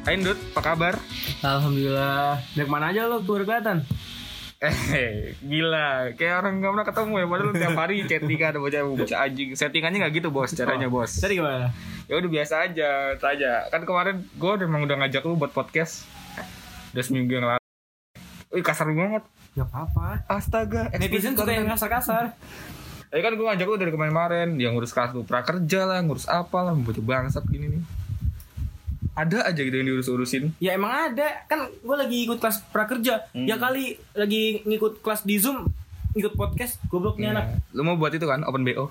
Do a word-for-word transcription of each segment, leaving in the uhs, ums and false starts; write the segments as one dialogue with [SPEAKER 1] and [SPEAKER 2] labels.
[SPEAKER 1] Hai Dut, apa kabar?
[SPEAKER 2] Alhamdulillah. Dari mana aja lo keluar kelihatan?
[SPEAKER 1] Eh, gila. Kayak orang gak pernah ketemu ya. Padahal tiap hari chatting ada bocah-bocah anjing. Settingannya gak gitu bos, caranya bos.
[SPEAKER 2] Jadi gimana?
[SPEAKER 1] Ya udah biasa aja, aja. Kan kemarin gue emang udah ngajak lu buat podcast. Udah seminggu yang lalu. Wih kasar banget.
[SPEAKER 2] Gak apa-apa.
[SPEAKER 1] Astaga.
[SPEAKER 2] Netizen suka yang kasar-kasar.
[SPEAKER 1] Ya kan gue ngajak lu dari kemarin-kemarin. Yang ngurus kartu prakerja lah, ngurus apa lah, bocah bangsat gini nih. Ada aja gitu yang diurus-urusin.
[SPEAKER 2] Ya emang ada. Kan gue lagi ikut kelas prakerja. hmm. Ya kali lagi ngikut kelas di Zoom, ikut podcast. Gobloknya
[SPEAKER 1] ya.
[SPEAKER 2] anak.
[SPEAKER 1] Lu mau buat itu kan, open B O.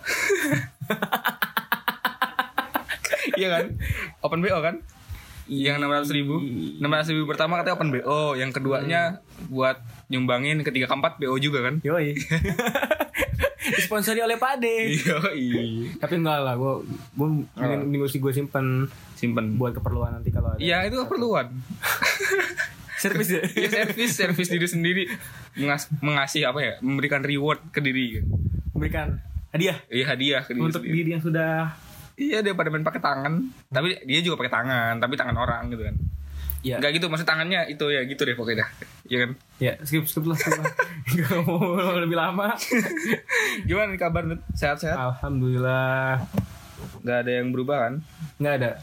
[SPEAKER 1] Iya kan, open B O kan. Yang enam ratus ribu enam ratus ribu pertama katanya open B O. Yang keduanya hmm. buat nyumbangin. Ketiga keempat B O juga kan.
[SPEAKER 2] Yoi. Disponsori oleh Pak De.
[SPEAKER 1] Yoi.
[SPEAKER 2] Tapi enggak lah, gue gue ini mesti gue simpen
[SPEAKER 1] simpen
[SPEAKER 2] buat keperluan nanti kalau ada.
[SPEAKER 1] Iya itu keperluan.
[SPEAKER 2] Servis ya.
[SPEAKER 1] Iya servis servis diri sendiri. Mengas, mengasih apa ya? Memberikan reward ke diri.
[SPEAKER 2] Memberikan hadiah.
[SPEAKER 1] Iya hadiah ke diri
[SPEAKER 2] untuk
[SPEAKER 1] sendiri.
[SPEAKER 2] diri yang sudah.
[SPEAKER 1] Iya dia pada main pakai tangan. Tapi dia juga pakai tangan. Tapi tangan orang gitu kan. Iya. Enggak gitu, maksud tangannya itu ya gitu deh pokoknya dah. Iya kan?
[SPEAKER 2] Ya, skip skip lah, skip lah. Enggak mau lebih lama.
[SPEAKER 1] Gimana nih kabar Nut? Sehat-sehat?
[SPEAKER 2] Alhamdulillah.
[SPEAKER 1] Enggak ada yang berubah kan?
[SPEAKER 2] Enggak ada.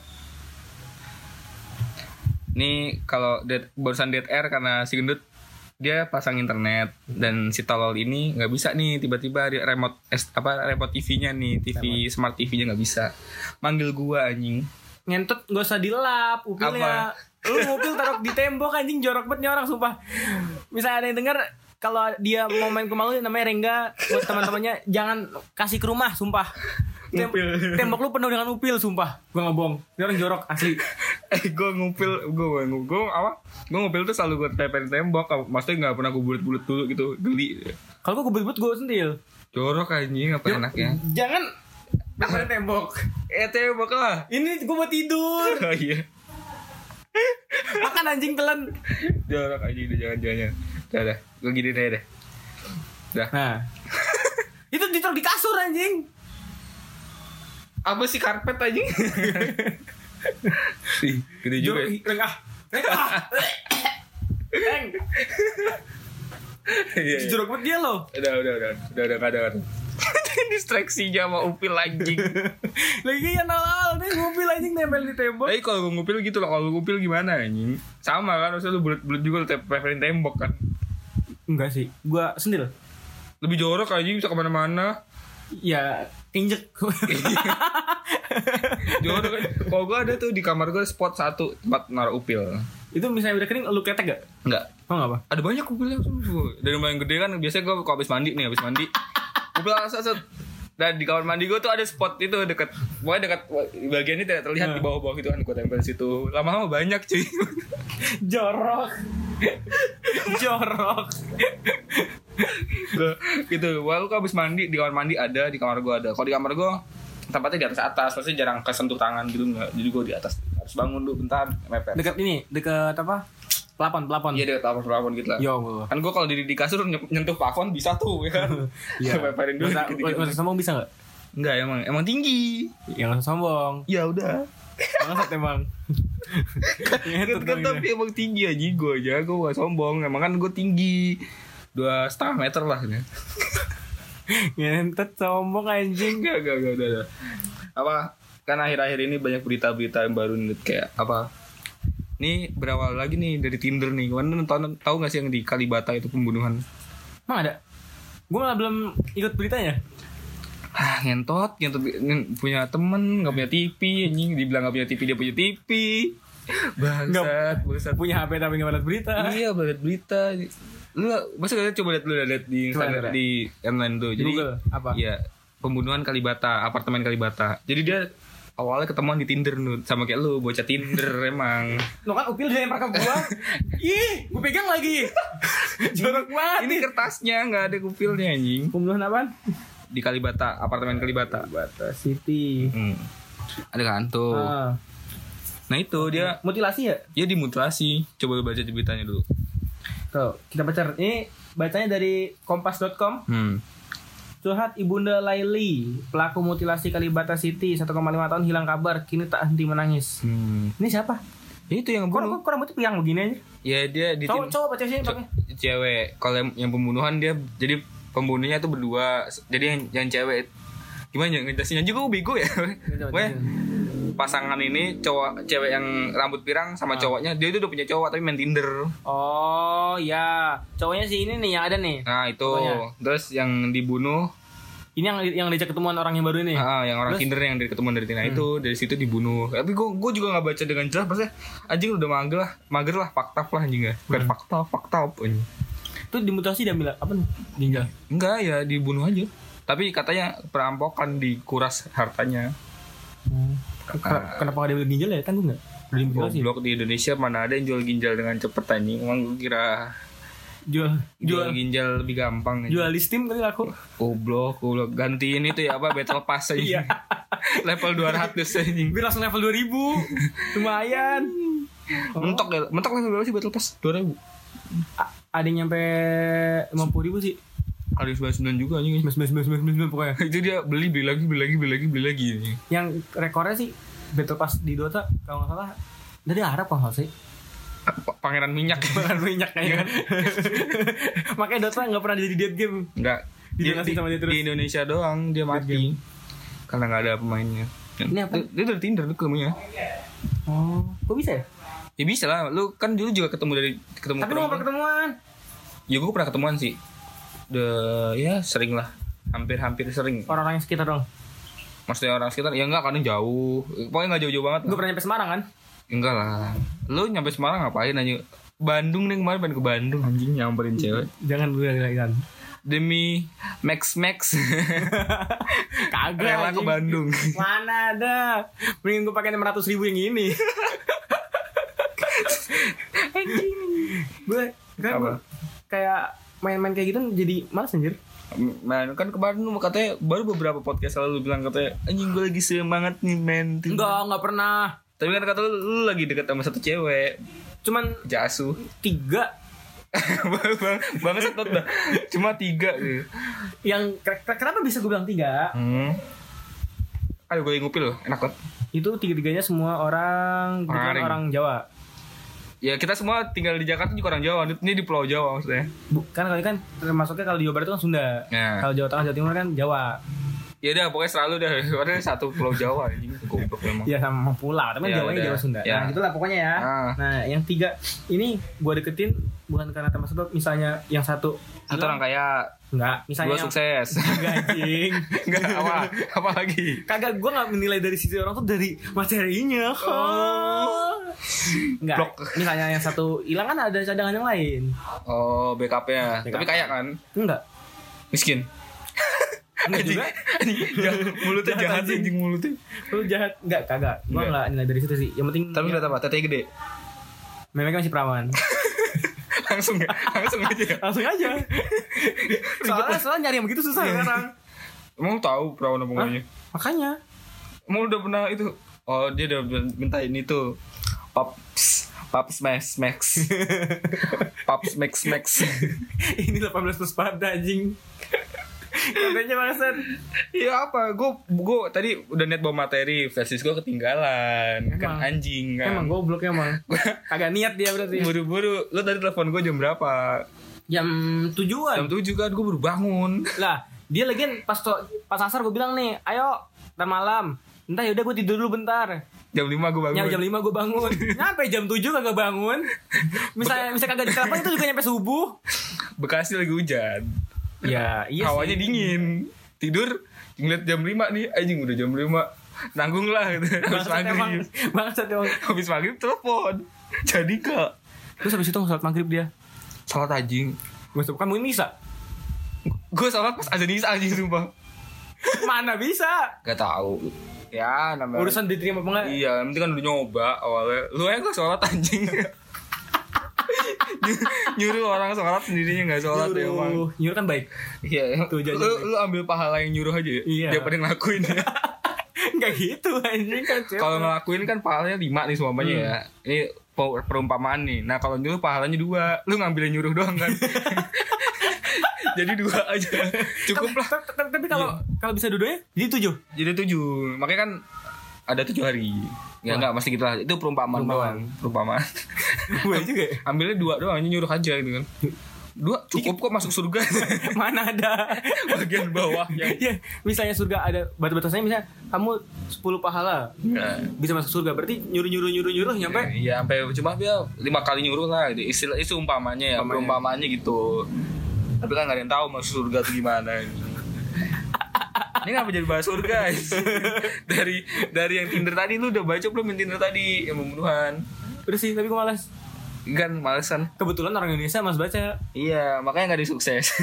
[SPEAKER 1] Nih kalau dead, barusan dead air karena si gendut dia pasang internet dan si tolol ini nggak bisa nih tiba-tiba remote apa remote T V-nya nih T V remote. Smart T V-nya nggak bisa manggil gua anjing.
[SPEAKER 2] Ngentut gak usah dilap upilnya. Lu ngupil taruh di tembok anjing, jorok banget nih orang sumpah. Misalnya ada yang denger kalau dia mau main ke rumah lu namanya Rengga, buat teman-temannya jangan kasih ke rumah sumpah. Tem- tembok lu penuh dengan upil sumpah. Gua enggak bohong. Dia orang jorok asli.
[SPEAKER 1] Eh gue ngupil gue gue apa? Gue ngupil tuh selalu gue tempelin tembok. Maksudnya enggak pernah gue bulet-bulet dulu gitu. Geli.
[SPEAKER 2] Kalau gue bulet-bulet gue sentil.
[SPEAKER 1] Jorok anjing apa enaknya?
[SPEAKER 2] Jangan tempelin tembok.
[SPEAKER 1] Eh tembok lah.
[SPEAKER 2] Ini gue mau tidur.
[SPEAKER 1] Oh iya.
[SPEAKER 2] Makan anjing telan.
[SPEAKER 1] Jorok anjing itu jangan-jangan. Udah dah. Gue gini deh deh. Dah.
[SPEAKER 2] Nah. Itu ditaruh di kasur anjing.
[SPEAKER 1] Apa sih karpet anjing? Ih, gede juga.
[SPEAKER 2] Reng ah. Reng ah. Reng.
[SPEAKER 1] Iya.
[SPEAKER 2] Jorok banget dia loh.
[SPEAKER 1] Udah udah udah. Udah udah enggak ada. Distraksinya sama upil anjing.
[SPEAKER 2] Lagi yang nalal nih ngupil anjing nempel di tembok.
[SPEAKER 1] Tapi kalau gue ngupil gitu loh, kalau ngupil gimana anjing? Sama kan, maksudnya lu bulet-bulet juga lu tempelin tembok kan?
[SPEAKER 2] Enggak sih, gua sendil.
[SPEAKER 1] Lebih jorok anjing bisa kemana-mana.
[SPEAKER 2] Ya injek.
[SPEAKER 1] Jorok kan. Kalau gue ada tuh di kamar gue spot satu tempat naruh upil.
[SPEAKER 2] Itu misalnya udah kering lu ketek gak?
[SPEAKER 1] Enggak.
[SPEAKER 2] Oh enggak apa?
[SPEAKER 1] Ada banyak upilnya tuh. Dari mulai yang gede kan biasanya gue kalau habis mandi nih, habis mandi. Upil asal-asal. Dan di kamar mandi gue tuh ada spot itu dekat, pokoknya dekat bagian ini tidak terlihat, di bawah-bawah gitu kan, gue tempel di situ. Lama-lama banyak cuy.
[SPEAKER 2] Jorok. Jorok.
[SPEAKER 1] Gue gitu. Walau gue habis mandi di kamar mandi ada, di kamar gue ada. Kalau di kamar gue tempatnya di atas atas, pasti jarang kesentuh tangan gitu nggak. Jadi gue di atas harus bangun dulu bentar mepet.
[SPEAKER 2] Dekat ini, dekat apa? Plafon, plafon.
[SPEAKER 1] Iya dekat plafon plafon gitu lah.
[SPEAKER 2] Yo.
[SPEAKER 1] Kan gue kalau di di kasur nyentuh plafon bisa tuh ya kan. Iya. Meperin dulu.
[SPEAKER 2] Masa sombong bisa nggak?
[SPEAKER 1] Enggak emang emang tinggi.
[SPEAKER 2] Yang langsung sombong.
[SPEAKER 1] Ya udah.
[SPEAKER 2] Bangsat emang.
[SPEAKER 1] Kan tapi emang tinggi aja gue aja, gue gak sombong. Emang kan gue tinggi dua setengah meter lah ya.
[SPEAKER 2] Ngentet sombong anjing.
[SPEAKER 1] Gak gak gak udah, udah. Apa kan akhir-akhir ini banyak berita-berita yang baru nih kayak apa? Ini berawal lagi nih dari Tinder nih. Kalian tahu tahu nggak sih yang di Kalibata itu pembunuhan?
[SPEAKER 2] Emang ada? Gue malah belum ikut beritanya.
[SPEAKER 1] Ah ngentot, ngentot punya temen nggak punya T V, anjing dibilang nggak punya T V dia punya T V. Bangsat, bangsat.
[SPEAKER 2] Punya H P tapi nggak lihat berita.
[SPEAKER 1] Iya, lihat berita. Lu masa gak coba lihat lu lihat di Instagram di online tuh. Jadi
[SPEAKER 2] Google, apa?
[SPEAKER 1] Iya, pembunuhan Kalibata, apartemen Kalibata. Jadi dia awalnya ketemuan di Tinder Nut, sama kayak lu bocah Tinder emang.
[SPEAKER 2] Lo kan upil dia yang rekam gua. Ih, gua pegang lagi. Jorok banget.
[SPEAKER 1] Ini kertasnya enggak ada kupilnya anjing.
[SPEAKER 2] Pembunuhan apaan?
[SPEAKER 1] Di Kalibata, apartemen Kalibata.
[SPEAKER 2] Kalibata City.
[SPEAKER 1] Hmm. Ada kan tuh.
[SPEAKER 2] Ah.
[SPEAKER 1] Nah itu dia
[SPEAKER 2] mutilasi ya?
[SPEAKER 1] Dia dimutilasi. Coba lu baca beritanya dulu.
[SPEAKER 2] Tuh, kita baca. Ini bacanya dari kompas dot com.
[SPEAKER 1] Hmm.
[SPEAKER 2] Curhat Ibunda Laili, pelaku mutilasi Kalibata City, satu koma lima tahun hilang kabar, kini tak henti menangis.
[SPEAKER 1] Hmm.
[SPEAKER 2] Ini siapa?
[SPEAKER 1] Ya itu yang
[SPEAKER 2] Kok
[SPEAKER 1] bunuh.
[SPEAKER 2] kok rambutnya piang begini aja?
[SPEAKER 1] Ya dia di
[SPEAKER 2] Cowok
[SPEAKER 1] tim
[SPEAKER 2] cowok apa cewek pakai?
[SPEAKER 1] cewek. Kalau yang, yang pembunuhan dia jadi pembunuhnya tuh berdua. Jadi yang yang cewek gimana ya ngejelasinnya juga gue bego ya. Gue pasangan ini cowok cewek yang rambut pirang sama cowoknya dia itu udah punya cowok tapi main Tinder.
[SPEAKER 2] Oh ya, cowoknya sih ini nih yang ada nih.
[SPEAKER 1] Nah itu
[SPEAKER 2] Pokoknya.
[SPEAKER 1] terus yang dibunuh
[SPEAKER 2] Ini yang yang diajak ketemuan orang yang baru ini.
[SPEAKER 1] ah, yang orang
[SPEAKER 2] Terus?
[SPEAKER 1] Tinder yang dari ketemuan dari Tinder
[SPEAKER 2] Hmm.
[SPEAKER 1] itu dari situ dibunuh. Tapi gue gue juga nggak baca dengan jelas, maksudnya anjing udah mager lah, mager lah, fakta lah anjing ya, bukan
[SPEAKER 2] Hmm.
[SPEAKER 1] fakta, fakta apa anjing.
[SPEAKER 2] Itu dimutasi dia bilang apa nih? Ginjal.
[SPEAKER 1] Enggak ya dibunuh aja. Tapi katanya perampokan dikuras hartanya.
[SPEAKER 2] Ken- Kenapa gak dia beli ginjal ya? Tanggung gak? Udah dimutasi.
[SPEAKER 1] Goblok di Indonesia mana ada yang jual ginjal dengan cepet anjing. Emang gue kira
[SPEAKER 2] Jual
[SPEAKER 1] jual
[SPEAKER 2] jual
[SPEAKER 1] ginjal lebih gampang anjing.
[SPEAKER 2] jual di Steam kali aku.
[SPEAKER 1] Goblok, goblok. Gantiin itu ya apa Battle Pass aja.
[SPEAKER 2] Iya.
[SPEAKER 1] Level dua ratus anjing.
[SPEAKER 2] Gue langsung level dua ribu. Lumayan.
[SPEAKER 1] Mentok ya. Mentok level berapa sih Battle Pass? dua ribu.
[SPEAKER 2] A- ada yang nyampe lima puluh ribu sih.
[SPEAKER 1] Ada sembilan puluh sembilan juga anjing.
[SPEAKER 2] sembilan sembilan sembilan sembilan pokoknya.
[SPEAKER 1] Itu dia beli beli lagi beli lagi beli lagi beli lagi anjing.
[SPEAKER 2] Yang rekornya sih Battle Pass di Dota kalau nggak salah dari Arab kalau nggak sih.
[SPEAKER 1] Pa- Pangeran minyak.
[SPEAKER 2] Bukan minyak kayaknya kan. Makanya Dota nggak pernah jadi dead game.
[SPEAKER 1] Enggak. Di,
[SPEAKER 2] Dinasti
[SPEAKER 1] di,
[SPEAKER 2] sama dia terus.
[SPEAKER 1] di Indonesia doang dia mati. Karena enggak ada pemainnya.
[SPEAKER 2] Ini apa?
[SPEAKER 1] Dia, dia dari Tinder tuh ketemunya.
[SPEAKER 2] Oh, kok bisa ya?
[SPEAKER 1] Ya bisa lah. Lu kan dulu juga ketemu dari ketemu
[SPEAKER 2] Tapi lu nggak pernah ketemuan.
[SPEAKER 1] Ya gue pernah ketemuan sih. Udah ya sering lah. Hampir-hampir sering.
[SPEAKER 2] Orang-orang yang sekitar dong.
[SPEAKER 1] Maksudnya orang sekitar ya enggak kadang jauh. Pokoknya enggak jauh-jauh banget.
[SPEAKER 2] Gue pernah nyampe Semarang kan?
[SPEAKER 1] Enggak lah. Lu nyampe Semarang ngapain aja? Bandung nih kemarin pengen ke Bandung anjing nyamperin cewek.
[SPEAKER 2] Jangan dulu kan.
[SPEAKER 1] Demi Max Max.
[SPEAKER 2] Kagak.
[SPEAKER 1] Rela ke
[SPEAKER 2] anjing.
[SPEAKER 1] Bandung.
[SPEAKER 2] Mana ada? Mending gue pakai enam ratus ribu yang ini. Gue kan
[SPEAKER 1] Apa?
[SPEAKER 2] kayak main-main kayak gitu jadi malas anjir.
[SPEAKER 1] Man, kan ke Bandung katanya baru beberapa podcast lalu lu bilang katanya anjing gue lagi semangat nih men.
[SPEAKER 2] Enggak, enggak pernah.
[SPEAKER 1] Tapi kan kata lu, lu lagi deket sama satu cewek.
[SPEAKER 2] Cuman
[SPEAKER 1] Jasu.
[SPEAKER 2] tiga
[SPEAKER 1] bang, bang, bang setot dah. Cuma tiga gitu.
[SPEAKER 2] yang ke- ke- kenapa bisa gue bilang tiga?
[SPEAKER 1] Hmm. Aduh gue ngupil loh, enak banget.
[SPEAKER 2] Itu tiga-tiganya semua orang bukan
[SPEAKER 1] Orang
[SPEAKER 2] orang Jawa.
[SPEAKER 1] Ya kita semua tinggal di Jakarta juga orang Jawa. Ini di Pulau Jawa maksudnya.
[SPEAKER 2] Bukan kalau kan termasuknya kalau di Jawa Barat itu kan Sunda.
[SPEAKER 1] Ya.
[SPEAKER 2] Kalau Jawa Tengah Jawa Timur kan Jawa.
[SPEAKER 1] Ya udah pokoknya selalu dah. Ada satu Pulau Jawa anjing goblok memang.
[SPEAKER 2] Ya sama pulau, tapi
[SPEAKER 1] Ya,
[SPEAKER 2] Jawanya
[SPEAKER 1] udah.
[SPEAKER 2] Jawa Sunda.
[SPEAKER 1] Ya.
[SPEAKER 2] Nah, gitulah pokoknya ya.
[SPEAKER 1] Ah.
[SPEAKER 2] Nah, yang tiga ini gue deketin bukan karena teman sebab misalnya yang satu
[SPEAKER 1] Satu orang kaya,
[SPEAKER 2] enggak, misalnya
[SPEAKER 1] dua
[SPEAKER 2] yang
[SPEAKER 1] sukses.
[SPEAKER 2] enggak anjing.
[SPEAKER 1] Enggak apa apa lagi?
[SPEAKER 2] Kagak, gue nggak menilai dari sisi orang tuh dari materinya.
[SPEAKER 1] Oh.
[SPEAKER 2] Enggak.
[SPEAKER 1] Blok.
[SPEAKER 2] Misalnya yang satu hilang kan ada cadangan yang lain.
[SPEAKER 1] Oh, backupnya.
[SPEAKER 2] Backup.
[SPEAKER 1] Tapi kaya kan?
[SPEAKER 2] Enggak.
[SPEAKER 1] Miskin.
[SPEAKER 2] Enggak
[SPEAKER 1] Anjing.
[SPEAKER 2] juga.
[SPEAKER 1] Anjing. Jahat. Mulutnya
[SPEAKER 2] Jahat,
[SPEAKER 1] jahat
[SPEAKER 2] anjing.
[SPEAKER 1] anjing mulutnya.
[SPEAKER 2] Lu jahat. Enggak, kagak. Gue
[SPEAKER 1] Enggak.
[SPEAKER 2] enggak nilai dari situ sih. Yang penting
[SPEAKER 1] Tapi lihat apa? Tetenya gede.
[SPEAKER 2] memangnya masih perawan.
[SPEAKER 1] Langsung ya. Langsung aja.
[SPEAKER 2] Langsung aja. Soalnya, soalnya nyari yang begitu susah sekarang.
[SPEAKER 1] Emang tahu perawan apa namanya?
[SPEAKER 2] Makanya.
[SPEAKER 1] Emang udah pernah itu? Oh, dia udah minta ini tuh. Pops Pops Max Max. Pops Max Max.
[SPEAKER 2] Ini delapan belas plus pada anjing. Katanya bangsat.
[SPEAKER 1] Iya apa? Gue gue tadi udah niat bawa materi, versi gue ketinggalan. Kan
[SPEAKER 2] Emang.
[SPEAKER 1] anjing kan.
[SPEAKER 2] Emang goblok emang. Kagak niat dia berarti.
[SPEAKER 1] Buru-buru. Lo tadi telepon gue jam berapa?
[SPEAKER 2] Jam tujuan.
[SPEAKER 1] Jam tujuh kan gue baru bangun.
[SPEAKER 2] Lah, dia lagi pas to- pas asar gue bilang nih, ayo ntar malam. Entah yaudah gue tidur dulu bentar.
[SPEAKER 1] Jam lima gue bangun.
[SPEAKER 2] Nyampe jam lima gue bangun. Nyampe jam tujuh kagak bangun. Misalnya misalnya kagak ditelepon itu juga nyampe subuh.
[SPEAKER 1] Bekasi lagi hujan.
[SPEAKER 2] Ya, iya
[SPEAKER 1] Hawanya
[SPEAKER 2] sih.
[SPEAKER 1] dingin. Tidur ngeliat jam lima nih, anjing udah jam lima. Nanggung lah gitu. Habis
[SPEAKER 2] Bangsat emang.
[SPEAKER 1] maghrib.
[SPEAKER 2] Bangsat emang.
[SPEAKER 1] Habis maghrib telepon. Jadi kak.
[SPEAKER 2] Terus habis itu sholat maghrib dia.
[SPEAKER 1] Salat anjing.
[SPEAKER 2] Gue kan mungkin bisa.
[SPEAKER 1] Gue salat pas azan isya anjing sumpah.
[SPEAKER 2] Mana bisa?
[SPEAKER 1] Gak tahu. Ya namanya.
[SPEAKER 2] Urusan diterima apa enggak?
[SPEAKER 1] Iya, yang penting kan udah nyoba awalnya. Lu aja gak sholat anjing. Ny- nyuruh orang sholat sendirinya gak sholat ya emang.
[SPEAKER 2] Nyuruh, nyuruh kan baik.
[SPEAKER 1] Iya,
[SPEAKER 2] Tuh,
[SPEAKER 1] lu,
[SPEAKER 2] jangan-
[SPEAKER 1] lu ambil pahala yang nyuruh aja ya.
[SPEAKER 2] Iya.
[SPEAKER 1] Daripada ngelakuin ya.
[SPEAKER 2] Enggak gitu anjing kan.
[SPEAKER 1] Kalau ngelakuin kan pahalanya lima nih semuanya
[SPEAKER 2] Hmm.
[SPEAKER 1] ya. Ini per- perumpamaan nih. Nah kalau nyuruh pahalanya dua. Lu ngambil yang nyuruh doang kan. Jadi dua aja. Cukup lah.
[SPEAKER 2] Tapi, tapi, tapi kalau kalau bisa dua-duanya jadi tujuh.
[SPEAKER 1] Jadi tujuh. Makanya kan ada tujuh hari. Ya enggak mesti gitu lah. Itu perumpamaan doang. Perumpamaan.
[SPEAKER 2] Gue juga.
[SPEAKER 1] Ambilnya dua doang, nyuruh aja gitu kan. Dua cukup kok masuk surga.
[SPEAKER 2] Mana ada
[SPEAKER 1] bagian bawahnya.
[SPEAKER 2] Ya, misalnya surga ada batas-batasnya, misalnya kamu sepuluh pahala
[SPEAKER 1] Nah.
[SPEAKER 2] bisa masuk surga, berarti nyuruh-nyuruh nyuruh-nyuruh nyampe.
[SPEAKER 1] Iya, sampai cuma dia lima kali nyuruh lah. Istilah itu umpamanya ya, perumpamaannya gitu. Tapi kan gak ada yang tahu masuk surga tuh gimana. Ini ngapa jadi bahas surga? dari dari yang Tinder tadi lu udah baca belum yang Tinder tadi yang pembunuhan?
[SPEAKER 2] Udah sih, tapi gue malas.
[SPEAKER 1] Kan males kan.
[SPEAKER 2] Kebetulan orang Indonesia mas baca.
[SPEAKER 1] Iya, makanya gak disukses.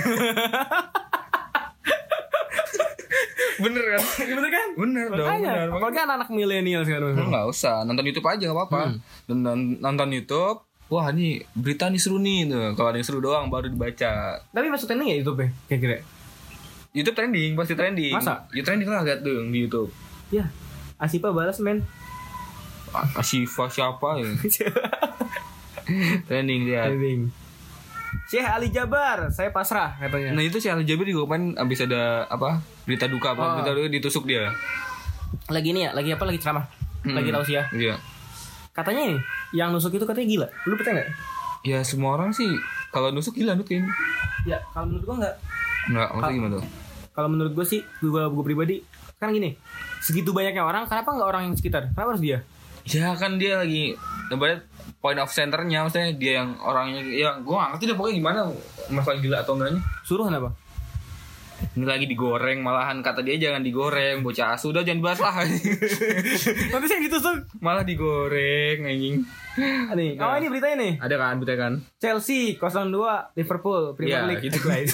[SPEAKER 1] Bener kan?
[SPEAKER 2] Bener kan?
[SPEAKER 1] Bener dong.
[SPEAKER 2] Makanya,
[SPEAKER 1] Bener.
[SPEAKER 2] apalagi anak-anak milenial sekarang.
[SPEAKER 1] Nggak usah, nonton YouTube aja nggak apa-apa.
[SPEAKER 2] Hmm.
[SPEAKER 1] Nonton, nonton YouTube. Wah ini berita nih seru nih tuh. Kalau ada yang seru doang baru dibaca.
[SPEAKER 2] Tapi masuk trending ya YouTube ya? Kira-kira.
[SPEAKER 1] YouTube trending, pasti trending.
[SPEAKER 2] Masa?
[SPEAKER 1] Ya trending lah lihat tuh di YouTube.
[SPEAKER 2] Ya, Asipa balas men.
[SPEAKER 1] Asifa siapa ya? Trending dia.
[SPEAKER 2] Trending. Syekh Ali Jabar, saya pasrah katanya.
[SPEAKER 1] Nah itu si Ali Jabir juga kan abis ada apa berita duka apa
[SPEAKER 2] Oh.
[SPEAKER 1] berita duka ditusuk dia.
[SPEAKER 2] Lagi ini ya, lagi apa? Lagi ceramah.
[SPEAKER 1] Hmm.
[SPEAKER 2] Lagi tausiah.
[SPEAKER 1] Iya.
[SPEAKER 2] Katanya nih, yang nusuk itu katanya gila. Lu percaya nggak?
[SPEAKER 1] Ya semua orang sih kalau nusuk gila nukin.
[SPEAKER 2] Ya, kalau menurut gua nggak.
[SPEAKER 1] Enggak, maksudnya gimana tuh?
[SPEAKER 2] Kalau menurut gua sih, gua gua pribadi kan gini. Segitu banyaknya orang, kenapa nggak orang yang sekitar? Kenapa harus dia?
[SPEAKER 1] Ya kan dia lagi ibarat point of centernya, maksudnya dia yang orangnya ya gue gak ngerti deh pokoknya gimana masalah gila atau enggaknya.
[SPEAKER 2] Suruh kenapa?
[SPEAKER 1] Ini lagi digoreng malahan kata dia jangan digoreng bocah asu udah jangan bahas lah.
[SPEAKER 2] Nanti saya ditusuk.
[SPEAKER 1] Malah digoreng anjing.
[SPEAKER 2] Nih, oh ini beritanya nih.
[SPEAKER 1] Ada kan berita kan?
[SPEAKER 2] Chelsea nol dua Liverpool Premier
[SPEAKER 1] Ya,
[SPEAKER 2] League
[SPEAKER 1] gitu.
[SPEAKER 2] guys.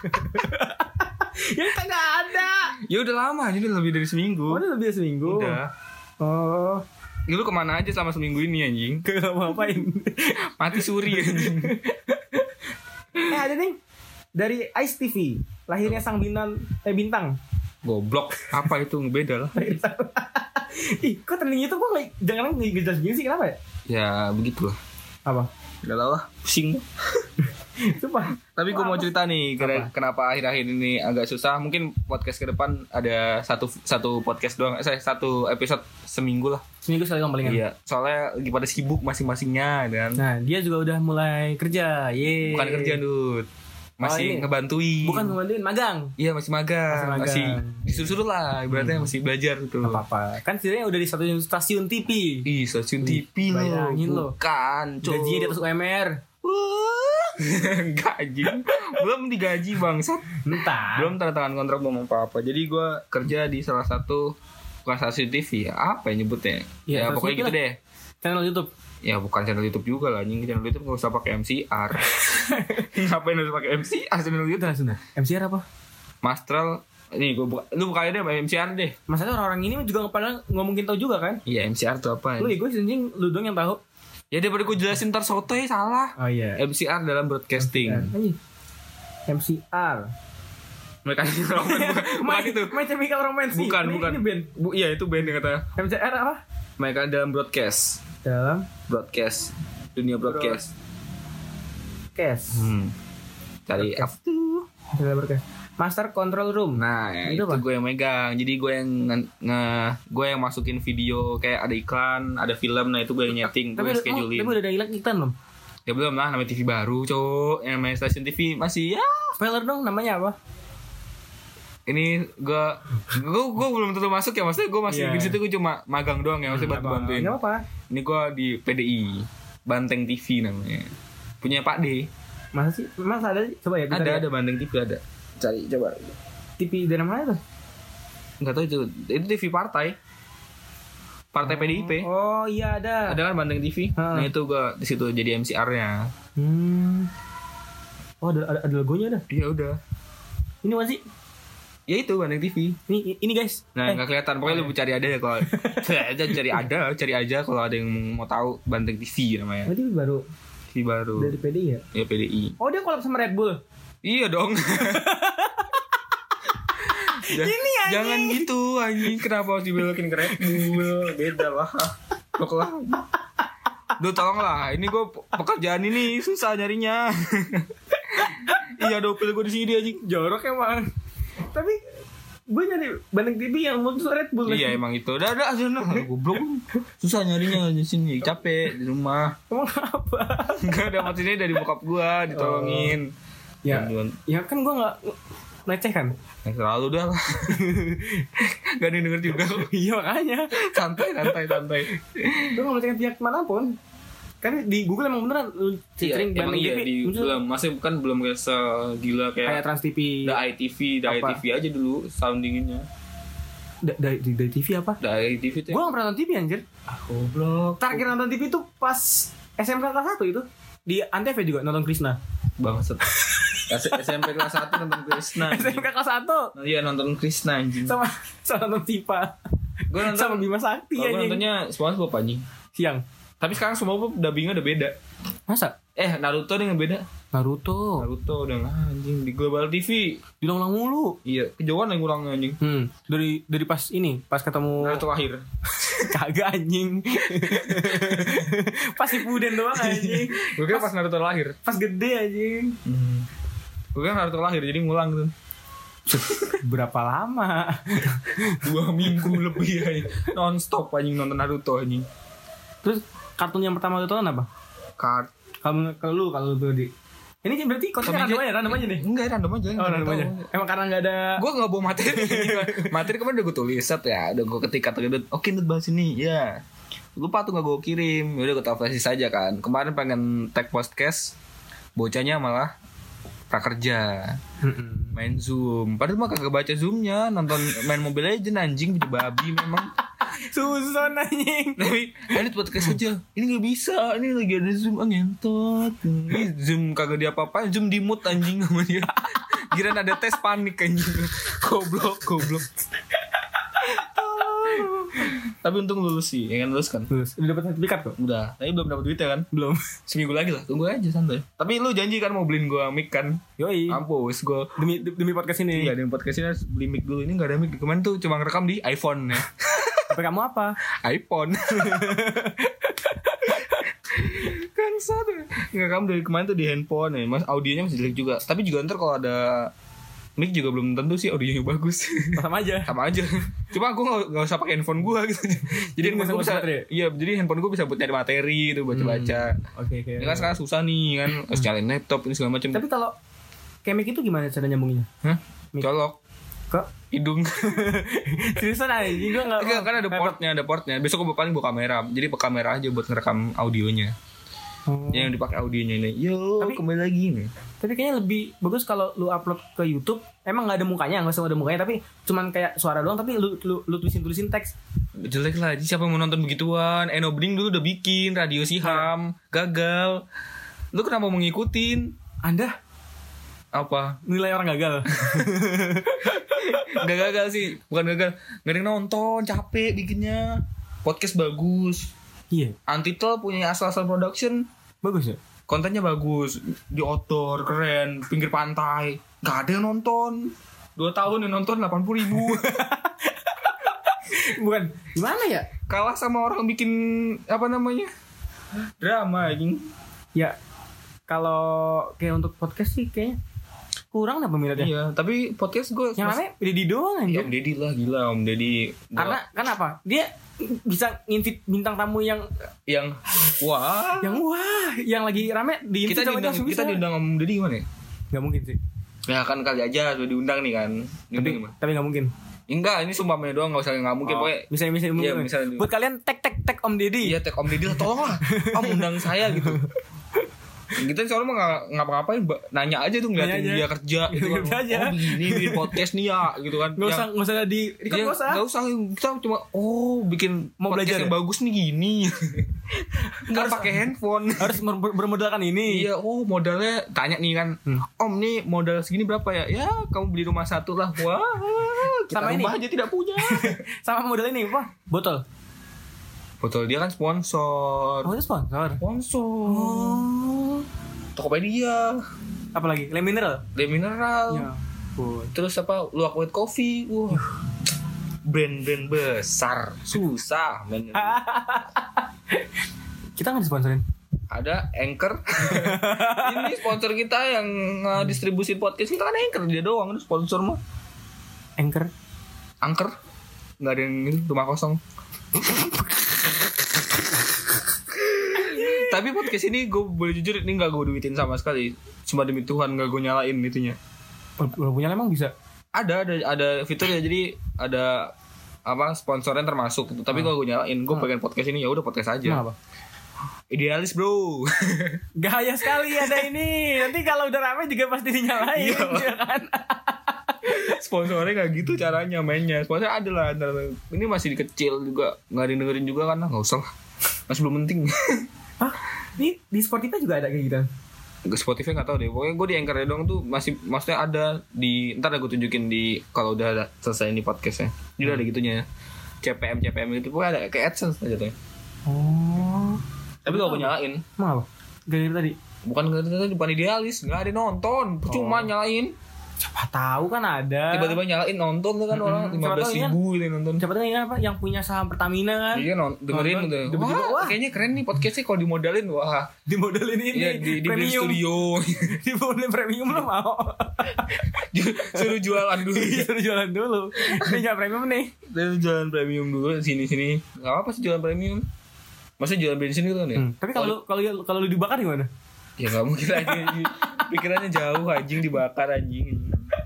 [SPEAKER 2] Ya kagak ada.
[SPEAKER 1] Ya udah lama jadi lebih dari seminggu.
[SPEAKER 2] Oh, udah lebih dari seminggu.
[SPEAKER 1] Udah.
[SPEAKER 2] Oh,
[SPEAKER 1] Ya, lu kemana aja selama seminggu ini anjing?
[SPEAKER 2] kagak ngapain.
[SPEAKER 1] Mati suri anjing.
[SPEAKER 2] Eh ada nih dari Ice T V, lahirnya sang bintang eh bintang.
[SPEAKER 1] Goblok. Apa itu beda lah.
[SPEAKER 2] Ih, kok trending itu kok nggak- jangan nggak jelas gini sih, kenapa ya?
[SPEAKER 1] Ya begitulah.
[SPEAKER 2] Apa?
[SPEAKER 1] Udah lah, pusing.
[SPEAKER 2] Sumpah.
[SPEAKER 1] Tapi gue mau cerita nih kena-
[SPEAKER 2] Apa?
[SPEAKER 1] kenapa akhir-akhir ini agak susah. Mungkin podcast ke depan ada satu satu podcast doang, saya satu episode seminggu lah.
[SPEAKER 2] Seminggu sekali dong palingan.
[SPEAKER 1] Iya, soalnya lagi pada sibuk masing-masingnya dan
[SPEAKER 2] Nah, dia juga udah mulai kerja. Ye.
[SPEAKER 1] bukan kerja Dut. Masih
[SPEAKER 2] Oh, ini?
[SPEAKER 1] ngebantuin.
[SPEAKER 2] Bukan ngebantuin, magang.
[SPEAKER 1] Iya, masih magang.
[SPEAKER 2] Masih
[SPEAKER 1] Masih,
[SPEAKER 2] magang.
[SPEAKER 1] disuruh-suruh lah, ibaratnya masih belajar gitu.
[SPEAKER 2] Gak apa-apa. Kan setidaknya udah di satu stasiun T V.
[SPEAKER 1] Ih, stasiun T V loh.
[SPEAKER 2] Bayangin lo.
[SPEAKER 1] Bukan, cok.
[SPEAKER 2] Gajinya di atas U M R.
[SPEAKER 1] Enggak anjing. Belum digaji bangsat.
[SPEAKER 2] Entah.
[SPEAKER 1] Belum tanda tangan kontrak belum apa-apa. Jadi gue kerja di salah satu bukan stasiun T V ya, apa ya nyebutnya?
[SPEAKER 2] Ya,
[SPEAKER 1] Ya, pokoknya gitu
[SPEAKER 2] lah.
[SPEAKER 1] deh.
[SPEAKER 2] Channel YouTube.
[SPEAKER 1] Ya bukan channel YouTube juga lah, anjing. Channel YouTube nggak usah pakai M C R. Ngapain harus pakai M C R channel YouTube?
[SPEAKER 2] Udah sudah. M C R apa?
[SPEAKER 1] Mastrel. Nih gue buka, lu buka aja deh M C R deh.
[SPEAKER 2] Masalahnya orang-orang ini juga pada nggak mungkin tahu juga kan?
[SPEAKER 1] Iya M C R tuh apa?
[SPEAKER 2] Lu
[SPEAKER 1] Ya,
[SPEAKER 2] ego anjing, lu dong yang tahu.
[SPEAKER 1] ya daripada gue jelasin ntar sotoy salah.
[SPEAKER 2] Oh iya.
[SPEAKER 1] M C R dalam broadcasting.
[SPEAKER 2] Anjing. M C R.
[SPEAKER 1] Mereka bukan, bukan itu.
[SPEAKER 2] My Chemical Romance.
[SPEAKER 1] Bukan,
[SPEAKER 2] Ini-
[SPEAKER 1] bukan.
[SPEAKER 2] Ini band.
[SPEAKER 1] Bu, iya itu band yang kata.
[SPEAKER 2] M C R apa?
[SPEAKER 1] Mereka dalam broadcast.
[SPEAKER 2] Dalam
[SPEAKER 1] Broadcast. Dunia broadcast.
[SPEAKER 2] Cash.
[SPEAKER 1] Hmm. Cari apa?
[SPEAKER 2] Dalam broadcast. Master Control Room.
[SPEAKER 1] Nah, ya,
[SPEAKER 2] Itu
[SPEAKER 1] itu,
[SPEAKER 2] apa?
[SPEAKER 1] gue yang megang. Jadi gue yang nge, nge- gue yang masukin video kayak ada iklan, ada film. Nah itu gue yang nyeting, gue
[SPEAKER 2] Tapi
[SPEAKER 1] yang
[SPEAKER 2] udah, oh,
[SPEAKER 1] schedulein.
[SPEAKER 2] tapi udah ada iklan iklan belum?
[SPEAKER 1] Ya belum lah, namanya T V baru, cowok. Yang namanya stasiun T V masih ya.
[SPEAKER 2] Spoiler dong, namanya apa?
[SPEAKER 1] Ini gue, gue, gue belum tentu masuk ya. Maksudnya gue masih
[SPEAKER 2] Iya.
[SPEAKER 1] di situ gue cuma magang doang ya, maksudnya bantu bantuin.
[SPEAKER 2] Ini apa?
[SPEAKER 1] Ini gue di P D I, Banteng T V namanya. Punya Pak D.
[SPEAKER 2] Masa sih? Masa ada sih? Coba ya.
[SPEAKER 1] Ada, ada Banteng T V ada. Cari coba.
[SPEAKER 2] T V dari mana tuh?
[SPEAKER 1] Nggak tahu itu, itu T V partai. Partai P D I P.
[SPEAKER 2] Oh iya ada.
[SPEAKER 1] Ada kan Banteng T V.
[SPEAKER 2] Ha.
[SPEAKER 1] Nah itu gue di situ jadi M C R-nya.
[SPEAKER 2] Hmm. Oh ada ada, ada logonya ada.
[SPEAKER 1] Ya udah.
[SPEAKER 2] Ini mana sih?
[SPEAKER 1] Ya itu Banteng T V.
[SPEAKER 2] Ini ini guys.
[SPEAKER 1] Nah
[SPEAKER 2] Eh,
[SPEAKER 1] nggak kelihatan. Pokoknya lu cari ada ya kalau cari aja cari ada cari aja kalau ada yang mau tahu Banteng T V namanya.
[SPEAKER 2] berarti baru
[SPEAKER 1] T V baru.
[SPEAKER 2] dari P D I ya?
[SPEAKER 1] Ya P D I.
[SPEAKER 2] Oh dia collab sama Red Bull.
[SPEAKER 1] Iya dong. Ja-
[SPEAKER 2] Ini anjing.
[SPEAKER 1] Jangan gitu anjing. Kenapa harus dibelokin ke Red Bull? Beda lah. Blok lah. Duh tolong lah. Ini gue pekerjaan ini susah nyarinya. Iya dopel gue di sini anjing.
[SPEAKER 2] Jorok emang. Tapi gue nyari Bandeng T V yang muncul Red Bull.
[SPEAKER 1] Iya emang itu. Udah udah aja nah. Goblok. Susah nyarinya di sini, capek di rumah.
[SPEAKER 2] Emang apa?
[SPEAKER 1] Enggak ada maksudnya dari bokap gue ditolongin.
[SPEAKER 2] Oh. Ya. Dan, ya kan gue enggak leceh kan?
[SPEAKER 1] Ya selalu dah. Gak ada yang denger juga.
[SPEAKER 2] Iya makanya.
[SPEAKER 1] Santai santai santai.
[SPEAKER 2] Gue gak melecehkan pihak manapun. Kan di Google emang beneran
[SPEAKER 1] citring
[SPEAKER 2] Bandeng
[SPEAKER 1] iya,
[SPEAKER 2] T V
[SPEAKER 1] di, belum masih kan belum kayak segila kayak
[SPEAKER 2] kayak Trans T V,
[SPEAKER 1] Da I T V, Da I T V aja dulu soundinginnya.
[SPEAKER 2] Da Da Da T V apa?
[SPEAKER 1] Da I T V tuh.
[SPEAKER 2] Gue gak pernah nonton T V anjir.
[SPEAKER 1] Ah goblok.
[SPEAKER 2] Terakhir nonton T V tuh pas S M K kelas satu itu di Antv juga nonton Krishna.
[SPEAKER 1] Bangsat. S M P kelas satu nonton Krishna.
[SPEAKER 2] S M K kelas satu.
[SPEAKER 1] Nah, iya nonton Krishna anjing.
[SPEAKER 2] Sama sama nonton Tipa. Gue nonton sama Bima Sakti
[SPEAKER 1] anjing. Gue nontonnya SpongeBob anjing.
[SPEAKER 2] Siang.
[SPEAKER 1] Tapi sekarang SpongeBob dubbingnya udah beda.
[SPEAKER 2] Masa?
[SPEAKER 1] Eh Naruto nih yang beda.
[SPEAKER 2] Naruto.
[SPEAKER 1] Naruto udah anjing di Global T V.
[SPEAKER 2] Diulang-ulang mulu.
[SPEAKER 1] Iya, kejauhan yang ngulangnya anjing.
[SPEAKER 2] Hmm, dari dari pas ini, pas ketemu
[SPEAKER 1] Naruto lahir.
[SPEAKER 2] Kagak anjing. Pas Shippuden doang anjing.
[SPEAKER 1] Gue kira pas Naruto lahir.
[SPEAKER 2] Pas gede anjing.
[SPEAKER 1] Hmm. Gue kira Naruto lahir jadi ngulang tuh.
[SPEAKER 2] Berapa lama?
[SPEAKER 1] Dua minggu lebih aja. Non stop anjing nonton Naruto anjing.
[SPEAKER 2] Terus kartun yang pertama lu tonton apa?
[SPEAKER 1] Kart.
[SPEAKER 2] Kalau kalau lu kalau lu di ini berarti kontennya random aja, random aja deh.
[SPEAKER 1] Enggak, random aja.
[SPEAKER 2] Oh, random aja. Emang karena enggak ada.
[SPEAKER 1] Gue enggak bawa materi. Materi kemarin udah gue tulis set ya, udah gue ketik kata gitu. Oke, Nut bahas ini. Ya. Lupa tuh enggak gue kirim. Udah gue tahu saja kan. Kemarin pengen tag podcast. Bocahnya malah prakerja. Main Zoom. Padahal mah kagak baca Zoomnya, nonton main Mobile Legends anjing babi memang.
[SPEAKER 2] Susun anjing.
[SPEAKER 1] Tapi ini podcast aja. Ini gak bisa. Ini lagi ada Zoom ah, ngentot. Ini Zoom kagak diapa-apain. Zoom di mute anjing sama dia. Kirain ada tes panik anjing. Goblok, goblok. Tapi untung lulus sih. Ya kan lulus kan?
[SPEAKER 2] Lulus. Udah dapat sertifikat kok?
[SPEAKER 1] Udah. Tapi belum dapat duit ya kan?
[SPEAKER 2] Belum.
[SPEAKER 1] Seminggu lagi lah. Tunggu aja santai. Tapi lu janji kan mau beliin gua mic kan?
[SPEAKER 2] Yoi.
[SPEAKER 1] Mampus gua.
[SPEAKER 2] Demi demi podcast ini.
[SPEAKER 1] Iya, demi podcast ini harus beli mic dulu. Ini enggak ada mic. Kemarin tuh cuma ngerekam di iPhone ya.
[SPEAKER 2] H P kamu apa?
[SPEAKER 1] iPhone. Kan sana ngerekam dari kemarin tuh di handphone ya. Mas audionya masih jelek juga. Tapi juga ntar kalau ada mic juga belum tentu sih audionya bagus.
[SPEAKER 2] Sama aja.
[SPEAKER 1] Sama aja. Cuma gue gak, gak usah pakai handphone gue gitu. Jadi handphone gue bisa materi. Iya, jadi handphone gue bisa buat nyari materi itu baca-baca.
[SPEAKER 2] Hmm. Oke, okay, oke. Okay.
[SPEAKER 1] Ini kan sekarang susah nih kan, harus nyalain laptop ini segala macam.
[SPEAKER 2] Tapi kalau kayak mic itu gimana cara nyambunginnya?
[SPEAKER 1] Hah? Colok
[SPEAKER 2] ke
[SPEAKER 1] hidung.
[SPEAKER 2] Seriusan aja, gue enggak.
[SPEAKER 1] Enggak, kan ada portnya, ada portnya. Besok gue paling bawa kamera. Jadi pakai kamera aja buat ngerekam audionya. Oh. Yang dipakai audionya ini. Yo, tapi, kembali lagi nih.
[SPEAKER 2] Tapi kayaknya lebih bagus kalau lu upload ke YouTube. Emang nggak ada mukanya, nggak usah ada mukanya, tapi cuman kayak suara doang. Tapi lu lu, lu tulisin tulisin teks.
[SPEAKER 1] Jelek lah. Jadi siapa yang mau nonton begituan? Eno Bening dulu udah bikin Radio Siham, gagal. Lu kenapa mau ngikutin?
[SPEAKER 2] Anda
[SPEAKER 1] apa?
[SPEAKER 2] Nilai orang gagal.
[SPEAKER 1] Gak gagal sih, bukan gagal. Gak ada yang nonton, capek bikinnya. Podcast bagus.
[SPEAKER 2] Iya.
[SPEAKER 1] Antitel punya Asal-Asal Production.
[SPEAKER 2] Bagus ya?
[SPEAKER 1] Kontennya bagus. Di outdoor, keren. Pinggir pantai. Gak ada yang nonton. Dua tahun yang nonton delapan puluh ribu.
[SPEAKER 2] Bukan, gimana ya?
[SPEAKER 1] Kalah sama orang bikin apa namanya? Drama anjing.
[SPEAKER 2] Ya, kalau kayak untuk podcast sih kayaknya kurang dah peminatnya.
[SPEAKER 1] Iya, tapi podcast gue
[SPEAKER 2] yang namanya Deddy doang aja.
[SPEAKER 1] Ya, Om Deddy lah, gila Om Deddy.
[SPEAKER 2] Karena kenapa? Dia bisa nginvit bintang tamu yang
[SPEAKER 1] yang wah,
[SPEAKER 2] yang wah, yang lagi rame di
[SPEAKER 1] kita diundang, kita diundang Om Deddy gimana ya?
[SPEAKER 2] Gak mungkin sih.
[SPEAKER 1] Ya kan kali aja sudah diundang nih kan.
[SPEAKER 2] Tapi, tapi gak mungkin.
[SPEAKER 1] Enggak, ini sumpahnya doang, gak usah gak mungkin.
[SPEAKER 2] Oh,
[SPEAKER 1] pokoknya
[SPEAKER 2] misalnya misalnya,
[SPEAKER 1] iya,
[SPEAKER 2] misalnya buat kalian tag tag tag Om Deddy.
[SPEAKER 1] Iya, tag Om Deddy lah, tolong lah. Om undang saya gitu. Kita soalnya mah gak ngapa-ngapain, nanya aja tuh ngeliatin dia kerja gitu kan.
[SPEAKER 2] Aja.
[SPEAKER 1] Oh begini bikin podcast nih ya gitu kan.
[SPEAKER 2] Gak usah, gak usah di
[SPEAKER 1] ya, gak usah. Gak usah, kita cuma oh bikin
[SPEAKER 2] mau belajar
[SPEAKER 1] yang ya? Bagus nih gini. Gak pakai handphone.
[SPEAKER 2] Harus bermodalkan ini.
[SPEAKER 1] Iya, oh modalnya tanya nih kan. Hmm. Om nih modal segini berapa ya? Ya kamu beli rumah satu lah. Wah, kita
[SPEAKER 2] sama
[SPEAKER 1] rumah
[SPEAKER 2] ini
[SPEAKER 1] aja tidak punya.
[SPEAKER 2] Sama modal ini apa? Botol.
[SPEAKER 1] Botol dia kan sponsor.
[SPEAKER 2] Oh, itu sponsor.
[SPEAKER 1] Sponsor.
[SPEAKER 2] Oh.
[SPEAKER 1] Tokopedia.
[SPEAKER 2] Apa lagi? Le Mineral.
[SPEAKER 1] Le Mineral.
[SPEAKER 2] Ya. Oh.
[SPEAKER 1] Terus apa? Luwak White Coffee. Wah. Brand-brand besar. Susah, men.
[SPEAKER 2] Kita nggak disponsorin.
[SPEAKER 1] Ada Anchor. Ini sponsor kita yang uh, distribusi podcast kita kan Anchor, dia doang itu sponsor mah.
[SPEAKER 2] Anchor.
[SPEAKER 1] angker. Nggak ada yang ini, rumah kosong. Tapi podcast ini gue boleh jujur ini nggak gue duitin sama sekali. Cuma demi Tuhan nggak gue nyalain itunya.
[SPEAKER 2] Kalau punya emang bisa.
[SPEAKER 1] Ada ada ada fiturnya, jadi ada apa sponsornya termasuk gitu. Tapi kalau gue nyalain, gue pengen podcast ini ya udah podcast aja.
[SPEAKER 2] Kenapa?
[SPEAKER 1] Idealis bro.
[SPEAKER 2] Gaya sekali ada ini. Nanti kalau udah rame juga pasti dinyalain, ya kan?
[SPEAKER 1] Sponsornya nggak gitu caranya mainnya. Sponsornya ada lah. Ini masih kecil juga, nggak dengerin juga kan? Nggak usah lah. Masih belum penting.
[SPEAKER 2] Hah? Di di Spotify juga ada kayak gitu?
[SPEAKER 1] Ke Spotify nggak tahu deh. Pokoknya gue di Anchor doang tuh masih, maksudnya ada di. Ntar gue tunjukin di kalau udah ada, selesai ini podcastnya. Jadi hmm. ada gitunya. C P M C P M itu pokoknya ada kayak AdSense aja tuh.
[SPEAKER 2] Oh.
[SPEAKER 1] Tapi gak gue nyalain.
[SPEAKER 2] Emang apa? Gaya tadi?
[SPEAKER 1] Bukan gaya tadi, bukan idealis. Gak ada nonton. Cuma oh. nyalain.
[SPEAKER 2] Siapa tahu kan ada.
[SPEAKER 1] Tiba-tiba nyalain nonton tuh kan mm-hmm. orang lima belas ribu ini nonton.
[SPEAKER 2] Siapa tahu ini apa? Yang punya saham Pertamina kan?
[SPEAKER 1] Iya non- dengerin udah. Wah, wah, kayaknya keren nih podcastnya kalau dimodalin. Wah,
[SPEAKER 2] dimodalin ini.
[SPEAKER 1] Iya, di, di studio.
[SPEAKER 2] Dimodalin premium lo mau?
[SPEAKER 1] Suruh jualan dulu.
[SPEAKER 2] Suruh jualan dulu. Ini jualan premium nih.
[SPEAKER 1] Suruh jualan premium dulu sini-sini. Gak apa sih jualan premium. Masa jualan bensin gitu kan ya?
[SPEAKER 2] Hmm. Tapi kalau kalau kalau lu dibakar gimana?
[SPEAKER 1] Ya gak mungkin aja. Pikirannya jauh, anjing dibakar anjing.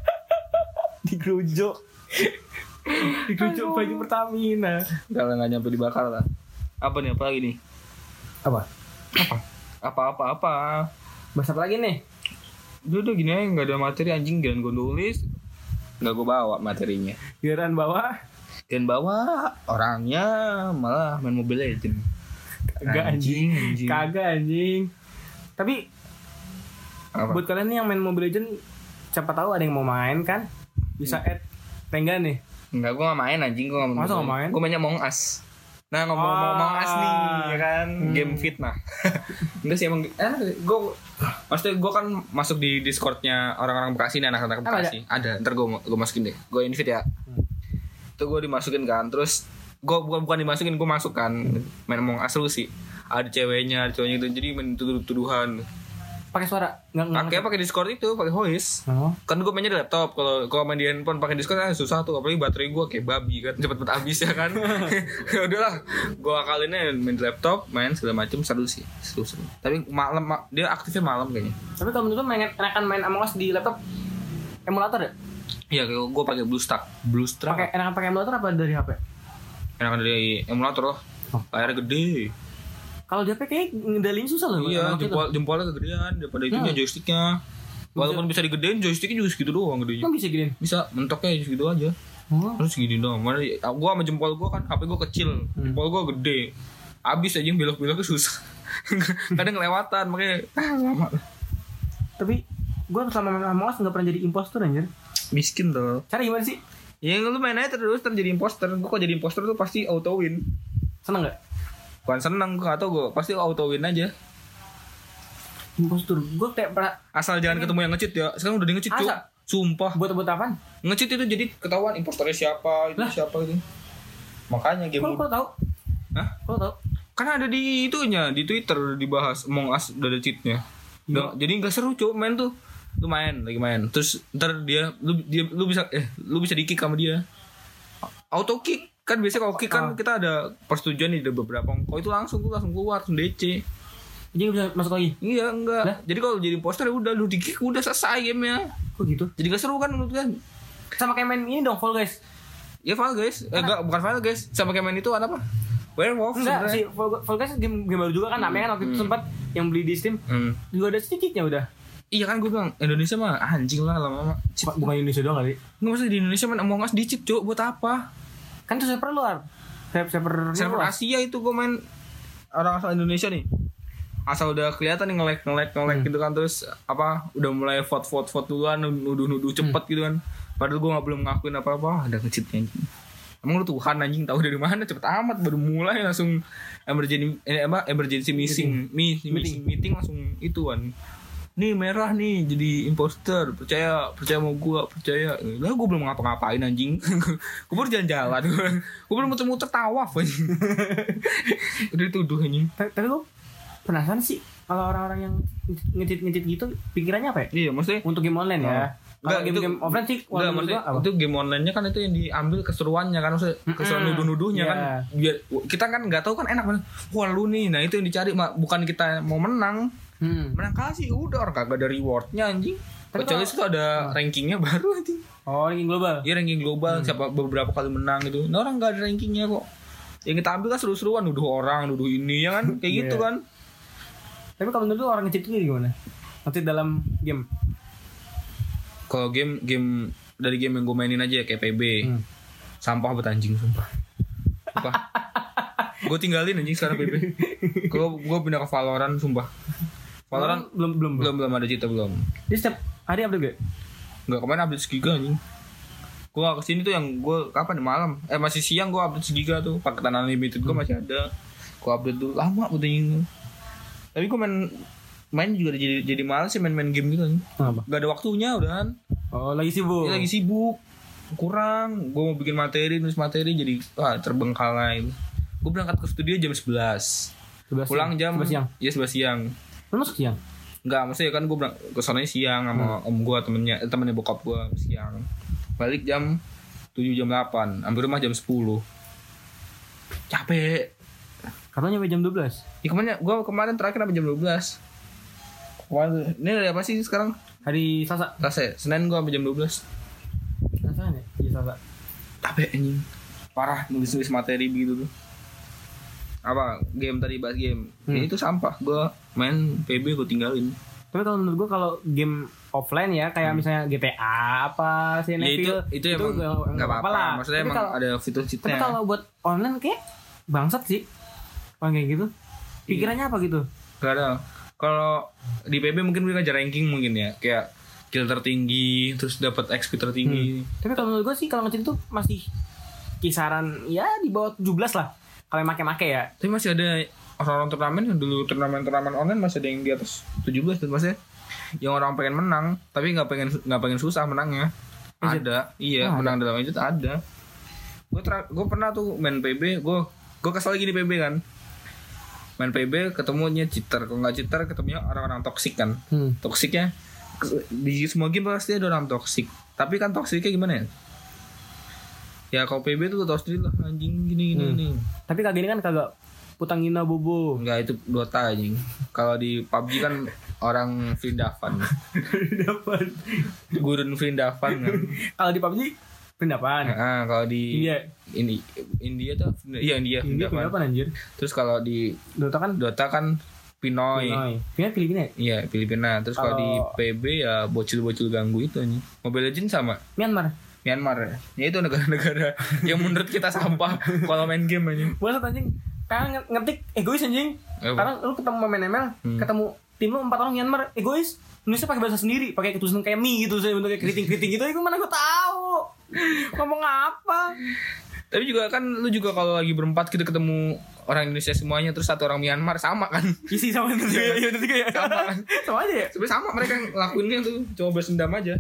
[SPEAKER 2] Digerujok. Digerujok baju Pertamina.
[SPEAKER 1] Kalau gak nyampe dibakar lah. Apa nih, apa lagi nih?
[SPEAKER 2] Apa?
[SPEAKER 1] Apa? Apa-apa apa?
[SPEAKER 2] Bahas apa lagi nih?
[SPEAKER 1] Udah udah gini aja, gak ada materi anjing. Giliran gue nulis, gak gue bawa materinya.
[SPEAKER 2] Giliran bawa?
[SPEAKER 1] Giliran bawa orangnya malah main Mobile Legends.
[SPEAKER 2] Kagak anjing, anjing. Kagak anjing. Tapi apa? Buat kalian nih yang main Mobile Legends, siapa tahu ada yang mau main kan? Bisa add Rengga nih.
[SPEAKER 1] Enggak, gue gak main anjing, gue gak main.
[SPEAKER 2] Masa gak main?
[SPEAKER 1] Gue mainnya Among Us. Nah ngomong-ngomong Among Us nih, ya kan, hmm. game fitnah. Enggak sih emang, eh, gue, maksudnya gue kan masuk di Discordnya orang-orang Bekasi nih, anak-anak Bekasi. Ada? Ada, ntar gue gue masukin deh. Gue invite ya. Hmm. Itu gue dimasukin kan, terus gue bukan bukan dimasukin, gue masuk kan, main Among Us lu sih. Ada ceweknya, ada cowoknya gitu, jadi main tuduh-tuduhan.
[SPEAKER 2] Pakai suara?
[SPEAKER 1] Pakai pakai Discord itu, pakai voice.
[SPEAKER 2] Oh.
[SPEAKER 1] Kan gue mainnya di laptop. Kalau kalau main di handphone pakai Discord kan susah tuh, apalagi baterai gue kayak babi kan, cepet-cepet habis ya kan. Ya udahlah, gue akalinnya main di laptop, main segala macam, seru sih, seru-seru. Tapi malam ma- dia aktifnya malam kayaknya.
[SPEAKER 2] Tapi kalau menurut lu main enakan main Among Us di laptop emulator ya?
[SPEAKER 1] Iya, kalau gue pakai BlueStack. BlueStack.
[SPEAKER 2] Pakai enakan pakai emulator apa dari H P?
[SPEAKER 1] Enakan dari emulator loh. Oh. Layarnya gede.
[SPEAKER 2] Kalau H P kayak ngendalin susah loh.
[SPEAKER 1] Iya, jempol, jempolnya kegedean daripada itunya, hmm. joysticknya. Walaupun bisa, bisa digedein, joysticknya juga segitu doang gedenya.
[SPEAKER 2] Emang bisa gedein?
[SPEAKER 1] Bisa, mentoknya segitu aja. Oh. Terus segini doang. Mana gua sama jempol gua kan H P gua kecil, hmm. jempol gua gede. Abis aja belok-beloknya susah. Kadang kelewatan, makanya ah, lama.
[SPEAKER 2] Tapi gua selama main Among Us enggak pernah jadi impostor anjir.
[SPEAKER 1] Miskin tuh.
[SPEAKER 2] Cara gimana sih?
[SPEAKER 1] Ya lu main aja terus terjadi imposter. Gua kalau jadi imposter tuh pasti auto win.
[SPEAKER 2] Seneng enggak?
[SPEAKER 1] Bukan seneng, gue gak tau, gue pasti auto win aja.
[SPEAKER 2] Impostor, gue kayak pernah.
[SPEAKER 1] Asal jangan ketemu yang nge-cheat ya. Sekarang udah di nge-cheat cuy. Sumpah.
[SPEAKER 2] Buat-buat apaan?
[SPEAKER 1] Nge-cheat itu jadi ketahuan impostornya siapa, itu lah. Siapa gitu. Makanya game.
[SPEAKER 2] Kok tau?
[SPEAKER 1] Hah?
[SPEAKER 2] Kok tau?
[SPEAKER 1] Kan ada di itunya, di Twitter dibahas Among Us udah ada cheatnya. Hmm. Jadi gak seru cuy main tuh. Lu main, lagi main. Terus ntar dia lu dia lu bisa eh lu bisa di-kick sama dia. Auto kick. Kan biasanya kalau kick kan ah. kita ada persetujuan nih, ada beberapa. Kalau itu langsung tuh langsung keluar, langsung D C.
[SPEAKER 2] Jadi bisa masuk lagi?
[SPEAKER 1] Iya, enggak. Lah? Jadi kalau jadi imposter ya udah lu di kick udah selesai gamenya.
[SPEAKER 2] Kok gitu?
[SPEAKER 1] Jadi gak seru kan menurut kan?
[SPEAKER 2] Sama kayak main ini dong, Fall Guys.
[SPEAKER 1] Ya Fall Guys. Eh, enggak, bukan Fall Guys. Sama kayak main itu apa? Werewolf.
[SPEAKER 2] Enggak sih, Fall, Fall Guys game, game baru juga kan, namanya kan waktu hmm. itu sempat yang beli di Steam. Hmm. Juga ada sedikitnya udah.
[SPEAKER 1] Iya kan gue bilang Indonesia mah anjing lah lama-lama.
[SPEAKER 2] Bukan Indonesia doang kali.
[SPEAKER 1] Enggak, maksudnya di Indonesia main Among Us di-cheat, Cuk, buat apa?
[SPEAKER 2] Kan itu server luar. Server
[SPEAKER 1] server Asia itu gue main orang asal Indonesia nih. Asal udah kelihatan nih nge-lag nge-lag nge-lag hmm. gitu kan, terus apa udah mulai vote-vote vote duluan, nuduh-nuduh cepet hmm. gitu kan. Padahal gue nggak belum ngakuin apa-apa, ada nge-cheatnya anjing. Emang lu Tuhan anjing tahu dari mana, cepet amat baru mulai langsung emergency eh, apa emergency meeting, meeting. meeting meeting langsung itu kan. Nih merah nih jadi imposter, percaya percaya mau gue percaya lah, gue belum ngapa-ngapain anjing. Gue baru jalan-jalan, gue belum muter-muter tawaf anjing. Udah dituduh anjing.
[SPEAKER 2] Tapi gue penasaran sih kalau orang-orang yang ngecit-ngecit gitu pikirannya apa ya?
[SPEAKER 1] Iya maksudnya
[SPEAKER 2] untuk game online ya. Kalau game-game offline sih
[SPEAKER 1] enggak, maksudnya itu game online-nya kan itu yang diambil keseruannya kan, maksudnya keseruan mm-hmm. nuduh-nuduhnya yeah. kan. Biar kita kan enggak tahu kan enak banget. Wah lu nih, nah itu yang dicari, bukan kita mau menang. Hmm. Menang kalah sih udah, orang kagak ada rewardnya anjing. Kecuali itu ada oh. rankingnya baru anjing.
[SPEAKER 2] Oh, ranking global.
[SPEAKER 1] Iya, ranking global hmm. siapa beberapa kali menang gitu. Nah orang enggak ada rankingnya kok. Yang kita ambil kan seru-seruan, nuduh orang, nuduh ini ya kan, kayak yeah. gitu kan.
[SPEAKER 2] Tapi kalau menurut lu orang nge-cheat itu gimana? Nge-cheat dalam game?
[SPEAKER 1] Kalau game game dari game yang gue mainin aja ya kayak P B, hmm. sampah bet anjing sumpah. Sumpah. Gue tinggalin anjing sekarang P B. Kalau gue pindah ke Valorant sumpah. Valorant
[SPEAKER 2] belum belum
[SPEAKER 1] belum belum ada cerita belum.
[SPEAKER 2] Dia setiap hari update gak?
[SPEAKER 1] Enggak, kemarin update segiga anjing. Gue kesini tuh yang gue kapan malam? Eh masih siang gue update segiga tuh. Paketan unlimited gue hmm. masih ada. Gue update dulu lama betulnya. Tapi gue main main juga jadi jadi malas sih main-main game gitu kan.
[SPEAKER 2] Kenapa?
[SPEAKER 1] Gak ada waktunya udah kan.
[SPEAKER 2] Oh lagi sibuk.
[SPEAKER 1] Ya, lagi sibuk. Kurang. Gue mau bikin materi, nulis materi jadi wah terbengkalai. Gue berangkat ke studio jam sebelas. Pulang jam
[SPEAKER 2] sebelas siang.
[SPEAKER 1] Iya sebelas siang.
[SPEAKER 2] Lu masuk siang?
[SPEAKER 1] Enggak, maksudnya kan gue berangkat ke sana siang sama hmm. om gue, temennya eh, temennya bokap gue siang. Balik jam tujuh jam delapan, ambil rumah jam sepuluh. Capek.
[SPEAKER 2] Katanya sampai jam dua belas.
[SPEAKER 1] Ya kemarin gue kemarin terakhir sampai jam dua belas. Wah, ini hari apa sih sekarang?
[SPEAKER 2] Hari Selasa.
[SPEAKER 1] Selasa. Senin gue sampai jam dua belas.
[SPEAKER 2] Selasa ya? Iya Selasa.
[SPEAKER 1] Capek anjing. Parah nulis-nulis materi begitu tuh. Apa? Game tadi bahas game. Hmm. Ya itu sampah. Gue main P B gue tinggalin.
[SPEAKER 2] Tapi kalau menurut gue kalau game offline ya kayak hmm. misalnya G T A apa sih
[SPEAKER 1] ya itu, itu, itu emang nggak apa-apa lah. Maksudnya tapi emang kalau, ada fitur cheatnya.
[SPEAKER 2] Tapi kalau buat online kayak bangsat sih. Orang kayak gitu. Pikirannya apa gitu?
[SPEAKER 1] Gak ada. Kalau di P B mungkin mereka ngejar ranking mungkin ya, kayak kill tertinggi, terus dapat X P tertinggi.
[SPEAKER 2] Hmm. Tapi kalau menurut gue sih kalau ngecil itu masih kisaran ya di bawah tujuh belas lah. Kalau yang make-make ya.
[SPEAKER 1] Tapi masih ada orang-orang turnamen yang dulu turnamen-turnamen online masih ada yang di atas tujuh belas tuh maksudnya. Yang orang pengen menang, tapi nggak pengen nggak pengen susah menangnya. Ada, iya oh, menang ada. Dalam itu ada. Gue ter- gue pernah tuh main P B, gue gue kesel lagi di P B kan. Main P B ketemunya cheater, kalau nggak cheater ketemunya orang-orang toksik kan. Hmm. Toksiknya di semua game pasti ada orang toksik. Tapi kan toksiknya gimana ya? Ya kalau P B tuh tau sendiri lah anjing gini gini. Hmm.
[SPEAKER 2] Tapi kagak ini kan kagak putangina bobo.
[SPEAKER 1] Enggak, itu Dota anjing. Kalau di P U B G kan orang Vrindavan.
[SPEAKER 2] Vrindavan.
[SPEAKER 1] Gurun Vrindavan kan.
[SPEAKER 2] Kalau di P U B G Vrindavan.
[SPEAKER 1] Heeh, kalau di
[SPEAKER 2] India
[SPEAKER 1] ini India tuh iya India
[SPEAKER 2] Vrindavan anjir.
[SPEAKER 1] Terus kalau di
[SPEAKER 2] Dota kan
[SPEAKER 1] Dota kan Pinoy.
[SPEAKER 2] Pinoy. Pinoy Filipina.
[SPEAKER 1] Iya, Filipina. Terus kalau di P B ya bocil-bocil ganggu itu anjing. Mobile Legends sama
[SPEAKER 2] Myanmar.
[SPEAKER 1] Myanmar. Ya itu negara-negara yang menurut kita sampah kalau main game anjing.
[SPEAKER 2] Buat anjing. Karena ngetik egois anjing. Eh, karena lu ketemu main M L, hmm. ketemu tim lu empat orang Myanmar egois. Nulisnya pakai bahasa sendiri, pakai ketulisan kayak mie gitu, saya bentuknya keriting-keriting gitu. Itu mana gue tahu. Ngomong apa?
[SPEAKER 1] Tapi juga kan lu juga kalau lagi berempat gitu ketemu orang Indonesia semuanya terus satu orang Myanmar sama kan?
[SPEAKER 2] Isi sama itu juga. Iya itu juga ya. Sama kan? Sama aja ya.
[SPEAKER 1] Sebenarnya sama mereka ngelakuinnya tuh, cuma balas dendam aja.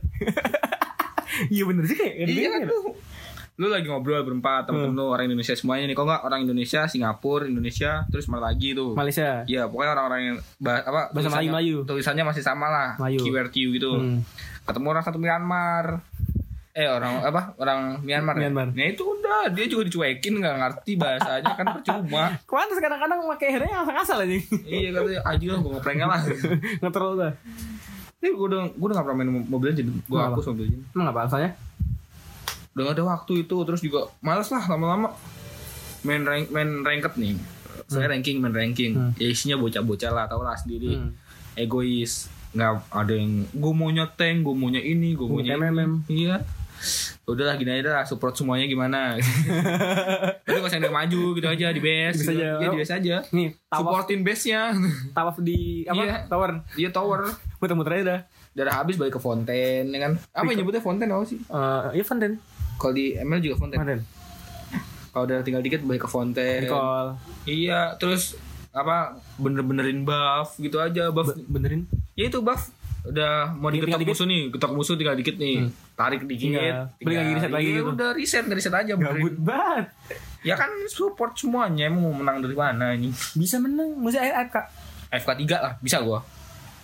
[SPEAKER 2] Iya bener sih kayak.
[SPEAKER 1] Iya kan tuh. Lu lagi ngobrol berempat temen-temen hmm. lu orang Indonesia semuanya nih. Kok enggak orang Indonesia, Singapura, Indonesia, terus mana lagi tuh?
[SPEAKER 2] Malaysia.
[SPEAKER 1] Iya, pokoknya orang-orang yang bah, apa
[SPEAKER 2] bahasa Melayu.
[SPEAKER 1] Tulisannya masih sama lah. Q R Q gitu. Hmm. Ketemu orang satu Myanmar. Eh orang apa? Orang Myanmar.
[SPEAKER 2] Myanmar.
[SPEAKER 1] Ya? Nah itu udah dia juga dicuekin enggak ngerti bahasanya kan percuma.
[SPEAKER 2] Kuantas kadang-kadang pakai akhirnya asal-asal aja.
[SPEAKER 1] Iya katanya aja gua ngeprengnya lah.
[SPEAKER 2] Ngetrol dah.
[SPEAKER 1] Nih gua udah gua udah enggak pernah main Mobile Legends. Gua hapus Mobile Legends.
[SPEAKER 2] Emang apa alasannya?
[SPEAKER 1] Udah gak ada waktu itu, terus juga malas lah lama-lama main rank main ranked nih. Saya hmm. ranking main ranking. Hmm. Ya isinya bocah-bocah lah, tau lah sendiri. Hmm. Egois, nggak ada yang gue maunya tank, gue maunya ini, gue maunya
[SPEAKER 2] M M M.
[SPEAKER 1] Iya. Udahlah gini aja lah, support semuanya gimana. Tapi gak usah maju gitu aja di base.
[SPEAKER 2] Bisa
[SPEAKER 1] gitu.
[SPEAKER 2] aja.
[SPEAKER 1] Iya di base aja.
[SPEAKER 2] Nih,
[SPEAKER 1] supportin base-nya.
[SPEAKER 2] Tawaf di apa?
[SPEAKER 1] Iya.
[SPEAKER 2] Tower.
[SPEAKER 1] Iya tower.
[SPEAKER 2] Muter-muter aja dah.
[SPEAKER 1] Darah habis balik ke Fontaine ya kan. Apa yang nyebutnya Fontaine apa sih?
[SPEAKER 2] Eh, uh, iya Fontaine.
[SPEAKER 1] Kalau di M L juga Fontaine.
[SPEAKER 2] Fontaine.
[SPEAKER 1] Kalau udah tinggal dikit balik ke Fontaine.
[SPEAKER 2] Nicole.
[SPEAKER 1] Iya, terus apa bener-benerin buff gitu aja, buff.
[SPEAKER 2] Be- benerin?
[SPEAKER 1] Ya itu buff. Udah mau diketok musuh nih, ketok musuh tinggal dikit nih. Hmm. Tarik dikit.
[SPEAKER 2] Iya. Beli lagi reset lagi gitu.
[SPEAKER 1] Udah reset, reset aja
[SPEAKER 2] gabut banget.
[SPEAKER 1] Ya kan support semuanya, emang mau menang dari mana ini?
[SPEAKER 2] Bisa menang, mesti F K.
[SPEAKER 1] F K tiga lah, bisa gua.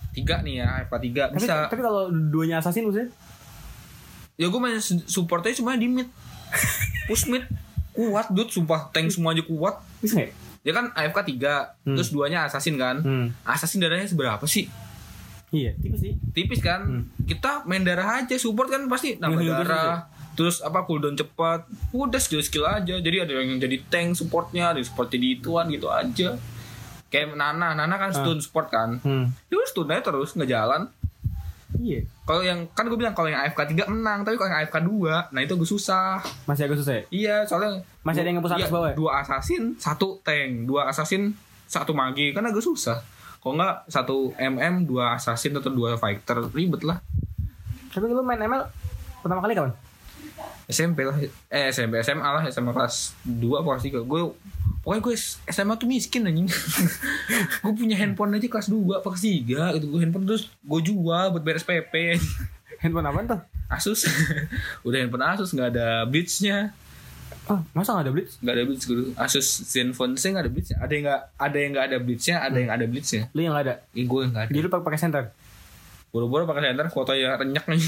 [SPEAKER 1] tiga nih ya, A F K tiga
[SPEAKER 2] Tapi,
[SPEAKER 1] bisa.
[SPEAKER 2] tapi kalau duanya assassin maksudnya?
[SPEAKER 1] Ya gue main supportnya cuma di mid. Push mid kuat dude, sumpah tank semua aja kuat.
[SPEAKER 2] Bisa nggak?
[SPEAKER 1] Ya kan A F K tiga, hmm. terus duanya assassin kan. Hmm. Assassin darahnya seberapa sih?
[SPEAKER 2] Iya, tipis sih.
[SPEAKER 1] Tipis kan? Hmm. Kita main darah aja, support kan pasti nambah darah. Terus apa cooldown cepat. Udah skill skill aja. Jadi ada yang jadi tank supportnya, ada yang support jadi ituan gitu aja. Kayak Nana, Nana kan stun uh. support kan. Hmm. Dia stun aja terus nggak jalan.
[SPEAKER 2] Iya.
[SPEAKER 1] Kalau yang kan gue bilang kalau yang A F K tiga menang, tapi kalau yang A F K dua, nah itu gue susah.
[SPEAKER 2] Masih agak susah ya?
[SPEAKER 1] Iya, soalnya
[SPEAKER 2] masih ada yang nge-push atas bawah ya?
[SPEAKER 1] Dua assassin, satu tank, dua assassin, satu mage, kan agak susah. Kalau enggak satu M M, dua assassin atau dua fighter, ribet lah.
[SPEAKER 2] Tapi lu main M L pertama kali kapan?
[SPEAKER 1] S M P lah, eh S M P, S M A lah, S M A kelas dua apa kelas tiga. Gue pokoknya gue S M A tuh miskin anjing. Gue punya handphone aja kelas dua apa kelas tiga gitu. Gue handphone terus gue jual buat beres P P.
[SPEAKER 2] Handphone apaan tuh?
[SPEAKER 1] Asus. Udah handphone Asus, gak ada Blitz-nya.
[SPEAKER 2] Oh, masa gak ada Blitz?
[SPEAKER 1] Gak ada Blitz gue. Asus Zenfone saya gak ada Blitz-nya. Ada yang gak, ada yang gak ada Blitz-nya, ada hmm. yang ada Blitz-nya.
[SPEAKER 2] Lu yang gak ada?
[SPEAKER 1] Iya, gue yang gak ada.
[SPEAKER 2] Jadi lu pakai center?
[SPEAKER 1] Boro-boro pakai center, fotonya renyak nih.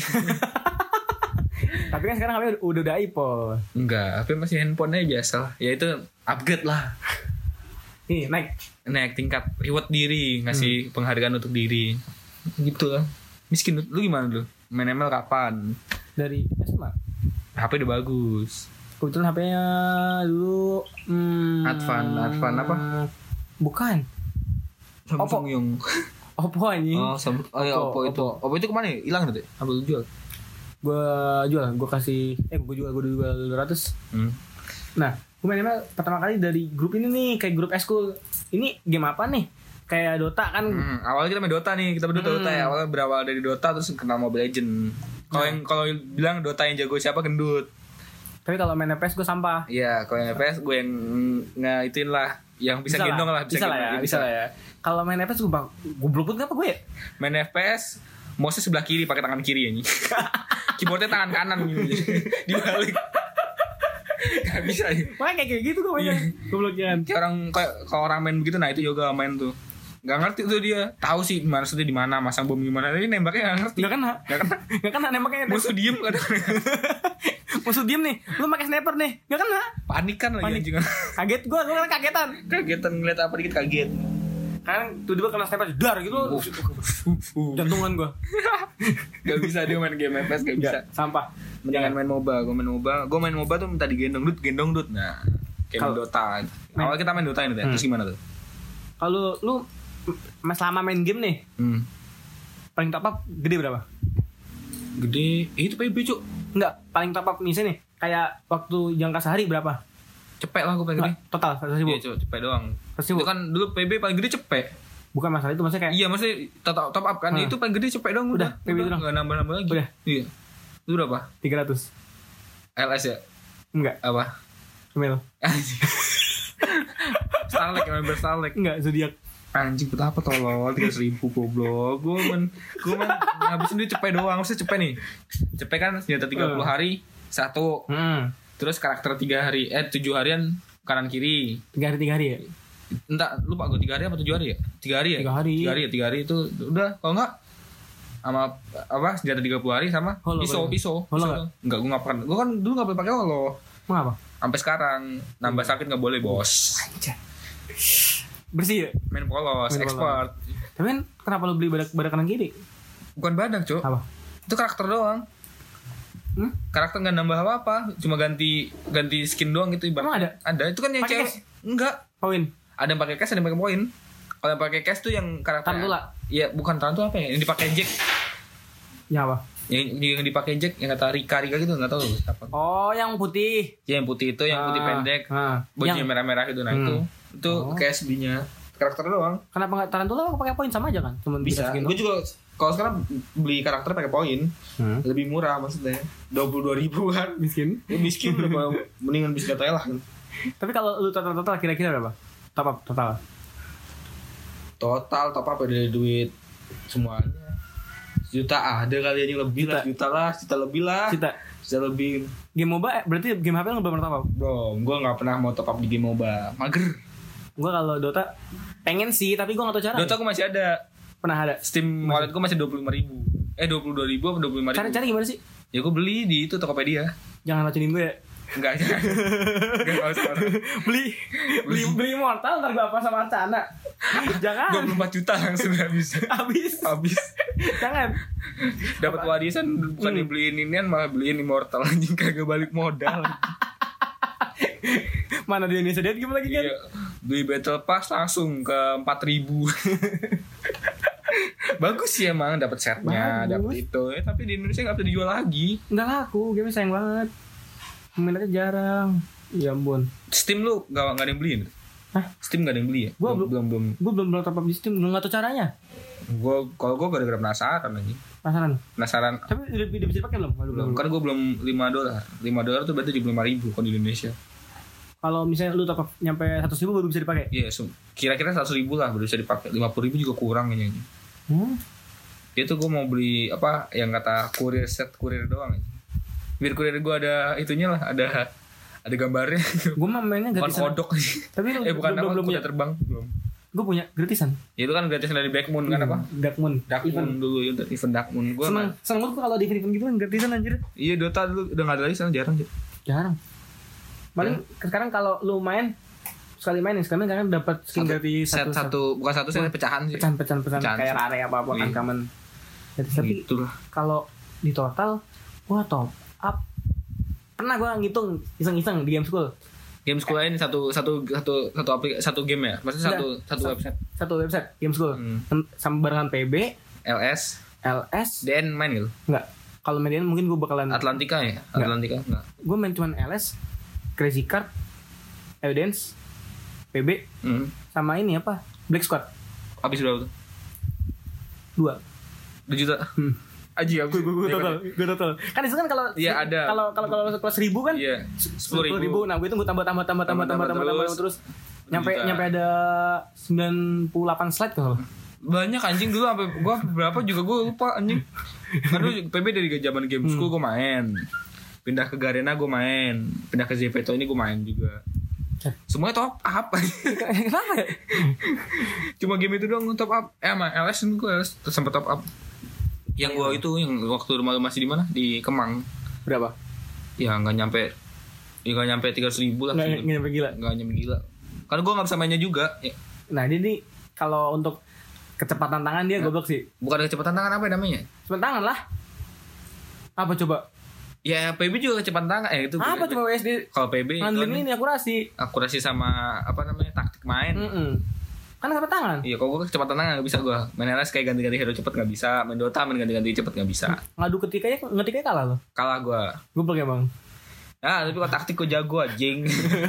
[SPEAKER 2] Tapi kan sekarang H P udah udah iPhone.
[SPEAKER 1] Enggak, H P masih handphone aja biasa lah. Ya itu upgrade lah.
[SPEAKER 2] Nih, naik.
[SPEAKER 1] Naik tingkat reward diri, ngasih hmm. penghargaan untuk diri. Gitu lah. Miskin lu gimana dulu? Main M L kapan?
[SPEAKER 2] Dari S M A.
[SPEAKER 1] H P udah bagus.
[SPEAKER 2] Kebetulan H P-nya dulu hmm,
[SPEAKER 1] Advan, Advan apa?
[SPEAKER 2] Bukan.
[SPEAKER 1] Samsung yang
[SPEAKER 2] Oppo anjing.
[SPEAKER 1] Oh, Samsung. Oh ya, Oppo, Oppo itu. Oppo itu kemana ya? Hilang nanti? Apa lu jual?
[SPEAKER 2] Gue jual, gue kasih eh gue jual, gue jual dua ratus. Hmm. Nah, gue main M L pertama kali dari grup ini nih, kayak grup eskul. Ini game apa nih? Kayak Dota kan.
[SPEAKER 1] Hmm, awalnya kita main Dota nih, kita berdua hmm. Dota ya. Awalnya berawal dari Dota terus kenal Mobile Legend. Kalau nah. yang kalau bilang Dota yang jago siapa gendut.
[SPEAKER 2] Tapi kalau main F P S gue sampah.
[SPEAKER 1] Iya, kalau yang F P S gue yang ngaitin lah, yang bisa, bisa gendong lah,
[SPEAKER 2] bisa, bisa lah ya, bisa lah ya. Kalau main F P S gue bang, goblok banget apa gue ya?
[SPEAKER 1] Main F P S mouse sebelah kiri pakai tangan kiri ya nih. Keyboardnya tangan kanan gitu. Dibalik. Gak bisa ya.
[SPEAKER 2] Makanya kayak gitu gue mainnya. Gobloknya.
[SPEAKER 1] Kayak orang kayak kalau orang main begitu, nah itu yoga main tuh. Gak ngerti tuh dia. Tahu sih maksudnya di mana, masang bom gimana. Tapi nembaknya gak ngerti.
[SPEAKER 2] Gak kena.
[SPEAKER 1] Gak kena.
[SPEAKER 2] Gak kena nembaknya.
[SPEAKER 1] Musuh diem kadang.
[SPEAKER 2] Musuh diem nih. Lu pakai sniper nih. Gak kena.
[SPEAKER 1] Panik kan lagi anjing.
[SPEAKER 2] Kaget gue, gue kan kagetan.
[SPEAKER 1] Kagetan ngeliat apa dikit kaget.
[SPEAKER 2] Kan tiba-tiba kena sniper dar gitu. Jantungan gue.
[SPEAKER 1] Gak bisa dia main game F P S, gak bisa.
[SPEAKER 2] Sampah.
[SPEAKER 1] Jangan main MOBA. Gue main MOBA. Gue main MOBA tuh minta digendong dut, gendong dut. Nah, kayak main Dota. Awalnya kita main Dota ini deh. Terus gimana tuh?
[SPEAKER 2] Kalau lu mas selama main game nih, hmm. paling top up gede berapa?
[SPEAKER 1] Gede, eh, itu P B cuk.
[SPEAKER 2] Enggak, paling top up misalnya nih, kayak waktu jangka sehari berapa?
[SPEAKER 1] Cepet lah gue paling gede.
[SPEAKER 2] Total seratus ribu.
[SPEAKER 1] Iya cuk, cepet doang. Itu kan dulu P B paling gede cepet.
[SPEAKER 2] Bukan masalah itu, maksudnya kayak.
[SPEAKER 1] Iya, maksudnya top, top up kan, hmm. itu paling gede cepet doang udah.
[SPEAKER 2] Udah, P B itu
[SPEAKER 1] doang. Gak nambah-nambah lagi.
[SPEAKER 2] Udah.
[SPEAKER 1] Iya. Itu berapa?
[SPEAKER 2] tiga ratus.
[SPEAKER 1] L S ya?
[SPEAKER 2] Enggak.
[SPEAKER 1] Apa?
[SPEAKER 2] Email.
[SPEAKER 1] Starlink, member Starlink.
[SPEAKER 2] Enggak, Zodiac.
[SPEAKER 1] Anjing betapa tolol tiga ratus ribu goblok. Gue men gue men ngabisin duit cepet doang. Maksudnya cepet nih. Cepet kan senjata tiga puluh hari satu. Hmm. Terus karakter tiga hari eh tujuh harian kanan kiri.
[SPEAKER 2] tiga hari tiga hari ya?
[SPEAKER 1] Entah lupa gue tiga hari apa tujuh hari ya? tiga hari ya?
[SPEAKER 2] tiga hari.
[SPEAKER 1] tiga hari ya, tiga hari itu udah. Kalau enggak sama apa senjata tiga puluh hari sama
[SPEAKER 2] holo,
[SPEAKER 1] pisau
[SPEAKER 2] boleh.
[SPEAKER 1] pisau.
[SPEAKER 2] Holo
[SPEAKER 1] pisau enggak gue enggak pernah. Gue kan dulu enggak boleh pakai holo.
[SPEAKER 2] Mengapa?
[SPEAKER 1] Sampai sekarang nambah sakit enggak boleh, Bos.
[SPEAKER 2] Anjir. Bersih ya?
[SPEAKER 1] Main polos, main expert.
[SPEAKER 2] Polos. Tapi kan kenapa lu beli badak badak kanan kiri?
[SPEAKER 1] Bukan badak, Cok.
[SPEAKER 2] Apa?
[SPEAKER 1] Itu karakter doang. Hmm? Karakter nggak nambah apa-apa, cuma ganti ganti skin doang gitu ibarat.
[SPEAKER 2] Emang ada?
[SPEAKER 1] Ada. Itu kan yang cewek. Enggak.
[SPEAKER 2] Poin.
[SPEAKER 1] Ada yang pakai cash, ada yang pakai poin. Kalau yang pakai cash tuh yang karakter.
[SPEAKER 2] Tarantula.
[SPEAKER 1] Iya, bukan tarantula apa ya? Yang dipakai Jack.
[SPEAKER 2] Ya apa?
[SPEAKER 1] Yang yang dipakai Jack yang kata Rika Rika gitu enggak tahu siapa.
[SPEAKER 2] Oh, yang putih.
[SPEAKER 1] Ya, yang putih itu, yang putih ah, pendek. Ah. Bajunya yang merah-merah itu. Nah, hmm. itu. Itu oh. cash belinya. Karakter doang.
[SPEAKER 2] Kenapa enggak tarantula pakai poin sama aja kan? Cuma
[SPEAKER 1] bisa. Gue juga kalau sekarang beli karakter pakai poin. Hmm. Lebih murah maksudnya. dua puluh dua ribu kan.
[SPEAKER 2] Miskin.
[SPEAKER 1] Ya, miskin udah mendingan bisa data lah.
[SPEAKER 2] Tapi kalau lu total-total kira-kira berapa? Top up total.
[SPEAKER 1] Total top up dari duit semuanya. Juta ada kali aja lebih juta. lah, juta lah, juta lebih lah.
[SPEAKER 2] Juta.
[SPEAKER 1] Juta lebih.
[SPEAKER 2] Game MOBA berarti game H P lu belum pernah top up?
[SPEAKER 1] Belum, gua enggak pernah mau top up di game MOBA. Mager.
[SPEAKER 2] Gua kalau Dota pengen sih, tapi gua enggak tahu cara.
[SPEAKER 1] Dota gua masih ada.
[SPEAKER 2] Pernah ada.
[SPEAKER 1] Steam wallet gue masih dua puluh lima ribu. Eh dua puluh dua ribu apa dua puluh lima ribu?
[SPEAKER 2] Cara-cara gimana sih?
[SPEAKER 1] Ya gue beli di itu Tokopedia.
[SPEAKER 2] Jangan racunin gue ya.
[SPEAKER 1] Enggak aja. Enggak usah.
[SPEAKER 2] beli beli beli mortal ntar gue apa sama Arcana. Jangan.
[SPEAKER 1] dua puluh empat juta langsung habis.
[SPEAKER 2] Habis.
[SPEAKER 1] Habis.
[SPEAKER 2] Jangan.
[SPEAKER 1] Dapat warisan bukan
[SPEAKER 2] Hmm.
[SPEAKER 1] dibeliin inian malah beliin immortal anjing kagak balik modal.
[SPEAKER 2] Mana di Indonesia Dead Game lagi kan?
[SPEAKER 1] Iya. Beli Battle Pass langsung ke empat ribu. Bagus sih emang dapat setnya,
[SPEAKER 2] Bagus.
[SPEAKER 1] dapat itu. Eh, tapi di Indonesia enggak bisa dijual lagi.
[SPEAKER 2] Enggak laku, game sayang banget. Peminatnya jarang. Ya ampun.
[SPEAKER 1] Steam lu enggak enggak ada yang beliin.
[SPEAKER 2] Hah?
[SPEAKER 1] Steam enggak ada yang beli ya?
[SPEAKER 2] Gua
[SPEAKER 1] belum belum belum.
[SPEAKER 2] Gue belum belum top up di Steam, belum nggak tahu caranya.
[SPEAKER 1] Gua kalau gua gara-gara penasaran anjing.
[SPEAKER 2] Penasaran.
[SPEAKER 1] Penasaran.
[SPEAKER 2] Tapi udah, udah bisa dipakai belum? Belum.
[SPEAKER 1] Belum, kan gue belum lima dolar. lima dolar tuh berarti tujuh puluh lima ribu kalau di Indonesia.
[SPEAKER 2] Kalau misalnya lu top up nyampe seratus ribu baru bisa dipakai.
[SPEAKER 1] Iya, yeah, kira-kira seratus ribu lah baru bisa dipakai. lima puluh ribu juga kurang kayaknya.
[SPEAKER 2] Hmm.
[SPEAKER 1] Itu gue mau beli apa yang kata kurir set kurir doang aja. Biar kurir gue ada itunya lah, ada ada gambarnya.
[SPEAKER 2] Gue mah mainnya
[SPEAKER 1] Bukan
[SPEAKER 2] gratisan.
[SPEAKER 1] kodok.
[SPEAKER 2] Tapi lu
[SPEAKER 1] eh bukan
[SPEAKER 2] belum,
[SPEAKER 1] apa
[SPEAKER 2] belum
[SPEAKER 1] kuda
[SPEAKER 2] punya.
[SPEAKER 1] terbang belum.
[SPEAKER 2] Gue punya gratisan.
[SPEAKER 1] Ya, itu kan gratisan dari Black Moon kan apa?
[SPEAKER 2] Dark Moon.
[SPEAKER 1] Dark Moon dulu itu event Dark Moon gue.
[SPEAKER 2] Seneng, seneng banget gua kalau di event gitu kan gratisan anjir.
[SPEAKER 1] Iya, Dota dulu udah enggak ada lagi sekarang jarang.
[SPEAKER 2] Jarang. Paling sekarang kalau lu main sekali main sekarang kan dapat skin gratis
[SPEAKER 1] set
[SPEAKER 2] satu,
[SPEAKER 1] satu bukan satu set pecahan sih.
[SPEAKER 2] pecahan pecahan pecahan
[SPEAKER 1] Pecahan
[SPEAKER 2] kayak
[SPEAKER 1] sih.
[SPEAKER 2] rare apa apa kan
[SPEAKER 1] Iya.
[SPEAKER 2] kamen. Jadi tapi
[SPEAKER 1] Gitu lah.
[SPEAKER 2] kalau di total gua top up pernah gua ngitung iseng-iseng di game school
[SPEAKER 1] Game sekolah ini satu satu satu satu aplikasi satu game ya, maksudnya satu
[SPEAKER 2] Enggak,
[SPEAKER 1] satu
[SPEAKER 2] sa-
[SPEAKER 1] website.
[SPEAKER 2] satu website game school
[SPEAKER 1] Hmm.
[SPEAKER 2] sama barengan P B
[SPEAKER 1] L S,
[SPEAKER 2] L S
[SPEAKER 1] D N main gitu.
[SPEAKER 2] enggak kalau median mungkin gua bakalan
[SPEAKER 1] Atlantika ya, Atlantika enggak.
[SPEAKER 2] gua main cuman L S Crazy Card Evidence P B
[SPEAKER 1] Hmm.
[SPEAKER 2] sama ini apa Black Squad
[SPEAKER 1] Habis berapa tuh?
[SPEAKER 2] dua
[SPEAKER 1] dua juta.
[SPEAKER 2] hmm.
[SPEAKER 1] Aji habis.
[SPEAKER 2] gue gue total gue total kan itu kan kalau
[SPEAKER 1] Iya, ada.
[SPEAKER 2] kalau kalau kalau masuk kelas seribu kan
[SPEAKER 1] Iya, sepuluh ribu.
[SPEAKER 2] nah gue itu gue tambah tambah tambah tambah tambah tambah tambah
[SPEAKER 1] terus.
[SPEAKER 2] terus nyampe
[SPEAKER 1] Juta.
[SPEAKER 2] nyampe ada sembilan puluh delapan slide kalau
[SPEAKER 1] Banyak anjing dulu sampai gua berapa juga gua lupa anjing. Kan dulu P B dari zaman game school gua main. Pindah ke Garena gua main, pindah ke Zepeto ini gua main juga. Semuanya top up.
[SPEAKER 2] kenapa ya
[SPEAKER 1] Cuma game itu doang top up. Eh sama L S gue L S sempat top up. Yang gua itu yang waktu rumah lu masih di mana? Di Kemang.
[SPEAKER 2] berapa
[SPEAKER 1] Ya nggak nyampe, ya nggak nyampe tiga ratus ribu lah.
[SPEAKER 2] nggak nggak nyampe gila
[SPEAKER 1] Nggak nyampe gila. Karena gua nggak bisa mainnya juga. Ya,
[SPEAKER 2] nah ini nih kalau untuk kecepatan tangan dia goblok sih
[SPEAKER 1] bukan kecepatan tangan apa namanya?
[SPEAKER 2] kecepatan tangan lah apa coba
[SPEAKER 1] Ya P B juga kecepatan tangan. Eh itu.
[SPEAKER 2] apa coba W S D
[SPEAKER 1] Kalau P B
[SPEAKER 2] ngandelin
[SPEAKER 1] kan
[SPEAKER 2] ini akurasi
[SPEAKER 1] akurasi sama apa namanya taktik main.
[SPEAKER 2] Mm-mm. kan kecepatan tangan
[SPEAKER 1] Iya, kalau gue kecepatan tangan nggak bisa gue. Main L S kayak ganti-ganti hero cepet nggak bisa. Main Dota main ganti-ganti cepet nggak bisa.
[SPEAKER 2] ngadu ketikanya ngetikanya kalah loh
[SPEAKER 1] Kalah gue.
[SPEAKER 2] goblok emang
[SPEAKER 1] Ah, tapi kalau taktik gue jago anjing.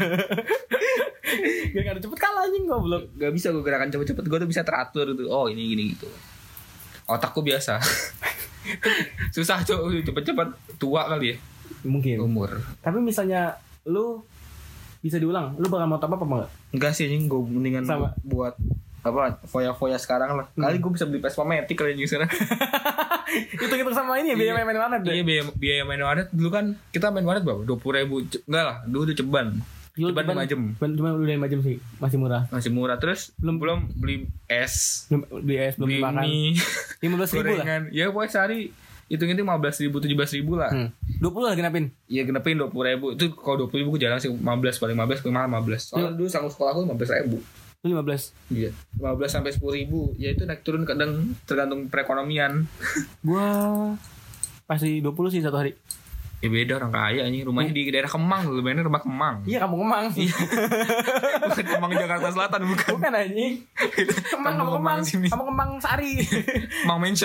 [SPEAKER 2] gak ngadu cepet kalah anjing goblok
[SPEAKER 1] Gak bisa gue gerakan cepet-cepet. Gue tuh bisa teratur gitu. Oh ini gini gitu. Otakku biasa. Susah cok cepet-cepet tua kali ya
[SPEAKER 2] mungkin
[SPEAKER 1] umur.
[SPEAKER 2] tapi misalnya lu bisa diulang lu bakal mau top up apa enggak
[SPEAKER 1] Enggak sih anjing, gue mendingan
[SPEAKER 2] Sama.
[SPEAKER 1] buat apa foya-foya sekarang lah. Kali gue bisa beli Vespa Matic kali anjing sekarang.
[SPEAKER 2] hitung-hitung sama ini ya biaya main mana deh
[SPEAKER 1] Iya, biaya, biaya main wadet dulu kan kita main wadet berapa? dua puluh ribu. Enggak lah, dulu tuh ceban. Ceban lima jam.
[SPEAKER 2] cuma udah lima jam sih masih murah
[SPEAKER 1] Masih murah. Terus
[SPEAKER 2] Belum-
[SPEAKER 1] belum beli es,
[SPEAKER 2] belum beli es belum
[SPEAKER 1] beli
[SPEAKER 2] makan
[SPEAKER 1] mie,
[SPEAKER 2] lima belas ribu lah
[SPEAKER 1] gorengan. Ya pokoknya sehari hitung-hitung lima belas ribu, tujuh belas ribu lah.
[SPEAKER 2] hmm. dua puluh lah genapin
[SPEAKER 1] Iya genepin dua puluh ribu. Itu kalau dua puluh ribu gue jarang sih. lima belas paling lima belas paling mahal lima belas. Soalnya dulu sanggup sekolah aku lima belas ribu.
[SPEAKER 2] lu lima belas
[SPEAKER 1] Iya, lima belas sampai sepuluh ribu. Ya itu naik turun kadang tergantung perekonomian.
[SPEAKER 2] gua pasti dua puluh sih satu hari
[SPEAKER 1] Ya beda orang kaya nih. Rumahnya di daerah Kemang. Lu mainnya rumah Kemang.
[SPEAKER 2] iya kamu kemang
[SPEAKER 1] Bukan Kemang Jakarta Selatan bukan.
[SPEAKER 2] bukan anjing kemang kamu kemang
[SPEAKER 1] sini.
[SPEAKER 2] kamu kemang sari
[SPEAKER 1] Kemang Mansion.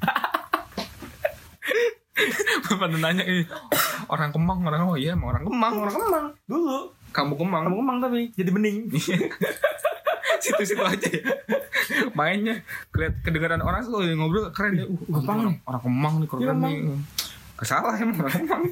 [SPEAKER 1] Pada nanya ini orang Kemang, orang oh iya emang orang Kemang.
[SPEAKER 2] orang kemang dulu
[SPEAKER 1] Kamu Kemang.
[SPEAKER 2] kamu kemang tapi jadi bening
[SPEAKER 1] Situ-situ aja ya. Mainnya keliat kedengaran orang tuh ngobrol keren ya. Uh,
[SPEAKER 2] Kemang
[SPEAKER 1] orang,
[SPEAKER 2] nih.
[SPEAKER 1] orang Kemang nih keren
[SPEAKER 2] Iya,
[SPEAKER 1] nih. Kesalah emang orang Kemang.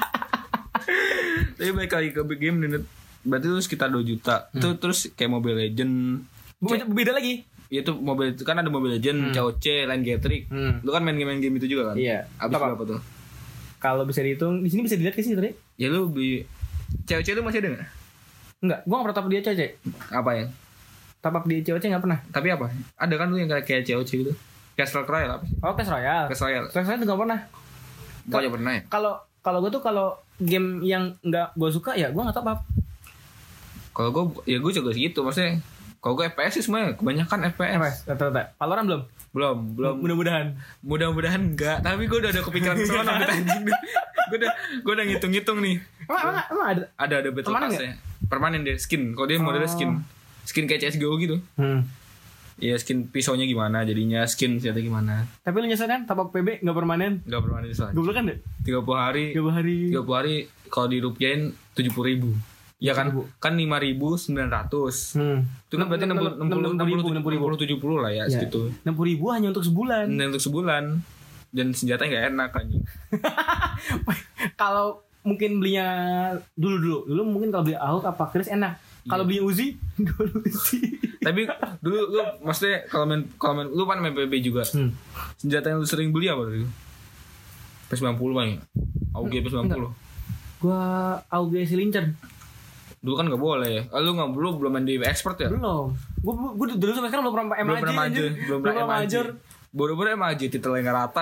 [SPEAKER 1] Tapi balik lagi ke game nih. Berarti itu sekitar dua juta.
[SPEAKER 2] Hmm.
[SPEAKER 1] Itu terus kayak Mobile Legend.
[SPEAKER 2] Be- beda lagi
[SPEAKER 1] Itu Mobile itu kan ada Mobile Legend,
[SPEAKER 2] Hmm.
[SPEAKER 1] C O C, Line Gathering.
[SPEAKER 2] Hmm.
[SPEAKER 1] Lu kan main game-main game itu juga kan?
[SPEAKER 2] Iya.
[SPEAKER 1] Abis
[SPEAKER 2] Apa?
[SPEAKER 1] berapa tuh?
[SPEAKER 2] kalau bisa dihitung di sini bisa dilihat ke sih tadi
[SPEAKER 1] Ya lu beli C O C lu masih ada enggak?
[SPEAKER 2] enggak gua nggak pernah top dia cece
[SPEAKER 1] Apa yang?
[SPEAKER 2] top up di C O C nggak pernah.
[SPEAKER 1] Tapi apa? Ada kan lu yang kayak kayak C O C gitu. Castle Royale apa sih?
[SPEAKER 2] Oh, Clash Royale.
[SPEAKER 1] Clash Royale.
[SPEAKER 2] Clash Royale tuh nggak pernah.
[SPEAKER 1] Gua aja pernah ya.
[SPEAKER 2] Kalau kalau gue tuh kalau game yang nggak gue suka ya gue nggak top up.
[SPEAKER 1] Kalau gue ya gue juga gitu maksudnya. Kalau gue F P S sih semuanya kebanyakan F P S.
[SPEAKER 2] Rata-rata. Valorant belum?
[SPEAKER 1] Belum, belum.
[SPEAKER 2] Mudah-mudahan.
[SPEAKER 1] Mudah-mudahan enggak. Tapi gue udah ada kepikiran kesana sampai anjing. Gue udah gue udah ngitung-ngitung nih.
[SPEAKER 2] Emang, emang, emang ada?
[SPEAKER 1] Ada ada battle
[SPEAKER 2] Permanen
[SPEAKER 1] pass-nya. Permanen deh skin. Kalau dia modelnya skin. Skin kayak C S G O gitu.
[SPEAKER 2] Hmm.
[SPEAKER 1] Ya skin pisaunya gimana jadinya, skin senjata gimana.
[SPEAKER 2] Tapi lu nyesel kan top up P B nggak permanen?
[SPEAKER 1] Nggak permanen soalnya.
[SPEAKER 2] Gue kan deh.
[SPEAKER 1] tiga puluh hari.
[SPEAKER 2] tiga puluh hari.
[SPEAKER 1] tiga puluh hari kalau dirupiahin tujuh puluh ribu. Ya kan kan lima ribu sembilan ratus.
[SPEAKER 2] Hmm.
[SPEAKER 1] Itu kan berarti enam puluh enam puluh tujuh puluh lah ya segitu.
[SPEAKER 2] enam puluh ribu hanya untuk sebulan.
[SPEAKER 1] Dan untuk sebulan. Dan senjatanya enggak enak anjing.
[SPEAKER 2] Kalau mungkin belinya dulu dulu dulu mungkin kalau beli Hulk apa Chris enak. Kalau beli Uzi, gue Uzi.
[SPEAKER 1] Tapi dulu lu maksudnya kalau main kalau main lu kan main P B juga. Hmm. Senjata yang lu sering beli apa dulu? P sembilan puluh bang. A U G P sembilan puluh.
[SPEAKER 2] Gua A U G Silincer.
[SPEAKER 1] Dulu kan enggak boleh ya. Ah, lu enggak belum belum main di expert ya?
[SPEAKER 2] Belum. Gua gua dulu sampai sekarang belum pernah M A J.
[SPEAKER 1] Belum pernah maju, belum pernah M A J. Baru-baru M A J titelnya enggak rata.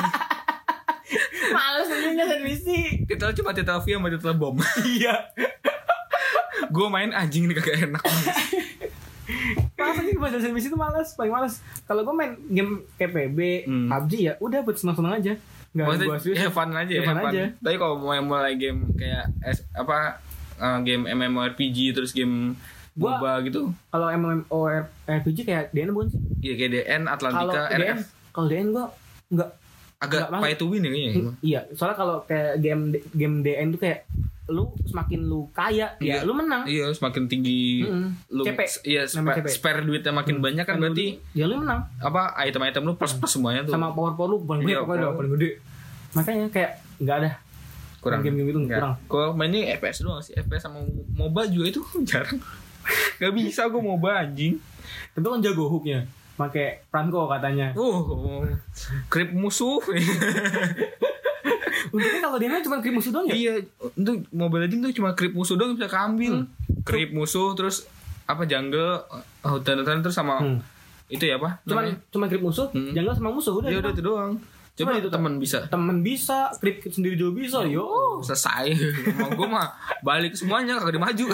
[SPEAKER 2] Males aja ngasih misi.
[SPEAKER 1] Titel cuma titel V sama titel bom.
[SPEAKER 2] Iya.
[SPEAKER 1] Gue main anjing nih kagak enak.
[SPEAKER 2] Masa sih baca misi itu males, paling males. Kalau gue main game kayak P B, hmm. P U B G ya udah buat senang-senang aja. Enggak gua serius.
[SPEAKER 1] Ya fun aja ya,
[SPEAKER 2] fun
[SPEAKER 1] fun
[SPEAKER 2] aja.
[SPEAKER 1] Tapi kalau mau mulai game kayak S, apa uh, game MMORPG terus game
[SPEAKER 2] gua,
[SPEAKER 1] MOBA gitu.
[SPEAKER 2] Kalau MMORPG kayak D N bukan sih?
[SPEAKER 1] Iya kayak D N, Atlantica,
[SPEAKER 2] R F. Kalau D N gue enggak
[SPEAKER 1] agak pay to win ya kayaknya.
[SPEAKER 2] Hmm, iya, soalnya kalau kayak game game D N tuh kayak lu semakin lu kaya iya. ya lu menang.
[SPEAKER 1] Iya, semakin tinggi mm-hmm. lu
[SPEAKER 2] C P.
[SPEAKER 1] Iya, spa, spare duitnya makin hmm. banyak kan berarti
[SPEAKER 2] ya lu menang.
[SPEAKER 1] Apa item-item lu plus plus semuanya tuh.
[SPEAKER 2] Sama power-power lu paling gede, pokoknya udah paling gede. Makanya kayak enggak ada
[SPEAKER 1] kurang
[SPEAKER 2] game-game gitu
[SPEAKER 1] enggak.
[SPEAKER 2] Kurang.
[SPEAKER 1] Kalau mainnya F P S doang sih, F P S sama MOBA juga itu jarang. Gak bisa gue MOBA anjing.
[SPEAKER 2] Tapi kan jago hooknya. Pakai Franco katanya.
[SPEAKER 1] Oh, creep musuh.
[SPEAKER 2] Untungnya kalau dia cuma creep musuh doang ya?
[SPEAKER 1] Iya, untuk Mobile Legends tuh cuma creep musuh doang bisa keambil. Hmm. Creep musuh terus apa jungle, hutan-hutan terus sama hmm. itu ya apa?
[SPEAKER 2] Cuma cuma creep musuh, hmm. jungle sama musuh udah.
[SPEAKER 1] Ya udah itu doang. Coba itu teman bisa.
[SPEAKER 2] Teman bisa, creep sendiri juga bisa. Yo,
[SPEAKER 1] selesai. Mau gue mah balik semuanya kagak dimaju.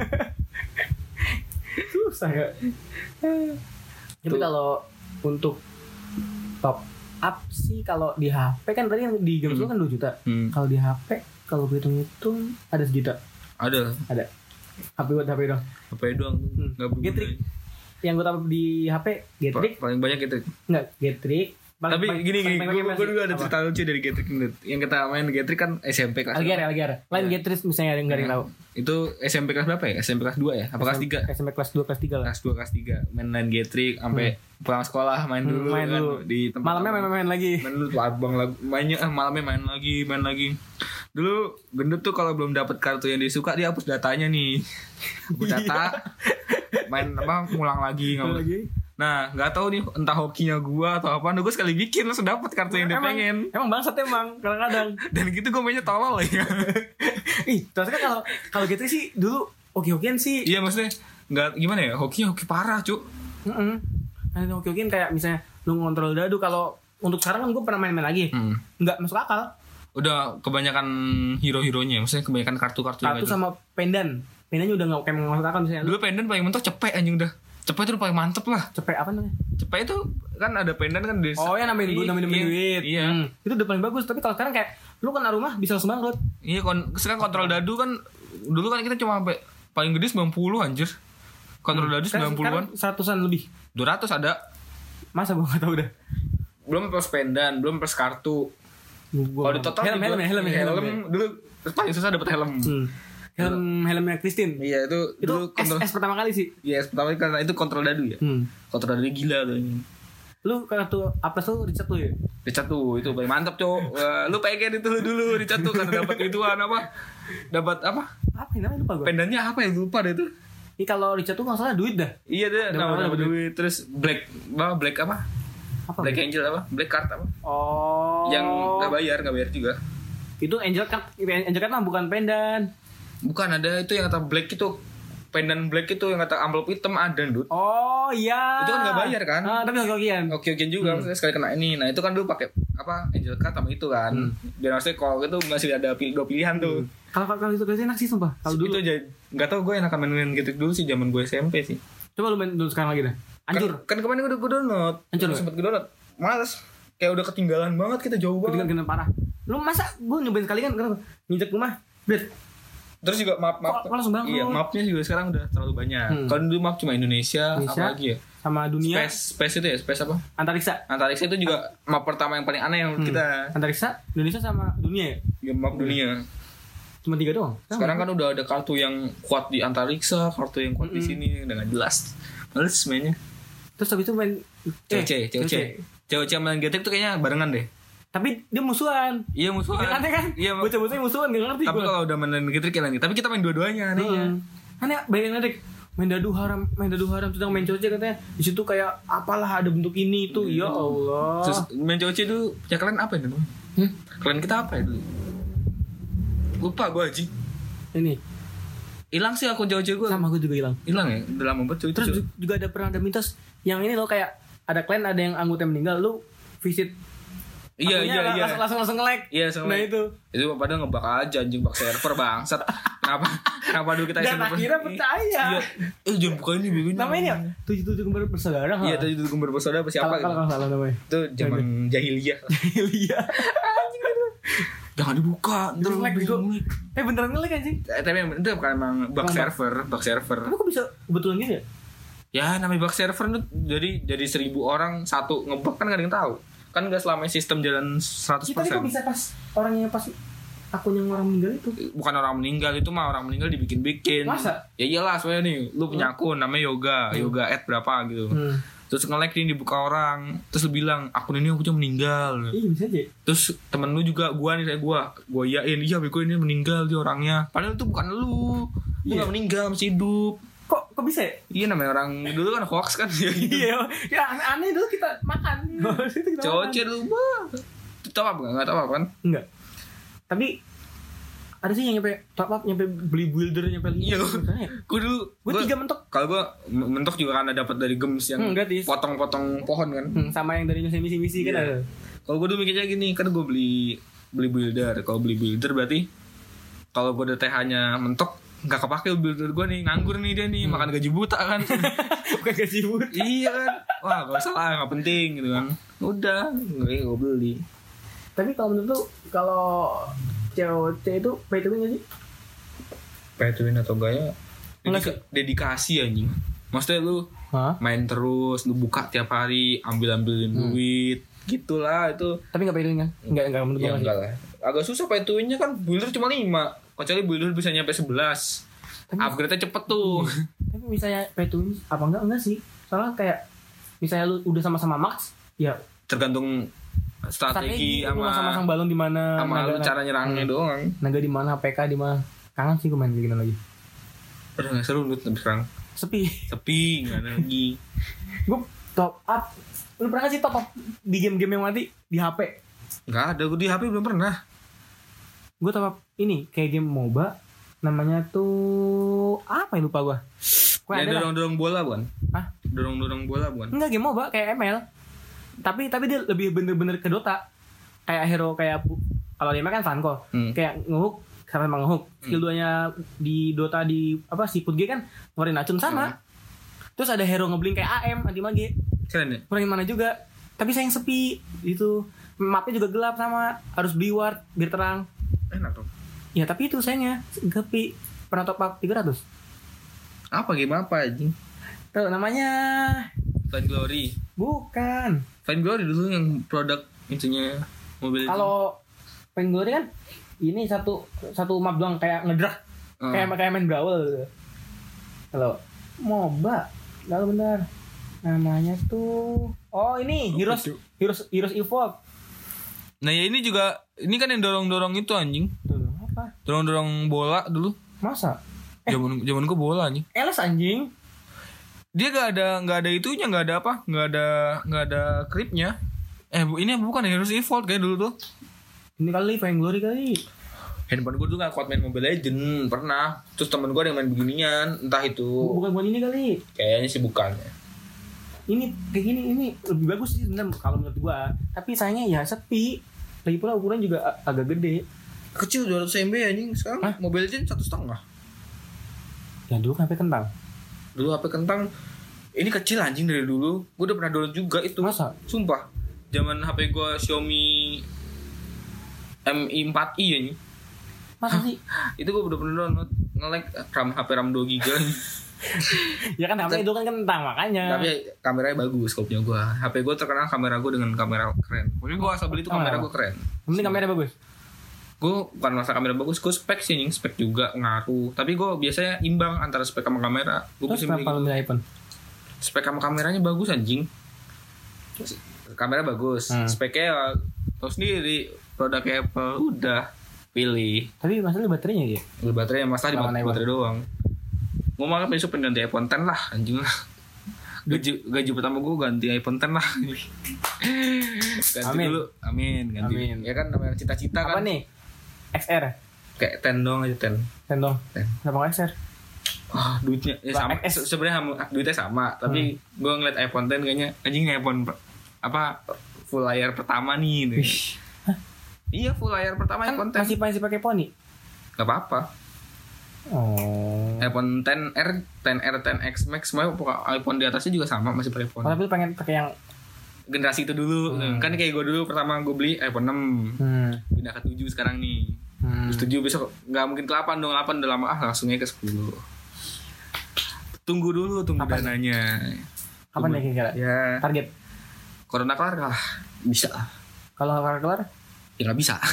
[SPEAKER 2] Susah ya. Tapi kalau untuk top up sih kalau di H P kan tadi yang di game hmm. kan dua juta. Hmm. Kalau di H P kalau gue hitung-hitung ada sejuta.
[SPEAKER 1] Ada.
[SPEAKER 2] Ada. H P buat H P doang.
[SPEAKER 1] H P doang. Enggak
[SPEAKER 2] hmm. Getrick. Yang gue top up di H P Getrick.
[SPEAKER 1] Paling banyak Getrick.
[SPEAKER 2] Enggak, Getrick.
[SPEAKER 1] Bang, tapi bang, gini gini, gue juga ada cerita lucu dari Getrick. Yang kita main Getrick kan S M P kelas.
[SPEAKER 2] Algar, Algar. Lain ya. Getrick misalnya ada yang enggak tahu.
[SPEAKER 1] Itu S M P kelas berapa ya? S M P kelas dua ya? Apa kelas tiga?
[SPEAKER 2] S M P kelas dua, kelas tiga lah.
[SPEAKER 1] Kelas dua, kelas tiga. Main-main Getrick sampai hmm. pulang sekolah main dulu
[SPEAKER 2] main
[SPEAKER 1] kan
[SPEAKER 2] dulu.
[SPEAKER 1] Di tempat.
[SPEAKER 2] Malamnya main-main lagi.
[SPEAKER 1] Main dulu abang lagu mainnya eh, malamnya main lagi, main lagi. Dulu gendut tuh kalau belum dapat kartu yang disuka dia hapus datanya nih. Hapus data. Main apa ngulang lagi enggak lagi. Nah, nggak tahu nih entah hokinya gua atau apa, gue sekali bikin langsung dapat kartu yang dia pengen.
[SPEAKER 2] Emang bangsat emang kadang-kadang.
[SPEAKER 1] Dan gitu gue mainnya tolol ya.
[SPEAKER 2] Ih, terus kan kalau kalau gitu sih dulu hoki-hokian sih.
[SPEAKER 1] Iya maksudnya nggak gimana ya, hokinya hoki parah cuk.
[SPEAKER 2] Heeh. Kan hoki-hokian kayak misalnya lu ngontrol dadu, kalau untuk sekarang kan gue pernah main-main lagi. Hmm. Nggak masuk akal.
[SPEAKER 1] Udah kebanyakan hero-heronya, maksudnya kebanyakan kartu-kartu.
[SPEAKER 2] Kartu sama pendan. Pendannya udah nggak kayak masuk akal misalnya.
[SPEAKER 1] Dulu pendan paling mentok cepet anjing udah. Cepet itu paling mantep lah.
[SPEAKER 2] Cepet apa namanya?
[SPEAKER 1] Cepet itu kan ada pendan kan di.
[SPEAKER 2] Oh ya nambahin duit, nambahin
[SPEAKER 1] iya,
[SPEAKER 2] duit.
[SPEAKER 1] Iya.
[SPEAKER 2] Hmm. Itu udah paling bagus. Tapi kalau sekarang kayak lu kena rumah bisa langsung bangkrut.
[SPEAKER 1] Iya, kon sekarang kontrol dadu kan dulu kan kita cuma sampai paling gede sembilan puluh anjir. Kontrol hmm. dadu sembilan puluhan.
[SPEAKER 2] Seratusan lebih.
[SPEAKER 1] dua ratus ada.
[SPEAKER 2] Masa gua enggak tahu udah.
[SPEAKER 1] Belum plus pendan, belum plus kartu. Kalau di total
[SPEAKER 2] helm, helm, helm, helm,
[SPEAKER 1] helm, dulu paling susah dapat helm.
[SPEAKER 2] Hmm. Helm helmnya Christine.
[SPEAKER 1] Iya itu
[SPEAKER 2] itu dulu kontrol S, S pertama kali sih.
[SPEAKER 1] Iya S pertama kali karena itu kontrol dadu ya. Hmm. Kontrol dadu gila tuh ini.
[SPEAKER 2] Lu kartu apa tuh Richard tuh ya?
[SPEAKER 1] Richard tuh itu paling mantap cowok. uh, lu pengen itu dulu Richard tuh karena dapat ituan apa? Dapat apa?
[SPEAKER 2] Apa namanya lupa gua.
[SPEAKER 1] Pendannya apa ya lupa deh itu.
[SPEAKER 2] Ini kalau Richard tuh enggak salah duit dah.
[SPEAKER 1] Iya deh, nama dapat duit. Terus black apa black apa? Apa? Black Angel apa? Black card apa?
[SPEAKER 2] Oh.
[SPEAKER 1] Yang enggak bayar, enggak bayar juga.
[SPEAKER 2] Itu Angel card, Angel card mah bukan pendan.
[SPEAKER 1] Bukan, ada itu yang kata black itu pendan black itu yang kata amplop hitam ada Dut.
[SPEAKER 2] Oh iya.
[SPEAKER 1] Itu kan nggak bayar kan?
[SPEAKER 2] Ah, tapi hoki-hokian.
[SPEAKER 1] Hoki-hokian juga, hmm. maksudnya sekali kena ini. Nah itu kan dulu pakai apa angel card sama itu kan. Hmm. Dan maksudnya kalau itu masih ada pil- dua pilihan tuh.
[SPEAKER 2] Kalau hmm. kalau itu kayaknya enak sih sumpah. Kalau dulu
[SPEAKER 1] itu aja nggak tahu gue enakan main-main gitu dulu sih zaman gue S M P sih.
[SPEAKER 2] Coba lu main dulu sekarang lagi dah. Hancur.
[SPEAKER 1] Kan, kan kemarin gue udah gue download.
[SPEAKER 2] Hancur.
[SPEAKER 1] Sempet gue download. Males. Kayak udah ketinggalan banget kita jauh banget.
[SPEAKER 2] Ketinggalan parah. Lu masa gue nyobain sekali kan kenapa? Nginjek rumah. Bet.
[SPEAKER 1] Terus juga map map.
[SPEAKER 2] Kok langsung banget.
[SPEAKER 1] Iya, mapnya juga sekarang udah terlalu banyak. Hmm. Kalau dulu map cuma Indonesia,
[SPEAKER 2] Indonesia,
[SPEAKER 1] apa lagi ya?
[SPEAKER 2] Sama dunia.
[SPEAKER 1] Space, space itu ya, space apa?
[SPEAKER 2] Antariksa.
[SPEAKER 1] Antariksa itu juga map pertama yang paling aneh yang hmm. kita.
[SPEAKER 2] Antariksa, Indonesia sama dunia ya?
[SPEAKER 1] Ya, map hmm. dunia.
[SPEAKER 2] Cuma tiga doang.
[SPEAKER 1] Sekarang kan udah ada kartu yang kuat di antariksa, kartu yang kuat hmm. di sini, udah gak jelas. Males mainnya.
[SPEAKER 2] Terus habis itu main
[SPEAKER 1] C O C, C O C. C O C sama G T tuh kayaknya barengan deh.
[SPEAKER 2] Tapi dia musuhan.
[SPEAKER 1] Iya musuhan.
[SPEAKER 2] Aneh kan?
[SPEAKER 1] Iya,
[SPEAKER 2] bocah-bocah musuhan gak ngerti.
[SPEAKER 1] Tapi kalau udah main G T kayak lagi. Tapi kita main dua-duanya anehnya.
[SPEAKER 2] Hmm. Aneh, bayangin adik. Main dadu haram, main dadu haram sedang main C O C katanya. Di situ kayak apalah ada bentuk ini itu. Hmm. Ya Allah.
[SPEAKER 1] Terus main C O C dulu punya kalian apa ya dulu? Hmm? Kalian kita apa ya dulu? Lupa gue aja.
[SPEAKER 2] Ini
[SPEAKER 1] hilang sih akun C O C gue.
[SPEAKER 2] Sama gue juga hilang.
[SPEAKER 1] Hilang ya? Udah lama banget.
[SPEAKER 2] Terus itu. Juga ada pernah ada mitos yang ini loh kayak ada klan ada yang anggota yang meninggal lu visit.
[SPEAKER 1] Iya iya iya.
[SPEAKER 2] Langsung langsung langsung nge-lag.
[SPEAKER 1] Iya, langsung
[SPEAKER 2] nah itu.
[SPEAKER 1] Itu padahal ngebak aja anjing bak server bangsat. Kenapa? Kenapa dulu kita
[SPEAKER 2] dan akhirnya percaya.
[SPEAKER 1] Iya. Eh jangan buka ini begini.
[SPEAKER 2] Namanya ya tujuh tujuh kembar bersaudara.
[SPEAKER 1] Iya, tujuh tujuh kembar bersaudara apa siapa?
[SPEAKER 2] Kalau salah namanya.
[SPEAKER 1] Itu zaman jahiliyah.
[SPEAKER 2] Jahiliyah. Anjing itu.
[SPEAKER 1] Jangan dibuka, ntar
[SPEAKER 2] nge-lag bego. Eh beneran nge-lag anjing.
[SPEAKER 1] Eh tapi itu bukan emang bug server, bug server.
[SPEAKER 2] Tapi kok bisa kebetulan gitu ya?
[SPEAKER 1] Ya namanya bug server tuh jadi jadi seribu orang satu ngebug kan gak ada yang tahu. Kan gak selama sistem jalan seratus persen.
[SPEAKER 2] Tapi kok bisa pas orangnya pas akun yang orang meninggal itu?
[SPEAKER 1] Bukan orang meninggal itu mah orang meninggal dibikin-bikin.
[SPEAKER 2] Masa?
[SPEAKER 1] Ya iyalah soalnya nih lu punya akun namanya Yoga, hmm. Yoga at berapa gitu. Hmm. Terus nge-like nih dibuka orang, terus lu bilang akun ini aku cuma meninggal.
[SPEAKER 2] Iya bisa aja.
[SPEAKER 1] Terus temen lu juga gua nih saya gua, gua iyain iya bego ini meninggal dia orangnya. Padahal itu bukan lu. Lu enggak meninggal masih hidup.
[SPEAKER 2] Kok kok bisa ya?
[SPEAKER 1] Iya namanya orang dulu kan hoax kan ya gitu.
[SPEAKER 2] Iya. Ya aneh-aneh dulu kita makan.
[SPEAKER 1] Cocok lu mah. Tahu apa enggak? Enggak tahu apa kan?
[SPEAKER 2] Enggak. Tapi ada sih yang nyampe top up, nyampe beli builder, nyampe
[SPEAKER 1] iya. Gue dulu
[SPEAKER 2] gue tiga mentok.
[SPEAKER 1] Kalau gue mentok juga karena dapat dari gems yang hmm, potong-potong pohon kan.
[SPEAKER 2] Hmm, sama yang dari misi-misi kan ada.
[SPEAKER 1] Kalau gue dulu mikirnya gini, kan gue beli beli builder. Kalau beli builder berarti kalau gue ada T H-nya mentok nggak kepake builder gue nih, nganggur nih dia nih, hmm. makan gaji buta kan.
[SPEAKER 2] Bukan gaji buta.
[SPEAKER 1] Iya kan. Wah gak salah, gak penting gitu kan. Udah, gue beli.
[SPEAKER 2] Tapi kalau menurut lu kalau C O C itu pay to win gak sih?
[SPEAKER 1] Pay to win atau enggak ya? Dedika- dedikasi anjing. Maksudnya lu Hah? main terus, lu buka tiap hari, ambil-ambilin hmm. duit, gitulah itu.
[SPEAKER 2] Tapi enggak pay to win kan? Enggak enggak menurut
[SPEAKER 1] ya, enggak lah. Agak susah pay to win-nya kan builder cuma lima. Kecuali builder bisa nyampe sebelas. Upgrade-nya cepet tuh.
[SPEAKER 2] Iya. Tapi misalnya pay to win apa enggak enggak sih? Soalnya kayak misalnya lu udah sama-sama max, ya
[SPEAKER 1] tergantung strategi, strategi sama
[SPEAKER 2] masang-masang balon di mana,
[SPEAKER 1] sama naga, lu cara nyerangnya hmm. doang.
[SPEAKER 2] Naga di mana, P K di mana. Kangen sih gue main kayak gini lagi.
[SPEAKER 1] Udah enggak seru lu tapi sekarang.
[SPEAKER 2] Sepi.
[SPEAKER 1] Sepi, enggak ada lagi.
[SPEAKER 2] Gue top up. Lu pernah gak sih top up di game-game yang mati di H P?
[SPEAKER 1] Enggak ada, gue di H P belum pernah.
[SPEAKER 2] Gue top up ini kayak game MOBA namanya tuh apa ya lupa gue.
[SPEAKER 1] Ya dorong-dorong bola bukan?
[SPEAKER 2] Hah?
[SPEAKER 1] Dorong-dorong bola bukan?
[SPEAKER 2] Enggak, game MOBA kayak M L. Tapi tapi dia lebih bener-bener ke Dota. Kayak hero kayak kalau dia kan Vanco. Hmm. Kayak ngehook sama emang ngehook. Skill duanya di Dota di apa si Put G kan ngeluarin racun sama. Hmm. Terus ada hero ngeblink kayak A M anti mage.
[SPEAKER 1] Keren ya?
[SPEAKER 2] Kurangin mana juga. Tapi sayang sepi gitu. Mapnya juga gelap sama. Harus beli ward biar terang.
[SPEAKER 1] Enak tuh.
[SPEAKER 2] Ya tapi itu sayangnya Gepi pernah top up tiga ratus.
[SPEAKER 1] Apa game apa anjing?
[SPEAKER 2] Tuh namanya
[SPEAKER 1] Vain Glory.
[SPEAKER 2] Bukan.
[SPEAKER 1] Vain Glory dulu yang produk intinya mobil.
[SPEAKER 2] Kalau Vain Glory kan ini satu satu map doang kayak ngedrag. Uh. Kayak kayak main Brawl gitu. Kalau MOBA lalu benar. Namanya tuh oh ini Heroes oh, Heroes Heroes Evolve.
[SPEAKER 1] Nah ya ini juga ini kan yang dorong-dorong itu anjing.
[SPEAKER 2] Dorong apa?
[SPEAKER 1] Dorong-dorong bola dulu.
[SPEAKER 2] Masa? Eh,
[SPEAKER 1] zaman zaman gua bola anjing.
[SPEAKER 2] Eles anjing.
[SPEAKER 1] Dia gak ada gak ada itunya, gak ada apa? Gak ada gak ada creepnya. Eh bu, ini bukan Heroes Evolve kayak dulu tuh.
[SPEAKER 2] Ini kali Vain Glory kali.
[SPEAKER 1] Handphone gue tuh gak kuat main Mobile Legend. Pernah. Terus temen gue ada yang main beginian. Entah itu.
[SPEAKER 2] Bukan buat ini kali.
[SPEAKER 1] Kayaknya sih bukan.
[SPEAKER 2] Ini kayak gini, ini lebih bagus sih sebenarnya kalau menurut gue. Tapi sayangnya ya sepi. Lagi pula ukuran juga ag- agak gede.
[SPEAKER 1] Kecil dua ratus M B anjing. Sekarang Hah? Mobile Legend satu setengah.
[SPEAKER 2] Ya dulu kan H P kentang.
[SPEAKER 1] Dulu H P kentang. Ini kecil anjing dari dulu. Gue udah pernah download juga itu.
[SPEAKER 2] Masa?
[SPEAKER 1] Sumpah. Zaman H P gue Xiaomi M I empat i anjing.
[SPEAKER 2] Masa sih?
[SPEAKER 1] Itu gue udah pernah download. Nge-lag RAM H P RAM dua giga.
[SPEAKER 2] Ya kan H P itu kan kentang makanya.
[SPEAKER 1] Tapi kameranya bagus skopnya gue. H P gue terkenal kamera gue dengan kamera keren. Pokoknya gue asal beli itu kamera gue keren.
[SPEAKER 2] Yang penting kamera bagus.
[SPEAKER 1] Gue bukan masa kamera bagus, gue spek sih nih, spek juga ngaruh. Tapi gue biasanya imbang antara spek sama kamera. Gue
[SPEAKER 2] bisa kenapa lu milih iPhone?
[SPEAKER 1] Spek sama kameranya bagus anjing. Kamera bagus, hmm. speknya tau sendiri. Produknya Apple udah pilih.
[SPEAKER 2] Tapi masalah baterainya ya?
[SPEAKER 1] Baterainya masalah di baterai, baterai doang. Gue malah besok pengen ganti iPhone X lah anjing lah. Gaji, gaji pertama gue ganti iPhone X lah. Ganti amin. Dulu, amin ganti. Amin. Ya kan namanya cita-cita kan.
[SPEAKER 2] Apa nih? X R?
[SPEAKER 1] Kayak sepuluh dong aja sepuluh. sepuluh
[SPEAKER 2] dong? Kenapa X R?
[SPEAKER 1] Ah, duitnya ya sama. Se- sebenarnya duitnya sama, tapi hmm. gue ngeliat iPhone X kayaknya anjing iPhone apa full layar pertama nih. Iya full layar pertama kan iPhone X.
[SPEAKER 2] Masih masih pakai poni?
[SPEAKER 1] Gak apa-apa.
[SPEAKER 2] Oh.
[SPEAKER 1] iPhone X R, X R, X X Max semua iPhone di atasnya juga sama masih pakai poni.
[SPEAKER 2] Oh, tapi pengen pakai yang
[SPEAKER 1] generasi itu dulu. Hmm. Kan kayak gue dulu pertama gue beli iPhone enam. Hmm. Pindah ke tujuh sekarang nih. Hmm. Terus tujuh besok enggak mungkin ke delapan dong. delapan udah lama ah langsung aja ke sepuluh. Tunggu dulu, tunggu apa dananya.
[SPEAKER 2] Kapan ya kira-kira?
[SPEAKER 1] Ya.
[SPEAKER 2] Target.
[SPEAKER 1] Corona kelar lah. Bisa.
[SPEAKER 2] Kalau kelar-kelar?
[SPEAKER 1] Ya gak bisa.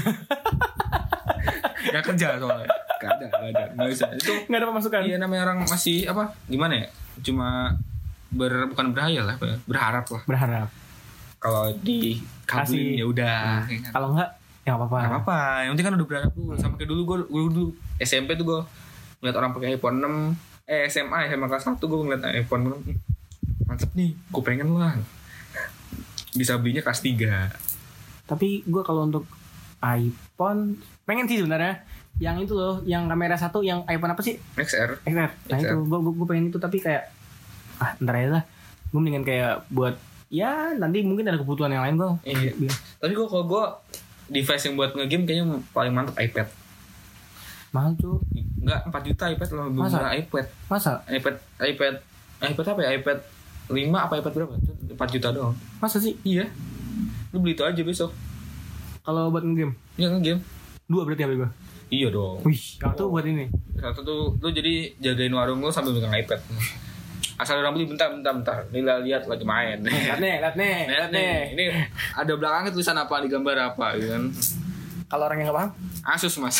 [SPEAKER 1] Gak kerja soalnya. Gak ada, gak ada. Gak bisa. Itu
[SPEAKER 2] gak ada pemasukan.
[SPEAKER 1] Iya namanya orang masih apa? Gimana ya? Cuma ber bukan berhayal lah, berharap lah.
[SPEAKER 2] Berharap.
[SPEAKER 1] Kalau dikabulin ya udah.
[SPEAKER 2] Hmm. Kalau enggak ya enggak apa-apa.
[SPEAKER 1] Enggak apa-apa. Yang penting kan udah berharap tuh. Sama kayak dulu gue dulu S M P tuh gue ngeliat orang pakai iPhone enam. Eh S M A S M A kelas satu gue ngeliat iPhone enam. Mantep nih, gue pengen lah. Bisa belinya kelas tiga.
[SPEAKER 2] Tapi gue kalau untuk iPhone pengen sih sebenarnya. Yang itu loh, yang kamera satu, yang iPhone apa sih?
[SPEAKER 1] X R.
[SPEAKER 2] X R. Nah X R. Itu gue gue pengen itu tapi kayak ah ntar aja lah. Gue mendingan kayak buat ya nanti mungkin ada kebutuhan yang lain gue.
[SPEAKER 1] Iya. Biar. Tapi gue kalau gue device yang buat nge-game kayaknya paling mantap iPad.
[SPEAKER 2] Mahal tuh.
[SPEAKER 1] Enggak empat juta iPad loh, belum murah iPad.
[SPEAKER 2] Masa?
[SPEAKER 1] iPad iPad iPad apa ya? iPad lima apa iPad berapa? empat juta doang.
[SPEAKER 2] Masa sih?
[SPEAKER 1] Iya. Lu beli itu aja besok.
[SPEAKER 2] Kalau buat nge-game?
[SPEAKER 1] Iya nge-game.
[SPEAKER 2] Dua berarti H P gue.
[SPEAKER 1] Iya dong.
[SPEAKER 2] Wih, satu buat ini.
[SPEAKER 1] Satu tuh lu jadi jagain warung lu sambil megang iPad. Asal orang beli bentar bentar bentar. Nila lihat lagi main.
[SPEAKER 2] Lihat nih, lihat nih, lihat nih.
[SPEAKER 1] Ini ada belakangnya tulisan apa, di gambar apa gitu kan.
[SPEAKER 2] Kalau orang yang enggak paham,
[SPEAKER 1] Asus, Mas.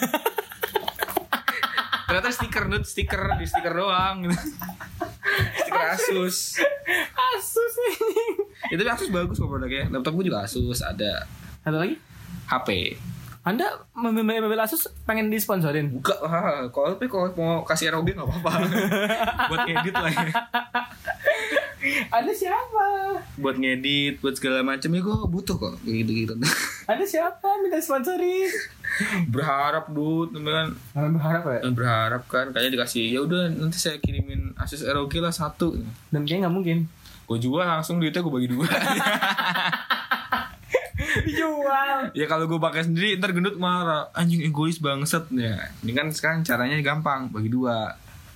[SPEAKER 1] Ternyata stiker nut, stiker di stiker doang gitu. Stiker Asus.
[SPEAKER 2] Asus ini.
[SPEAKER 1] Itu Asus bagus kok produknya. Laptop gue juga Asus ada.
[SPEAKER 2] Ada lagi?
[SPEAKER 1] H P.
[SPEAKER 2] Anda membeli Asus pengen disponsorin?
[SPEAKER 1] Enggak lah. Kalau tapi kalau mau kasih R O G enggak apa-apa. Buat ngedit lah ya.
[SPEAKER 2] Ada siapa?
[SPEAKER 1] Buat ngedit, buat segala macam ya gue butuh kok gitu-gitu.
[SPEAKER 2] Ada siapa minta sponsorin?
[SPEAKER 1] Berharap dude, kan?
[SPEAKER 2] Berharap ya?
[SPEAKER 1] Berharap kan, kayaknya dikasih. Ya udah nanti saya kirimin Asus R O G lah satu.
[SPEAKER 2] Dan kayaknya nggak mungkin.
[SPEAKER 1] Gue jual langsung duitnya gue bagi dua.
[SPEAKER 2] Dijual.
[SPEAKER 1] Ya kalau gue pakai sendiri ntar gendut marah. Anjing egois bangset ya. Ini kan sekarang caranya gampang, bagi dua.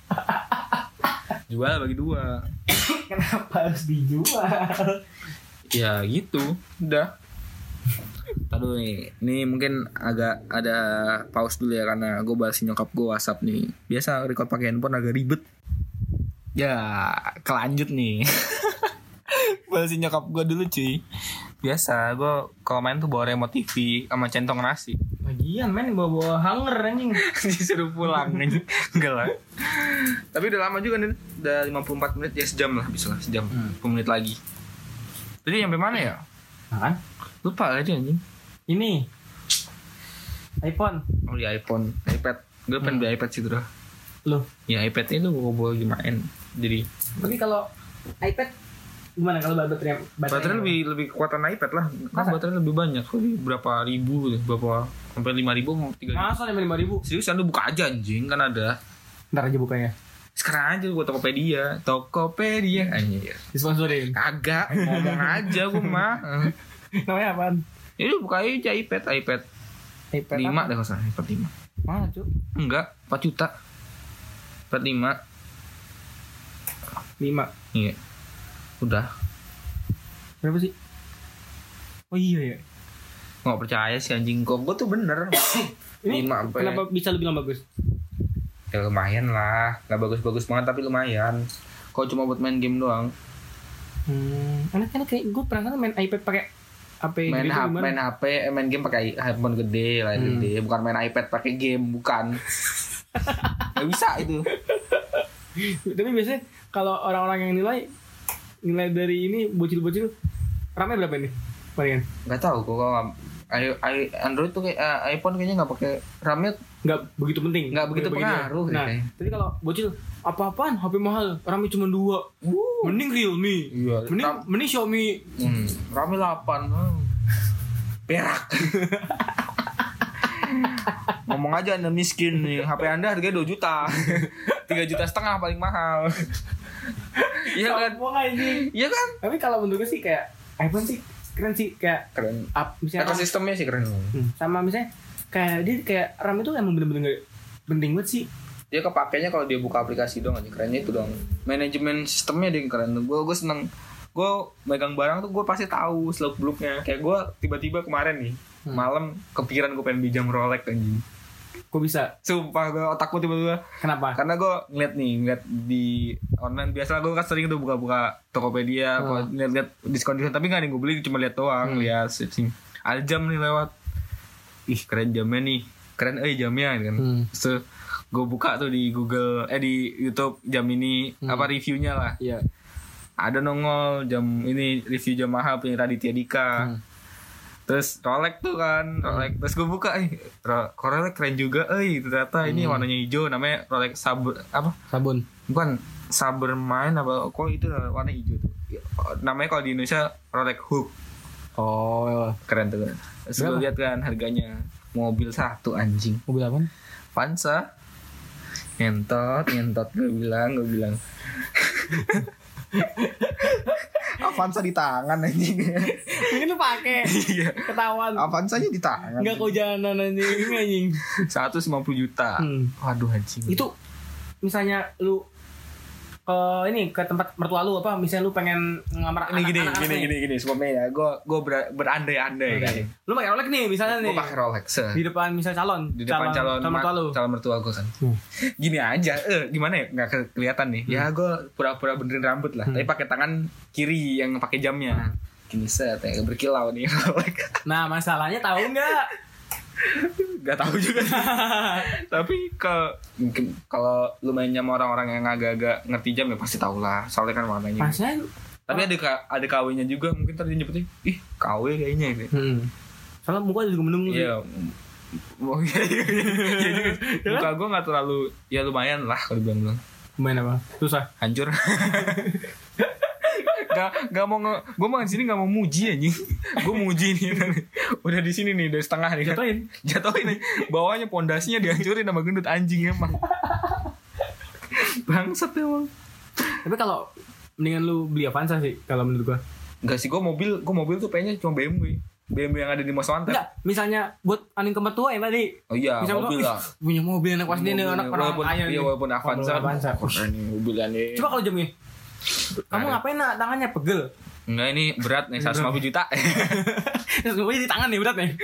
[SPEAKER 1] Jual bagi dua.
[SPEAKER 2] Kenapa harus dijual?
[SPEAKER 1] Ya gitu, udah. Taduh nih, ini mungkin agak ada pause dulu ya karena gue balesin nyokap gue WhatsApp nih. Biasa record pakai handphone agak ribet. Ya, kelanjut nih. Balesin nyokap gue dulu cuy. Biasa gue kalau main tuh bawa remote T V sama centong nasi.
[SPEAKER 2] Lagian main bawa-bawa hanger anjing.
[SPEAKER 1] Disuruh pulang anjing. Enggak lah. Tapi udah lama juga nih. Udah lima puluh empat menit ya, sejam lah bisa lah, sejam. Hmm. sepuluh menit lagi. Tadi sampai mana ya?
[SPEAKER 2] Nah,
[SPEAKER 1] lupa tadi anjing.
[SPEAKER 2] Ini iPhone.
[SPEAKER 1] Oh ya iPhone, iPad. Gue pengen beli iPad sih tuh.
[SPEAKER 2] Loh,
[SPEAKER 1] ya iPad itu gue bawa lagi main. Jadi,
[SPEAKER 2] tapi kalau iPad gimana kalau baterai
[SPEAKER 1] baterai lebih lebih kekuatan iPad lah. Kan baterai lebih banyak, lebih berapa ribu, berapa sampai lima ribu mau tiga ribu.
[SPEAKER 2] Masa sampai lima ribu?
[SPEAKER 1] Seriusan lu buka aja anjing, kan ada.
[SPEAKER 2] Ntar aja bukanya.
[SPEAKER 1] Sekarang aja gua Tokopedia, Tokopedia anjir.
[SPEAKER 2] Disponsorin.
[SPEAKER 1] Kagak, ngomong aja gua mah.
[SPEAKER 2] Namanya apaan?
[SPEAKER 1] Ini lu buka aja iPad, iPad.
[SPEAKER 2] iPad
[SPEAKER 1] lima
[SPEAKER 2] apa?
[SPEAKER 1] deh kalau salah, iPad lima.
[SPEAKER 2] Mana, Cuk?
[SPEAKER 1] Enggak, empat juta. iPad lima.
[SPEAKER 2] lima.
[SPEAKER 1] Iya. Udah.
[SPEAKER 2] Berapa sih? Oh iya ya.
[SPEAKER 1] Nggak percaya sih anjing kok. Gue tuh bener.
[SPEAKER 2] Ini
[SPEAKER 1] lima sampai.
[SPEAKER 2] kenapa bisa lu bilang bagus?
[SPEAKER 1] Ya lumayan lah. Gak bagus-bagus banget tapi lumayan. Kalau cuma buat main game doang.
[SPEAKER 2] Hmm, enak-enak kayak gue pernah main iPad pakai H P
[SPEAKER 1] main
[SPEAKER 2] gede
[SPEAKER 1] H P,
[SPEAKER 2] gimana?
[SPEAKER 1] main H P, eh, main game pakai handphone gede, layar
[SPEAKER 2] Hmm.
[SPEAKER 1] gede, bukan main iPad pakai game, bukan. Gak bisa itu.
[SPEAKER 2] Tapi biasanya kalau orang-orang yang nilai nilai dari ini bocil-bocil ramai berapa nih palingan?
[SPEAKER 1] Gak tahu kok kalau I- I- Android tuh kayak uh, iPhone kayaknya nggak pakai RAM-nya.
[SPEAKER 2] Nggak begitu penting.
[SPEAKER 1] Nggak begitu
[SPEAKER 2] Bagi dia.
[SPEAKER 1] pengaruh
[SPEAKER 2] Nah,
[SPEAKER 1] kayaknya.
[SPEAKER 2] tapi kalau bocil apa-apaan H P mahal, RAM-nya cuma dua. Mending Realme.
[SPEAKER 1] Iya,
[SPEAKER 2] Mending
[SPEAKER 1] RAM-
[SPEAKER 2] mending Xiaomi.
[SPEAKER 1] Hmm, RAM-nya delapan. Hmm. Perak. Ngomong aja Anda miskin nih. H P Anda harganya dua juta. tiga juta setengah paling mahal. Iya kan?
[SPEAKER 2] Sombong anjing.
[SPEAKER 1] Iya kan?
[SPEAKER 2] Tapi kalau menurut gue sih kayak iPhone sih keren sih kayak
[SPEAKER 1] Keren.
[SPEAKER 2] up misalnya
[SPEAKER 1] Ekosistemnya sih keren.
[SPEAKER 2] Hmm, sama misalnya kayak dia kayak RAM itu emang bener-bener gak penting banget sih.
[SPEAKER 1] Dia kepakainya kalau dia buka aplikasi doang aja, kerennya itu doang. Manajemen sistemnya dia yang keren. Gue gue seneng. Gue megang barang tuh gue pasti tahu seluk beluknya. Kayak gue tiba-tiba kemarin nih
[SPEAKER 2] Hmm.
[SPEAKER 1] malam kepikiran gue pengen beli jam Rolex anjing.
[SPEAKER 2] Kok bisa?
[SPEAKER 1] Sumpah gue otakku tiba-tiba.
[SPEAKER 2] Kenapa?
[SPEAKER 1] Karena gue ngeliat nih, ngeliat di online biasa gue kan sering tuh buka-buka Tokopedia,
[SPEAKER 2] Hmm.
[SPEAKER 1] ngeliat-ngeliat diskon-diskon, tapi nggak ada yang gue beli, cuma lihat doang,
[SPEAKER 2] Hmm.
[SPEAKER 1] lihat setting. Ada jam nih lewat, ih keren jamnya nih, keren eh jamnya kan.
[SPEAKER 2] Hmm.
[SPEAKER 1] So gue buka tuh di Google, eh di YouTube jam ini
[SPEAKER 2] Hmm.
[SPEAKER 1] apa reviewnya lah.
[SPEAKER 2] Iya.
[SPEAKER 1] Ada nongol jam ini review jam mahal punya Raditya Dika.
[SPEAKER 2] Hmm.
[SPEAKER 1] Terus Rolex tuh kan, Rolex. Terus gue buka, eh Ro- Rolex keren juga, eh ternyata ini
[SPEAKER 2] Hmm.
[SPEAKER 1] warnanya hijau, namanya Rolex Saber apa?
[SPEAKER 2] Sabun.
[SPEAKER 1] Bukan Sabermine apa? Kok itu warna hijau tuh? Ya, namanya kalau di Indonesia Rolex Hook,
[SPEAKER 2] Oh,
[SPEAKER 1] keren tuh. Terus gue
[SPEAKER 2] Berapa?
[SPEAKER 1] lihat kan harganya mobil satu anjing,
[SPEAKER 2] mobil apa?
[SPEAKER 1] Vansa, ngentot, ngentot gue bilang, gue bilang. Avanza di tangan anjing.
[SPEAKER 2] Mungkin lu pakai.
[SPEAKER 1] Iya.
[SPEAKER 2] Ketahuan.
[SPEAKER 1] Avanzanya di tangan.
[SPEAKER 2] Enggak kau jalan anjing anjing.
[SPEAKER 1] seratus lima puluh juta.
[SPEAKER 2] Hmm.
[SPEAKER 1] Waduh anjing.
[SPEAKER 2] Itu misalnya lu ke ini ke tempat mertua lu apa misalnya lu pengen ngelamar
[SPEAKER 1] ini gini
[SPEAKER 2] anak-anak
[SPEAKER 1] gini
[SPEAKER 2] nih.
[SPEAKER 1] gini gini sebabnya ya gue gue ber, berandai-andai
[SPEAKER 2] Oke.
[SPEAKER 1] kan.
[SPEAKER 2] Lu pakai Rolex nih misalnya nih.
[SPEAKER 1] Gue pakai Rolex se.
[SPEAKER 2] Di depan misalnya calon
[SPEAKER 1] Di depan calon
[SPEAKER 2] calon mertua lu.
[SPEAKER 1] calon mertua gue kan.
[SPEAKER 2] Hmm.
[SPEAKER 1] Gini aja, eh gimana ya nggak ke- kelihatan nih. Ya gue pura-pura benerin rambut lah,
[SPEAKER 2] Hmm.
[SPEAKER 1] tapi pakai tangan kiri yang pakai jamnya. Gini set ya berkilau nih Rolex.
[SPEAKER 2] Nah, masalahnya tahu enggak?
[SPEAKER 1] Gak tahu juga sih. Tapi ke mungkin kalau lu mainnya sama orang-orang yang agak-agak ngerti jam ya pasti tahu lah. Soalnya kan warnanya.
[SPEAKER 2] Pasnya
[SPEAKER 1] Tapi ada ka- ada K W-nya juga, mungkin tadi nyebutnya ih K W kayaknya ini.
[SPEAKER 2] hmm. Soalnya muka juga mendung sih.
[SPEAKER 1] Iya. Oh iya iya iya. Iya juga. Muka gue nggak terlalu ya lumayan lah kalau bilang-bilang.
[SPEAKER 2] Main apa? Susah.
[SPEAKER 1] Hancur. Gak, gak mau nge, gue mah di sini gak mau muji anjing. Gue muji nih, udah di sini nih, dari setengah nih. Kan.
[SPEAKER 2] Jatuhin.
[SPEAKER 1] Jatuhin nih. Bawahnya pondasinya dihancurin sama gendut anjing emang. Bangsat emang.
[SPEAKER 2] Tapi kalau mendingan lu beli Avanza sih kalau menurut gua.
[SPEAKER 1] Enggak sih, gue mobil, gue mobil tuh pengennya cuma B M W. B M W yang ada di Mos Mantep.
[SPEAKER 2] Enggak, misalnya buat aning ke mertua yang tadi.
[SPEAKER 1] Oh iya,
[SPEAKER 2] Misalnya
[SPEAKER 1] mobil
[SPEAKER 2] mertua,
[SPEAKER 1] lah.
[SPEAKER 2] "Ih, punya mobil anak pas ini anak orang
[SPEAKER 1] walaupun,
[SPEAKER 2] kaya
[SPEAKER 1] iya,
[SPEAKER 2] nih."
[SPEAKER 1] walaupun Avanza.
[SPEAKER 2] Walaupun Avanza.
[SPEAKER 1] Keren nih mobilannya.
[SPEAKER 2] Coba kalau jamnya. Kamu
[SPEAKER 1] Ada.
[SPEAKER 2] ngapain nak tangannya pegel?
[SPEAKER 1] Enggak, ini berat nih, seratus lima puluh juta.
[SPEAKER 2] Terus gue di tangan nih berat nih.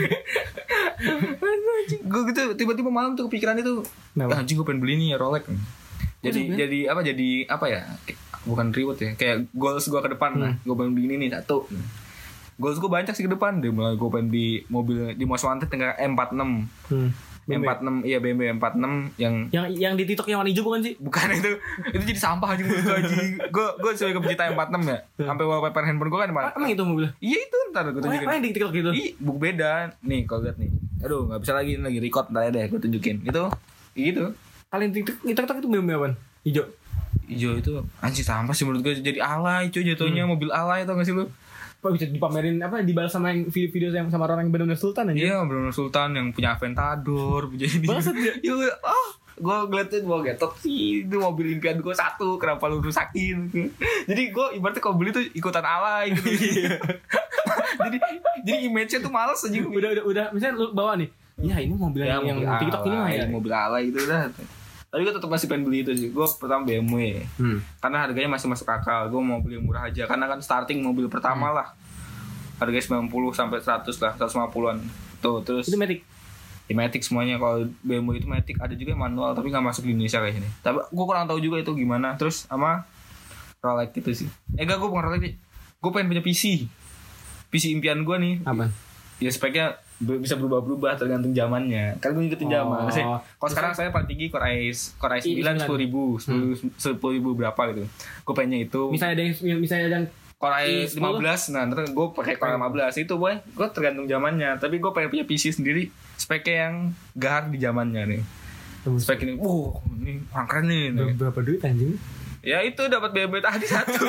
[SPEAKER 1] Gue gitu tiba-tiba malam tuh kepikiran itu.
[SPEAKER 2] Kenapa?
[SPEAKER 1] Ah, anjing gue pengen beli nih ya Rolex. Jadi
[SPEAKER 2] sebenarnya?
[SPEAKER 1] jadi apa jadi apa ya? Kayak- Bukan reward ya. Kayak goals gue ke depan
[SPEAKER 2] Hmm.
[SPEAKER 1] lah. Gue pengen beli ini nih satu. Goals gue banyak sih ke depan. Dia mulai gue pengen beli mobil di Mos Wanted dengan M empat enam.
[SPEAKER 2] Hmm.
[SPEAKER 1] M empat enam iya B M W M empat enam yang
[SPEAKER 2] Yang yang di TikTok yang warna hijau bukan sih?
[SPEAKER 1] bukan itu. Itu jadi sampah aja menurut gue anjing. Gue gue sebagai pecinta M empat enam ya. Sampai wallpaper handphone gue kan
[SPEAKER 2] Ah,
[SPEAKER 1] mana?
[SPEAKER 2] emang itu mobilnya?
[SPEAKER 1] Iya itu ntar gue
[SPEAKER 2] Oh,
[SPEAKER 1] tunjukin.
[SPEAKER 2] yang yang di TikTok gitu.
[SPEAKER 1] Ih, buku beda. Nih, kalau lihat nih. Aduh, enggak bisa lagi ini lagi record ntar deh gue tunjukin. Itu gitu.
[SPEAKER 2] Kalian TikTok TikTok itu B M W apaan? Hijau.
[SPEAKER 1] hijau itu anjing sampah sih menurut gue, jadi alay cuy jatuhnya. hmm. Mobil alay tau gak sih lu?
[SPEAKER 2] Apa bisa dipamerin apa dibalas sama yang video-video yang sama orang yang benar-benar sultan aja.
[SPEAKER 1] Iya benar-benar sultan yang punya Aventador punya ini.
[SPEAKER 2] Maksud dia
[SPEAKER 1] ya ah gue ngeliatin gue getot sih itu mobil impian gue satu, kenapa lu rusakin? Jadi gue ibaratnya kalau beli tuh ikutan alay gitu. jadi jadi image-nya tuh males aja.
[SPEAKER 2] Udah udah udah misalnya lu bawa nih, ya ini mobil
[SPEAKER 1] ya,
[SPEAKER 2] yang
[SPEAKER 1] mobil
[SPEAKER 2] TikTok ini mah ya
[SPEAKER 1] mobil alay gitu dah. Tapi gue tetap masih pengen beli itu sih. Gue pertama B M W hmm. karena harganya masih masuk akal. Gue mau beli yang murah aja karena kan starting mobil pertama hmm. lah harganya sembilan puluh sampai seratus lah, seratus lima puluhan tuh. Terus
[SPEAKER 2] itu Matic
[SPEAKER 1] ya, Matic semuanya. Kalau B M W itu Matic, ada juga yang manual tapi nggak masuk di Indonesia kayak ini. Tapi gue kurang tahu juga itu gimana. Terus sama Rolex gitu sih. Eh gak, gue bukan Rolex, gue pengen punya P C P C impian gue nih.
[SPEAKER 2] Apa?
[SPEAKER 1] Ya speknya bisa berubah-berubah tergantung zamannya. Kan gue ngikutin zaman. Oh. Kalau sekarang saya paling tinggi Core i Core i sembilan sepuluh ribu, sepuluh ribu berapa gitu. Gue pengennya itu.
[SPEAKER 2] Misalnya ada yang misalnya ada yang
[SPEAKER 1] Core i lima belas, nah terus gue pakai Core lima belas itu boy. Gue tergantung zamannya. Tapi gue pengen punya P C sendiri speknya yang gahar di zamannya nih. Spek ini, wow, ini orang keren nih. nih.
[SPEAKER 2] Berapa duit anjing?
[SPEAKER 1] Ya itu dapat B M W tadi satu.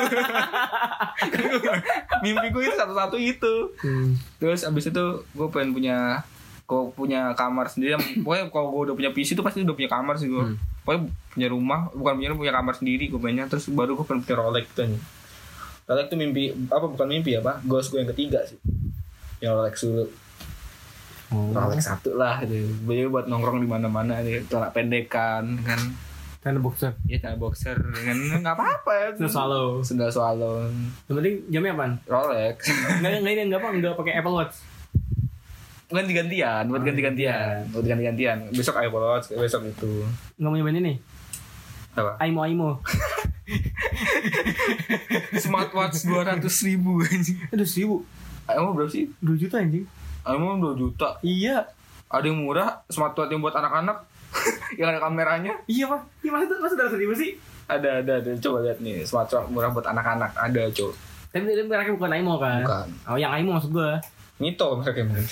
[SPEAKER 1] Mimpi gue itu satu-satu itu. Hmm. Terus abis itu gue pengen punya, gue punya kamar sendiri. Pokoknya kalau gue udah punya P C itu pasti udah punya kamar sih gue. Hmm. Pokoknya punya rumah, bukan punya punya kamar sendiri gue pengennya. Terus baru gue pengen punya Rolex gitu nih. Rolex itu mimpi apa? Bukan mimpi apa? Goals gue yang ketiga sih. Yang Rolex dulu. Oh. Rolex satu lah gitu. Jadi buat nongkrong di mana-mana nih. Celana pendekan kan.
[SPEAKER 2] Celana boxer.
[SPEAKER 1] Iya celana boxer kan nggak apa-apa ya.
[SPEAKER 2] Sendal swallow.
[SPEAKER 1] Sendal swallow.
[SPEAKER 2] Yang penting jamnya apaan?
[SPEAKER 1] Rolex.
[SPEAKER 2] Nggak nggak ini nggak apa nggak pakai Apple Watch.
[SPEAKER 1] Ganti-gantian, buat ganti-gantian, buat ganti-gantian. Besok Apple Watch, besok itu.
[SPEAKER 2] Nggak mau nyobain ini?
[SPEAKER 1] Apa?
[SPEAKER 2] Aimo Aimo.
[SPEAKER 1] Smartwatch dua ratus ribu anjing.
[SPEAKER 2] Aduh seribu.
[SPEAKER 1] Aimo berapa sih?
[SPEAKER 2] Dua juta anjing.
[SPEAKER 1] Aimo dua juta.
[SPEAKER 2] Iya.
[SPEAKER 1] Ada yang murah, smartwatch yang buat anak-anak. Yang ada kameranya.
[SPEAKER 2] Iya pak. Iya masa tuh masa dari seribu sih?
[SPEAKER 1] Ada ada ada. Coba lihat nih smartwatch murah buat anak-anak ada coba.
[SPEAKER 2] Tapi itu mereknya bukan Aimo kan?
[SPEAKER 1] Bukan.
[SPEAKER 2] Oh yang Aimo maksud gue.
[SPEAKER 1] Mito mereknya mungkin.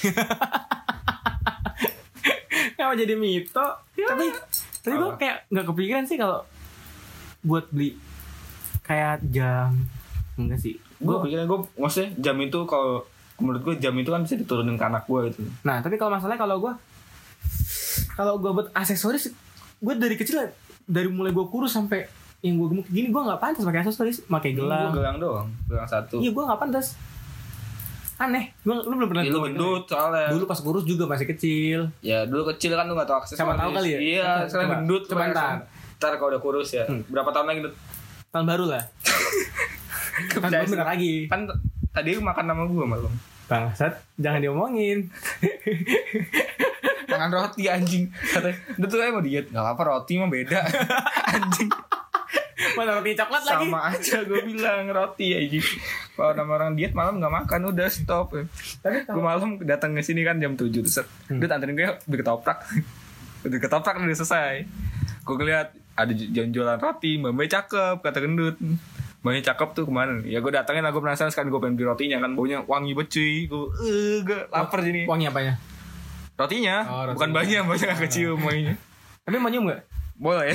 [SPEAKER 2] Kenapa jadi Mito? Ya. Tapi tapi gue kayak nggak kepikiran sih kalau buat beli kayak jam. Enggak sih.
[SPEAKER 1] Gue pikiran gue maksudnya jam itu kalau menurut gue jam itu kan bisa diturunin ke anak gue gitu.
[SPEAKER 2] Nah tapi kalau masalahnya kalau gue kalau gue buat aksesoris, gue dari kecil dari mulai gue kurus sampai yang gue gemuk gini, gue nggak pantas pakai aksesoris, pakai gelang.
[SPEAKER 1] Gue gelang doang, gelang satu.
[SPEAKER 2] Iya gue nggak pantas. Aneh, gue lu belum pernah.
[SPEAKER 1] Ya, lu gendut soalnya.
[SPEAKER 2] Dulu pas kurus juga masih kecil.
[SPEAKER 1] Ya dulu kecil kan lu nggak tahu aksesoris.
[SPEAKER 2] Siapa tahu kali ya.
[SPEAKER 1] Iya, sekarang gendut.
[SPEAKER 2] Coba ntar.
[SPEAKER 1] Ntar kalau udah kurus ya. Hmm. Berapa tahun lagi gendut?
[SPEAKER 2] Tahun baru lah. Tahun baru bener lagi.
[SPEAKER 1] Kan tadi lu makan sama gue malam.
[SPEAKER 2] Bangsat, jangan diomongin.
[SPEAKER 1] Makan roti anjing. Katanya, udah tuh kayak mau diet. Gak apa-apa roti mah beda. Anjing.
[SPEAKER 2] Mana roti coklat lagi.
[SPEAKER 1] Sama aja gue bilang roti anjing. Kalau nama orang diet malam gak makan udah stop. Tapi gue malam datang ke sini kan jam tujuh. Terus hmm. udah anterin gue beli ketoprak. Udah ketoprak udah selesai. Gue ngeliat ada jualan roti. Mbak cakep kata gendut. Mbaknya cakep tuh kemana? Ya gue datangin lah, gue penasaran sekarang gue pengen beli rotinya kan, baunya wangi banget cuy. Gue eh gue lapar jadi.
[SPEAKER 2] Wangi apanya?
[SPEAKER 1] Rotinya, oh, rotinya. Bukan mbaknya, mbaknya gak kecium wanginya.
[SPEAKER 2] Tapi mau nyium gak?
[SPEAKER 1] Boleh.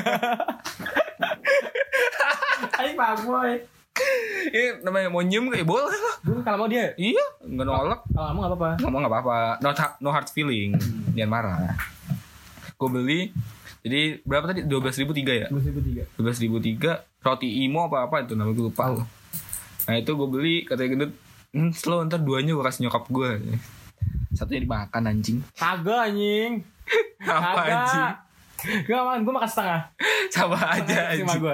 [SPEAKER 2] Ayo pak boy.
[SPEAKER 1] Ini namanya mau nyium kayak boleh lah.
[SPEAKER 2] Kalau mau dia?
[SPEAKER 1] Iya, nggak nolak.
[SPEAKER 2] Kalau mau nggak apa-apa.
[SPEAKER 1] Nggak mau nggak apa-apa. No, no hard feeling, hmm. jangan marah. Gue beli. Jadi berapa tadi? dua belas ribu tiga ya?
[SPEAKER 2] dua belas ribu tiga
[SPEAKER 1] dua belas ribu tiga Roti Imo apa-apa itu namanya gue lupa loh. Nah itu gue beli katanya gendut. Hmm slow ntar duanya gue kasih nyokap gue. Satunya dimakan anjing.
[SPEAKER 2] Kagak anjing.
[SPEAKER 1] Apa anjing?
[SPEAKER 2] Gak man, gue makan setengah.
[SPEAKER 1] Sama aja anjing. Sama gue.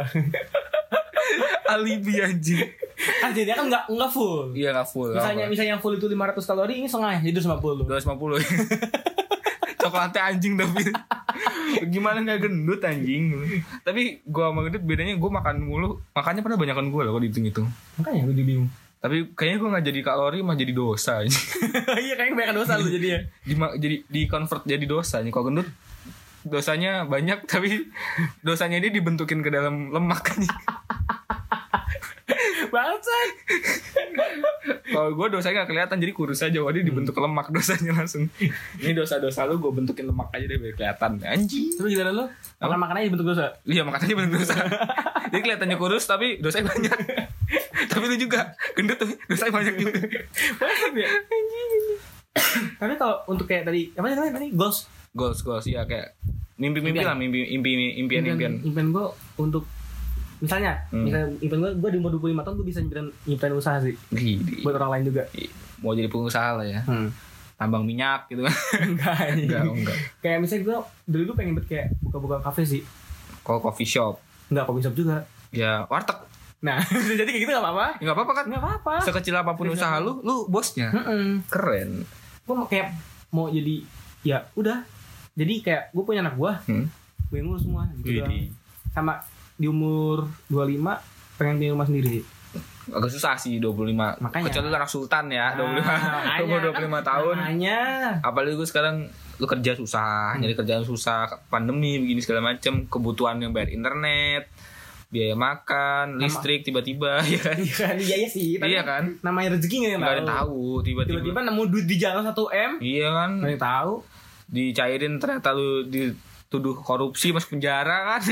[SPEAKER 1] Alibi anjing.
[SPEAKER 2] Kan jadi kan gak, gak full.
[SPEAKER 1] Iya gak full.
[SPEAKER 2] Misalnya, misalnya yang full itu lima ratus kalori, ini setengah jadi dua ratus lima puluh.
[SPEAKER 1] dua ratus lima puluh Coklatnya anjing tapi gimana gak gendut anjing. Tapi gue sama gendut bedanya gue makan mulu. Makannya pernah banyakan gue loh kalau dihitung-hitung.
[SPEAKER 2] Makanya gue bingung.
[SPEAKER 1] Tapi kayaknya gue gak jadi kalori mah jadi dosa.
[SPEAKER 2] Iya kayaknya banyak dosa lu jadi ya.
[SPEAKER 1] Di, jadi di convert jadi dosa. Kalau gendut dosanya banyak tapi dosanya dia dibentukin ke dalam lemak.
[SPEAKER 2] Bangsat.
[SPEAKER 1] Kalau gue dosanya nggak kelihatan jadi kurus aja, wah dia dibentuk lemak dosanya langsung. Ini dosa-dosa lu gue bentukin lemak aja deh biar kelihatan. Anjing.
[SPEAKER 2] Terus gimana lu? Makan makan aja bentuk dosa.
[SPEAKER 1] Iya makan aja bentuk dosa. Jadi kelihatannya kurus tapi dosanya banyak. Tapi lu juga gendut tapi dosanya banyak juga.
[SPEAKER 2] Banyak ya. Tapi kalau untuk kayak tadi apa sih namanya tadi goals
[SPEAKER 1] goals goals ya kayak mimpi-mimpi lah, mimpi impi impian-impian.
[SPEAKER 2] Impian gue untuk misalnya, hmm. misalnya impian gue gue di umur dua puluh lima tahun gue bisa nyimpen nyimpen usaha sih.
[SPEAKER 1] Gini.
[SPEAKER 2] Buat orang lain juga.
[SPEAKER 1] Mau jadi pengusaha lah ya. Hmm. Tambang minyak gitu kan.
[SPEAKER 2] Enggak,
[SPEAKER 1] enggak, enggak.
[SPEAKER 2] Kayak misalnya gue dulu gue pengen buat kayak buka-buka kafe sih.
[SPEAKER 1] Kalau coffee shop.
[SPEAKER 2] Enggak, coffee shop juga.
[SPEAKER 1] Ya, warteg.
[SPEAKER 2] Nah, jadi kayak gitu enggak apa-apa.
[SPEAKER 1] Enggak apa-apa kan?
[SPEAKER 2] Enggak apa-apa.
[SPEAKER 1] Sekecil apapun Sekecil usaha lu, lu bosnya.
[SPEAKER 2] Mm-mm.
[SPEAKER 1] Keren.
[SPEAKER 2] Gue mau kayak mau jadi ya udah. Jadi kayak gue punya anak gue. Hmm? Gue ngurus semua gitu doang. Sama di umur dua puluh lima pengen punya rumah sendiri.
[SPEAKER 1] Agak susah sih dua puluh lima. Makanya. Kecuali lu anak sultan ya, nah, dua puluh lima. Umur dua puluh lima tahun.
[SPEAKER 2] Makanya.
[SPEAKER 1] Apalagi gue sekarang lu kerja susah, hmm. nyari kerjaan susah, pandemi begini segala macam, kebutuhan yang bayar internet, biaya makan, Nama. listrik tiba-tiba ya kan.
[SPEAKER 2] Iya iya sih.
[SPEAKER 1] Iya kan?
[SPEAKER 2] Namanya rezeki enggak
[SPEAKER 1] enggak ada yang tahu, tiba-tiba.
[SPEAKER 2] Tiba-tiba nemu duit di jalan satu M.
[SPEAKER 1] Iya kan?
[SPEAKER 2] Enggak ada yang tahu.
[SPEAKER 1] Dicairin ternyata lu dituduh korupsi masuk penjara kan.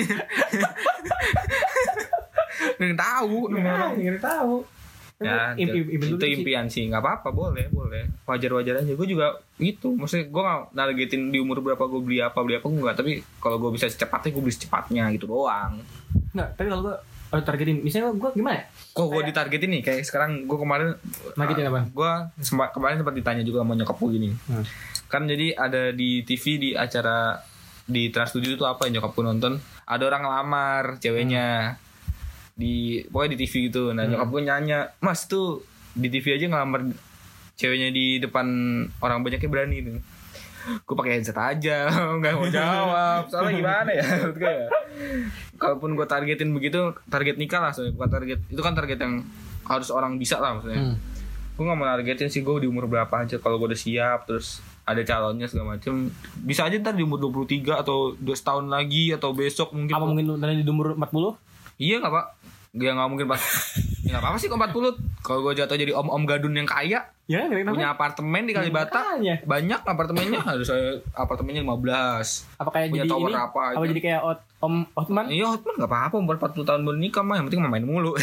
[SPEAKER 1] Nggak tahu,
[SPEAKER 2] nggak tahu.
[SPEAKER 1] Ya, impi, impi itu impian sih, nggak apa-apa, boleh, boleh, wajar-wajar aja. Gue juga gitu, maksudnya gue nggak nargetin di umur berapa gue beli apa beli apa enggak, tapi kalau gue bisa secepatnya gue beli secepatnya gitu doang.
[SPEAKER 2] Nggak, tapi kalau gue oh, targetin, misalnya gue gimana?
[SPEAKER 1] Kok gue ditargetin nih, kayak sekarang gue kemarin.
[SPEAKER 2] Targetin apa?
[SPEAKER 1] Gue sempat kemarin sempat ditanya juga sama nyokap gue gini, hmm. kan jadi ada di T V di acara di Trans tujuh itu apa nyokap gue nonton, ada orang ngelamar ceweknya. Hmm. Di pokoknya di T V gitu. Nah nyokap gue nanya, mas tuh di T V aja ngelamar ceweknya di depan orang banyaknya berani tuh. Gue pakai headset aja, nggak mau jawab. Soalnya gimana ya? ya. Kalaupun gue targetin begitu, target nikah lah soalnya, bukan target. Itu kan target yang harus orang bisa lah maksudnya. Hmm. Gue nggak mau targetin sih gue di umur berapa aja. Kalau gue udah siap, terus ada calonnya segala macem, bisa aja ntar di umur dua puluh tiga atau dua setahun lagi atau besok mungkin.
[SPEAKER 2] Apa mungkin nanti di umur empat puluh?
[SPEAKER 1] Iya nggak pak? Dia nggak mungkin pas. Ya nggak apa-apa sih empat puluh. Kalau gue jatuh jadi om-om gadun yang kaya,
[SPEAKER 2] ya,
[SPEAKER 1] punya apartemen di Kalibata, ya, banyak apartemennya. Harus saya apartemennya lima belas.
[SPEAKER 2] Apa kayak punya jadi
[SPEAKER 1] tower
[SPEAKER 2] ini?
[SPEAKER 1] Apa,
[SPEAKER 2] apa jadi kayak ot, om Otman?
[SPEAKER 1] Iya Otman nggak apa-apa. Umur empat puluh tahun bernikah mah, yang penting main mulu.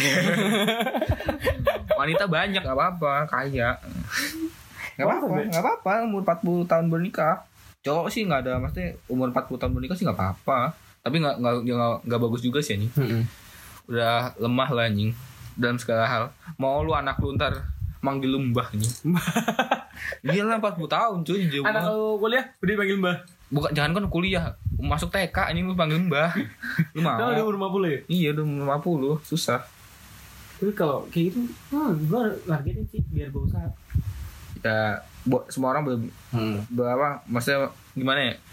[SPEAKER 1] Wanita banyak nggak apa-apa, kaya. Nggak apa-apa, nggak apa-apa. Umur empat puluh tahun bernikah. Cowok sih nggak ada, maksudnya umur empat puluh tahun bernikah sih nggak apa-apa. Tapi nggak nggak nggak bagus juga sih nih. Hmm. Udah lemah lah anjing dalam segala hal. Mau lu anak lu ntar manggil lu mbah anjing. Iya lah empat puluh tahun cuy.
[SPEAKER 2] Anak lu kuliah udah dipanggil mbah.
[SPEAKER 1] Bukan, jangan kan kuliah, masuk T K anjing lu panggil mbah. Lu mau?
[SPEAKER 2] Udah umur lima puluh ya?
[SPEAKER 1] Iya udah umur lima puluh, susah.
[SPEAKER 2] Tapi kalau kayak gitu, hmm, gue targetin sih biar gue usaha.
[SPEAKER 1] Ya, bo- semua orang boleh hmm. berapa? Maksudnya gimana ya?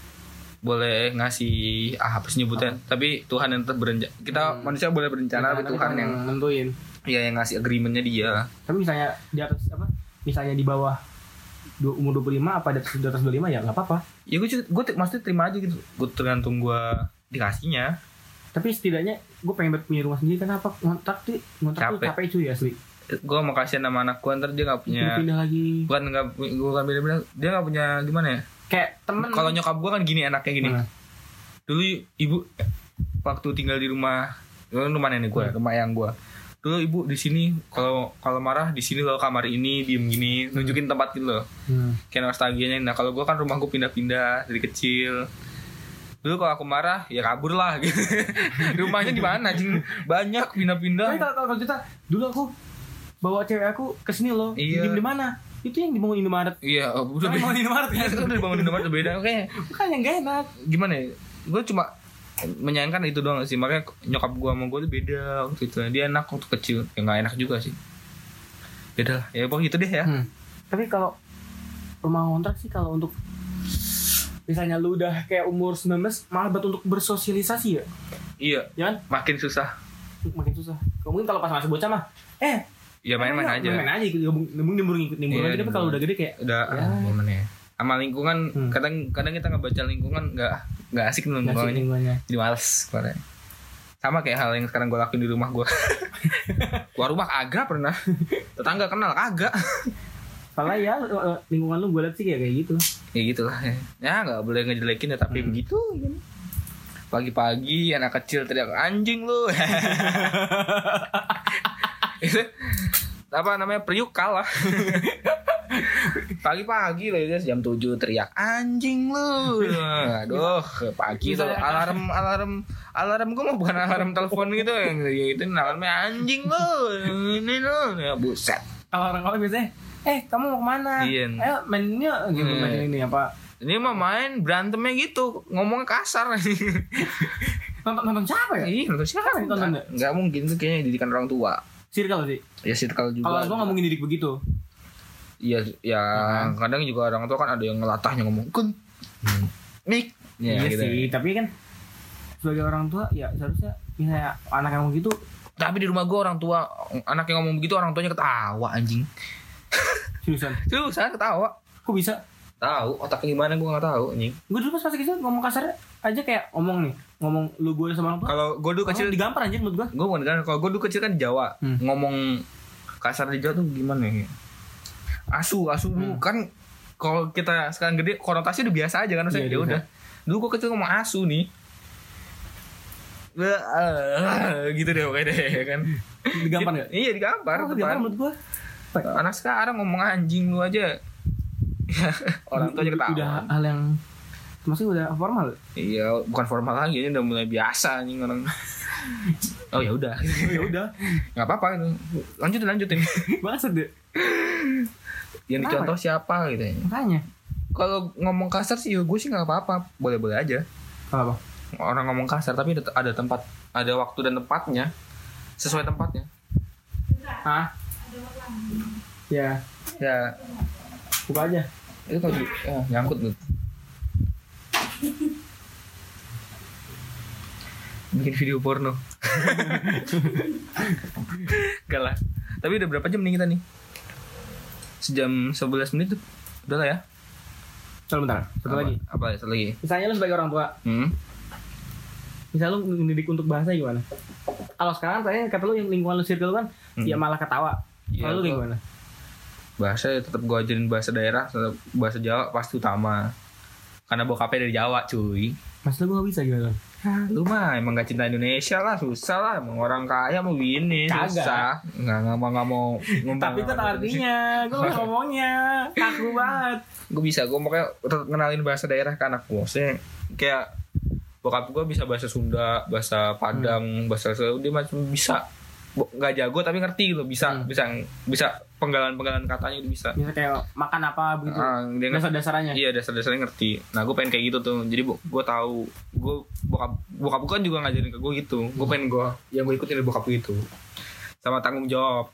[SPEAKER 1] Boleh ngasih ah, apa sih nyebutnya, oh. Tapi Tuhan yang tetap berencana. Kita hmm. manusia boleh berencana, tapi Tuhan yang
[SPEAKER 2] nentuin.
[SPEAKER 1] Iya, yang ngasih agreementnya dia.
[SPEAKER 2] Tapi misalnya di atas apa? Misalnya di bawah du- umur dua puluh lima apa di atas, di atas dua puluh lima ya nggak apa-apa.
[SPEAKER 1] Ya gue gue maksudnya terima aja gitu. Gue tergantung gue dikasihnya.
[SPEAKER 2] Tapi setidaknya gue pengen punya rumah sendiri. Kenapa ngontrak tuh ngontrak tuh capek cuy asli.
[SPEAKER 1] Gue mau kasih nama anak gue, ntar dia nggak punya.
[SPEAKER 2] Pindah lagi.
[SPEAKER 1] Bukan nggak, gue kan pindah-pindah. Dia nggak punya gimana ya?
[SPEAKER 2] Kayak temen. Kalau
[SPEAKER 1] nyokap gue kan gini enaknya gini. Hmm. Dulu ibu waktu tinggal di rumah, rumah nenek gue, hmm. rumah yang gue. Dulu ibu di sini kalau kalau marah di sini loh kamar ini diem gini, nunjukin tempat gitu loh. Hmm. Kayak nostalgianya. Nah kalau gue kan rumah gue pindah-pindah dari kecil. Dulu kalau aku marah ya kabur lah gitu. Rumahnya di mana anjing? Banyak pindah-pindah.
[SPEAKER 2] Tapi kalau kalau kita dulu aku bawa cewek aku ke sini loh. Iya. Di mana? Itu yang dibangun Indomaret.
[SPEAKER 1] Iya, udah
[SPEAKER 2] dibangun Indomaret kan.
[SPEAKER 1] Udah dibangun Indomaret beda. Oke.
[SPEAKER 2] Bukan yang gak enak.
[SPEAKER 1] Gimana ya? Gue cuma menyayangkan itu doang sih. Makanya nyokap gue sama gue tuh beda waktu itu. Dia enak waktu kecil. Ya gak enak juga sih. Beda lah. Ya pokoknya gitu deh ya. Hmm.
[SPEAKER 2] Tapi kalau rumah kontrak sih kalau untuk misalnya lu udah kayak umur sembilan belas malah buat untuk bersosialisasi ya.
[SPEAKER 1] Iya.
[SPEAKER 2] Ya kan?
[SPEAKER 1] Makin susah.
[SPEAKER 2] Makin susah. Mungkin kalau pas masih bocah mah eh
[SPEAKER 1] ya main-main aja.
[SPEAKER 2] Main aja gitu. Nimbrung ngikut nimbrung aja. Tapi kalau udah gede kayak
[SPEAKER 1] udah
[SPEAKER 2] ya.
[SPEAKER 1] ah, gimana ya? Sama lingkungan hmm. kadang kadang kita ngebaca lingkungan nggak nggak asik lingkungannya. Jadi males keluarnya. Sama kayak hal yang sekarang gue lakuin di rumah gue. Keluar rumah kagak pernah. Tetangga kenal kagak.
[SPEAKER 2] Padahal ya lingkungan lu gue liat sih kayak kayak gitu.
[SPEAKER 1] Ya gitulah ya. Ya nggak boleh ngejelekin ya tapi hmm. begitu. Pagi-pagi anak kecil teriak anjing lu. Itu apa namanya Priuk kalah. Pagi-pagi loh ya jam tujuh teriak anjing lu. Aduh, pagi tuh alarm alarm alarm gue mah bukan alarm telepon gitu yang itu alarmnya anjing lu. Ini lu ya buset.
[SPEAKER 2] Kalau orang kalau biasanya eh kamu mau kemana? Iya. Ayo mainnya gitu hmm. main ini apa?
[SPEAKER 1] Ini mah main berantemnya gitu, ngomongnya kasar.
[SPEAKER 2] nonton nonton siapa ya?
[SPEAKER 1] Iya, nonton siapa? Nonton enggak mungkin itu kayaknya didikan orang tua.
[SPEAKER 2] Circle sih.
[SPEAKER 1] Ya circle juga.
[SPEAKER 2] Kalau orang tua nggak mungkin didik begitu.
[SPEAKER 1] Iya, ya hmm. kadang juga orang tua kan ada yang ngelatahnya ngomong kun, hmm. mik.
[SPEAKER 2] Ya, iya gitu. Sih, tapi kan sebagai orang tua ya seharusnya misalnya anak yang ngomong gitu.
[SPEAKER 1] Tapi di rumah gue orang tua anak yang ngomong begitu orang tuanya ketawa anjing.
[SPEAKER 2] Seriusan?
[SPEAKER 1] Seriusan ketawa.
[SPEAKER 2] Kok bisa?
[SPEAKER 1] Tahu otaknya gimana gue nggak tahu anjing.
[SPEAKER 2] Gue dulu pas masih kecil ngomong kasar aja kayak ngomong nih ngomong lu gue sama orang tua.
[SPEAKER 1] Kalau gue dulu kecil
[SPEAKER 2] digampar anjing menurut gue.
[SPEAKER 1] Gue bukan digampar. Kalau gue dulu kecil kan di Jawa hmm. ngomong kasar di Jawa tuh gimana ya? Asu, asu dulu hmm. kan kalau kita sekarang gede konotasi udah biasa aja kan maksudnya. Iya, ya udah. Dulu gue kecil ngomong asu nih. Gitu deh pokoknya deh kan.
[SPEAKER 2] Digampar enggak?
[SPEAKER 1] Iya, digampar.
[SPEAKER 2] Oh, digampar menurut gue.
[SPEAKER 1] Anak sekarang ngomong anjing lu aja. Orang tuanya ketawa.
[SPEAKER 2] Udah hal yang maksudnya udah formal.
[SPEAKER 1] Iya, bukan formal lagi, ini udah mulai biasa anjing orang. Oh ya udah.
[SPEAKER 2] Ya udah.
[SPEAKER 1] Enggak apa-apa itu. Lanjutin lanjutin.
[SPEAKER 2] Maksud deh.
[SPEAKER 1] Yang dicontoh siapa gitu ya.
[SPEAKER 2] Makanya
[SPEAKER 1] kalau ngomong kasar sih ya gue sih gak apa-apa. Boleh-boleh aja.
[SPEAKER 2] Apa?
[SPEAKER 1] Orang ngomong kasar tapi ada, ada tempat, ada waktu dan tempatnya. Sesuai tempatnya.
[SPEAKER 2] Hah? Ya.
[SPEAKER 1] Ya.
[SPEAKER 2] Buka aja.
[SPEAKER 1] Itu kalau ya, nyangkut tuh. Bikin video porno. Gak lah. Tapi udah berapa jam nih kita nih? Sejam sebelas menit tuh. Udah lah ya.
[SPEAKER 2] Coba bentar, satu
[SPEAKER 1] apa,
[SPEAKER 2] lagi.
[SPEAKER 1] Apa ya, satu lagi?
[SPEAKER 2] Misalnya lu sebagai orang tua.
[SPEAKER 1] Hmm?
[SPEAKER 2] Misalnya lu mendidik untuk bahasa gimana? Kalau sekarang tanya kata lu yang lingkungan lu circle kan hmm. ya malah ketawa.
[SPEAKER 1] Ya,
[SPEAKER 2] kalau lu kayak gimana?
[SPEAKER 1] Bahasa ya tetap gue ajarin bahasa daerah, tetap bahasa Jawa pasti utama. Karena bokapnya dari Jawa, cuy.
[SPEAKER 2] Mas lu gak bisa gimana?
[SPEAKER 1] Ya, lu mah emang gak cinta Indonesia lah, susah lah. Emang orang kaya mau gini, susah. Nggak, nggak mau, nggak mau.
[SPEAKER 2] Tapi itu artinya, gue ngomongnya kaku banget.
[SPEAKER 1] Gue bisa, gue makanya kenalin bahasa daerah ke anak gue. Maksudnya kayak bokap gue bisa bahasa Sunda, bahasa Padang, hmm. bahasa dia macam bisa. Nggak jago tapi ngerti gitu, bisa, hmm. bisa, bisa penggalan-penggalan katanya itu bisa.
[SPEAKER 2] Bisa kayak makan apa begitu.
[SPEAKER 1] Ah,
[SPEAKER 2] dasar-dasarnya.
[SPEAKER 1] Iya, dasar-dasarnya ngerti. Nah, gue pengen kayak gitu tuh. Jadi gue tahu, gue bokap bokap gue kan juga ngajarin ke gue gitu. Gue pengen gue yang gue ikutin dari bokap gue itu. Sama tanggung jawab.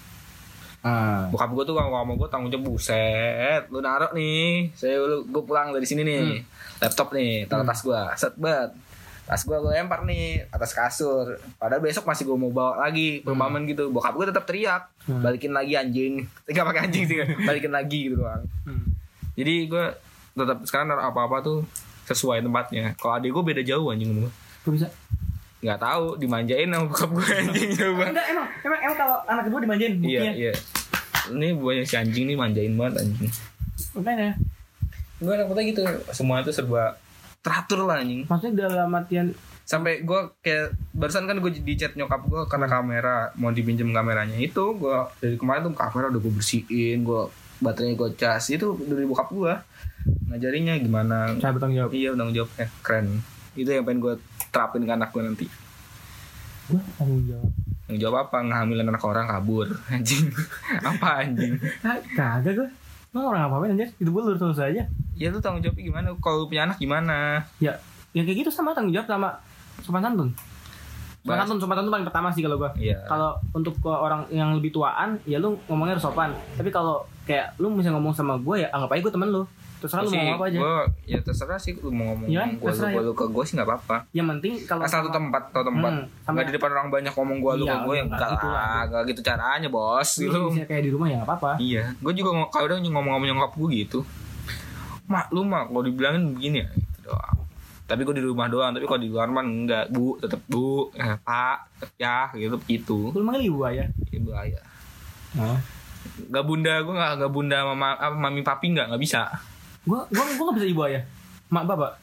[SPEAKER 1] Ah. Bokap gue tuh kalau ngomong gue tanggung jawab buset. Lu naruh nih, saya lu gue pulang dari sini nih. Hmm. Laptop nih, taruh hmm. tas gue. Set bet. Tas gue gue lempar nih atas kasur. Padahal besok masih gue mau bawa lagi perumpamaan hmm. gitu. Bokap gue tetap teriak, hmm. balikin lagi anjing. Enggak pakai anjing sih, balikin lagi gitu doang. Hmm. Jadi gue tetap sekarang naruh apa-apa tuh sesuai tempatnya. Kalau adik gue beda jauh anjing gue.
[SPEAKER 2] Kok bisa?
[SPEAKER 1] Nggak tahu, dimanjain sama bokap gue anjing coba.
[SPEAKER 2] Enggak, emang emang emang kalau anak kedua dimanjain buktinya.
[SPEAKER 1] Iya, iya. Ini buahnya si anjing nih manjain banget anjing.
[SPEAKER 2] Makanya
[SPEAKER 1] gue anak pertama gitu, semua itu serba teratur lah anjing.
[SPEAKER 2] Maksudnya dalam artian
[SPEAKER 1] sampai gue kayak barusan kan gue di chat nyokap gue karena kamera mau dipinjem kameranya itu gue dari kemarin tuh kamera udah gue bersihin, gue baterainya gue cas itu dari bokap gue ngajarinnya gimana
[SPEAKER 2] cara bertanggung jawab.
[SPEAKER 1] Iya bertanggung jawabnya keren. Itu yang pengen gue terapin ke anak gue nanti.
[SPEAKER 2] Gue tanggung jawab.
[SPEAKER 1] Tanggung jawab apa? Ngehamilin anak orang kabur anjing. Apa anjing?
[SPEAKER 2] Kagak gue. Lo orang apa-apain anjir, itu gue lurus-lurus aja.
[SPEAKER 1] Ya lu tanggung jawabnya gimana? Kalau punya anak gimana?
[SPEAKER 2] Ya, yang kayak gitu sama tanggung jawab sama sopan santun. Sopan santun, sopan santun paling pertama sih kalau gue.
[SPEAKER 1] Iya.
[SPEAKER 2] Kalau untuk orang yang lebih tuaan, ya lu ngomongnya harus sopan. Tapi kalau kayak lu bisa ngomong sama gue ya anggap aja gue temen lu. Terserah lu mau ngomong apa aja.
[SPEAKER 1] Gua, ya terserah sih lu mau ngomong.
[SPEAKER 2] Ya,
[SPEAKER 1] gue lu,
[SPEAKER 2] ya.
[SPEAKER 1] lu ke gue sih nggak apa-apa.
[SPEAKER 2] Yang penting kalau
[SPEAKER 1] asal tuh tempat, tau tempat. Hmm, nggak di depan orang banyak ngomong gue lu
[SPEAKER 2] iya,
[SPEAKER 1] ke gue yang enggak gitu lah. Gak gitu caranya bos.
[SPEAKER 2] Lu bisa kayak di rumah ya nggak apa-apa.
[SPEAKER 1] Iya. Gue juga kalau udah ngomong-ngomong nyokap gue gitu. Mak lu mak kalau dibilangin begini ya gitu doang. Tapi gue di rumah doang. Tapi kalau di luar mah enggak, Bu, tetap Bu, eh, Pak, ya gitu gitu.
[SPEAKER 2] Lu manggil ibu ayah.
[SPEAKER 1] Ibu ayah.
[SPEAKER 2] Oh.
[SPEAKER 1] Gak bunda, gue gak, gak bunda mama apa mami papi nggak nggak bisa.
[SPEAKER 2] Gua gua gua gak bisa ibu ayah. Mak bapak.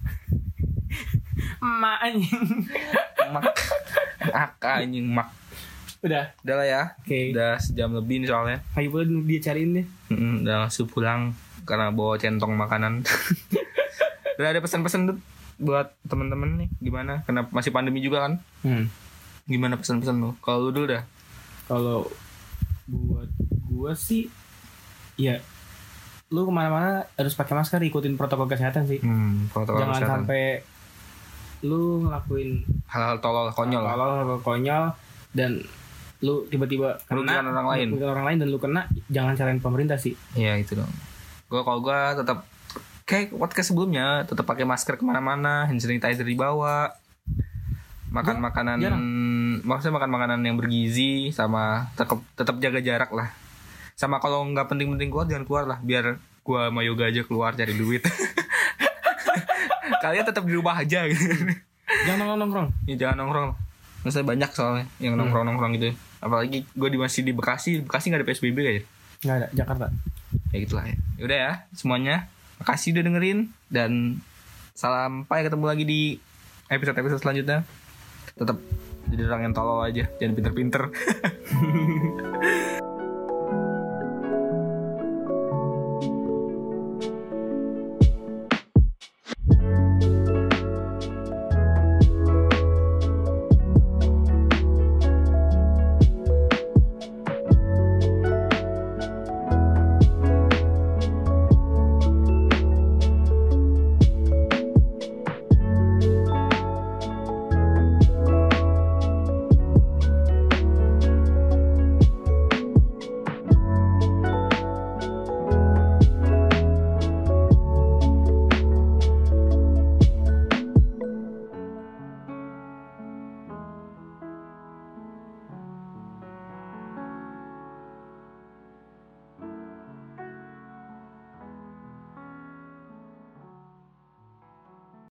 [SPEAKER 2] Mak anjing.
[SPEAKER 1] Mak, ak anjing mak.
[SPEAKER 2] Udah.
[SPEAKER 1] Udah lah ya.
[SPEAKER 2] Oke. Okay.
[SPEAKER 1] Udah sejam lebih nih soalnya.
[SPEAKER 2] Ayo boleh dia cariin deh.
[SPEAKER 1] Mm-mm, udah langsung pulang karena bawa centong makanan. Udah ada pesan-pesan tuh buat teman-teman nih gimana? Karena masih pandemi juga kan.
[SPEAKER 2] Hmm.
[SPEAKER 1] Gimana pesan-pesan lo? Kalau lu dulu dah.
[SPEAKER 2] Kalau buat gua sih, ya lu kemana-mana harus pakai masker, ikutin protokol kesehatan sih.
[SPEAKER 1] Hmm, protokol
[SPEAKER 2] Jangan
[SPEAKER 1] kesehatan.
[SPEAKER 2] sampai lu ngelakuin
[SPEAKER 1] Hal-hal tolol konyol lah.
[SPEAKER 2] Tolol konyol dan lu tiba-tiba
[SPEAKER 1] Merugikan orang lain.
[SPEAKER 2] merugikan orang lain dan lu kena, jangan salahin pemerintah sih.
[SPEAKER 1] Iya itu dong. Gue kalau gue tetap kayak podcast sebelumnya, tetap pakai masker kemana-mana, hand sanitizer dibawa, makan
[SPEAKER 2] Gua
[SPEAKER 1] makanan,
[SPEAKER 2] jarang.
[SPEAKER 1] maksudnya makan makanan yang bergizi, sama tetap tetap jaga jarak lah. Sama kalau nggak penting-penting keluar jangan keluar lah, biar gue sama Yoga aja keluar cari duit. Kalian tetap di rumah aja gitu.
[SPEAKER 2] Jangan nongkrong-nongkrong.
[SPEAKER 1] Ya jangan nongkrong. Maksudnya banyak soalnya yang nongkrong-nongkrong gitu. Apalagi gue di masih di Bekasi, Bekasi nggak ada P S B B kayaknya.
[SPEAKER 2] Nggak ada, Jakarta.
[SPEAKER 1] Ya gitulah ya. Yaudah ya semuanya. Makasih udah dengerin. Dan sampai ketemu lagi di episode-episode selanjutnya. Tetap jadi orang yang tolol aja. Jangan pinter-pinter.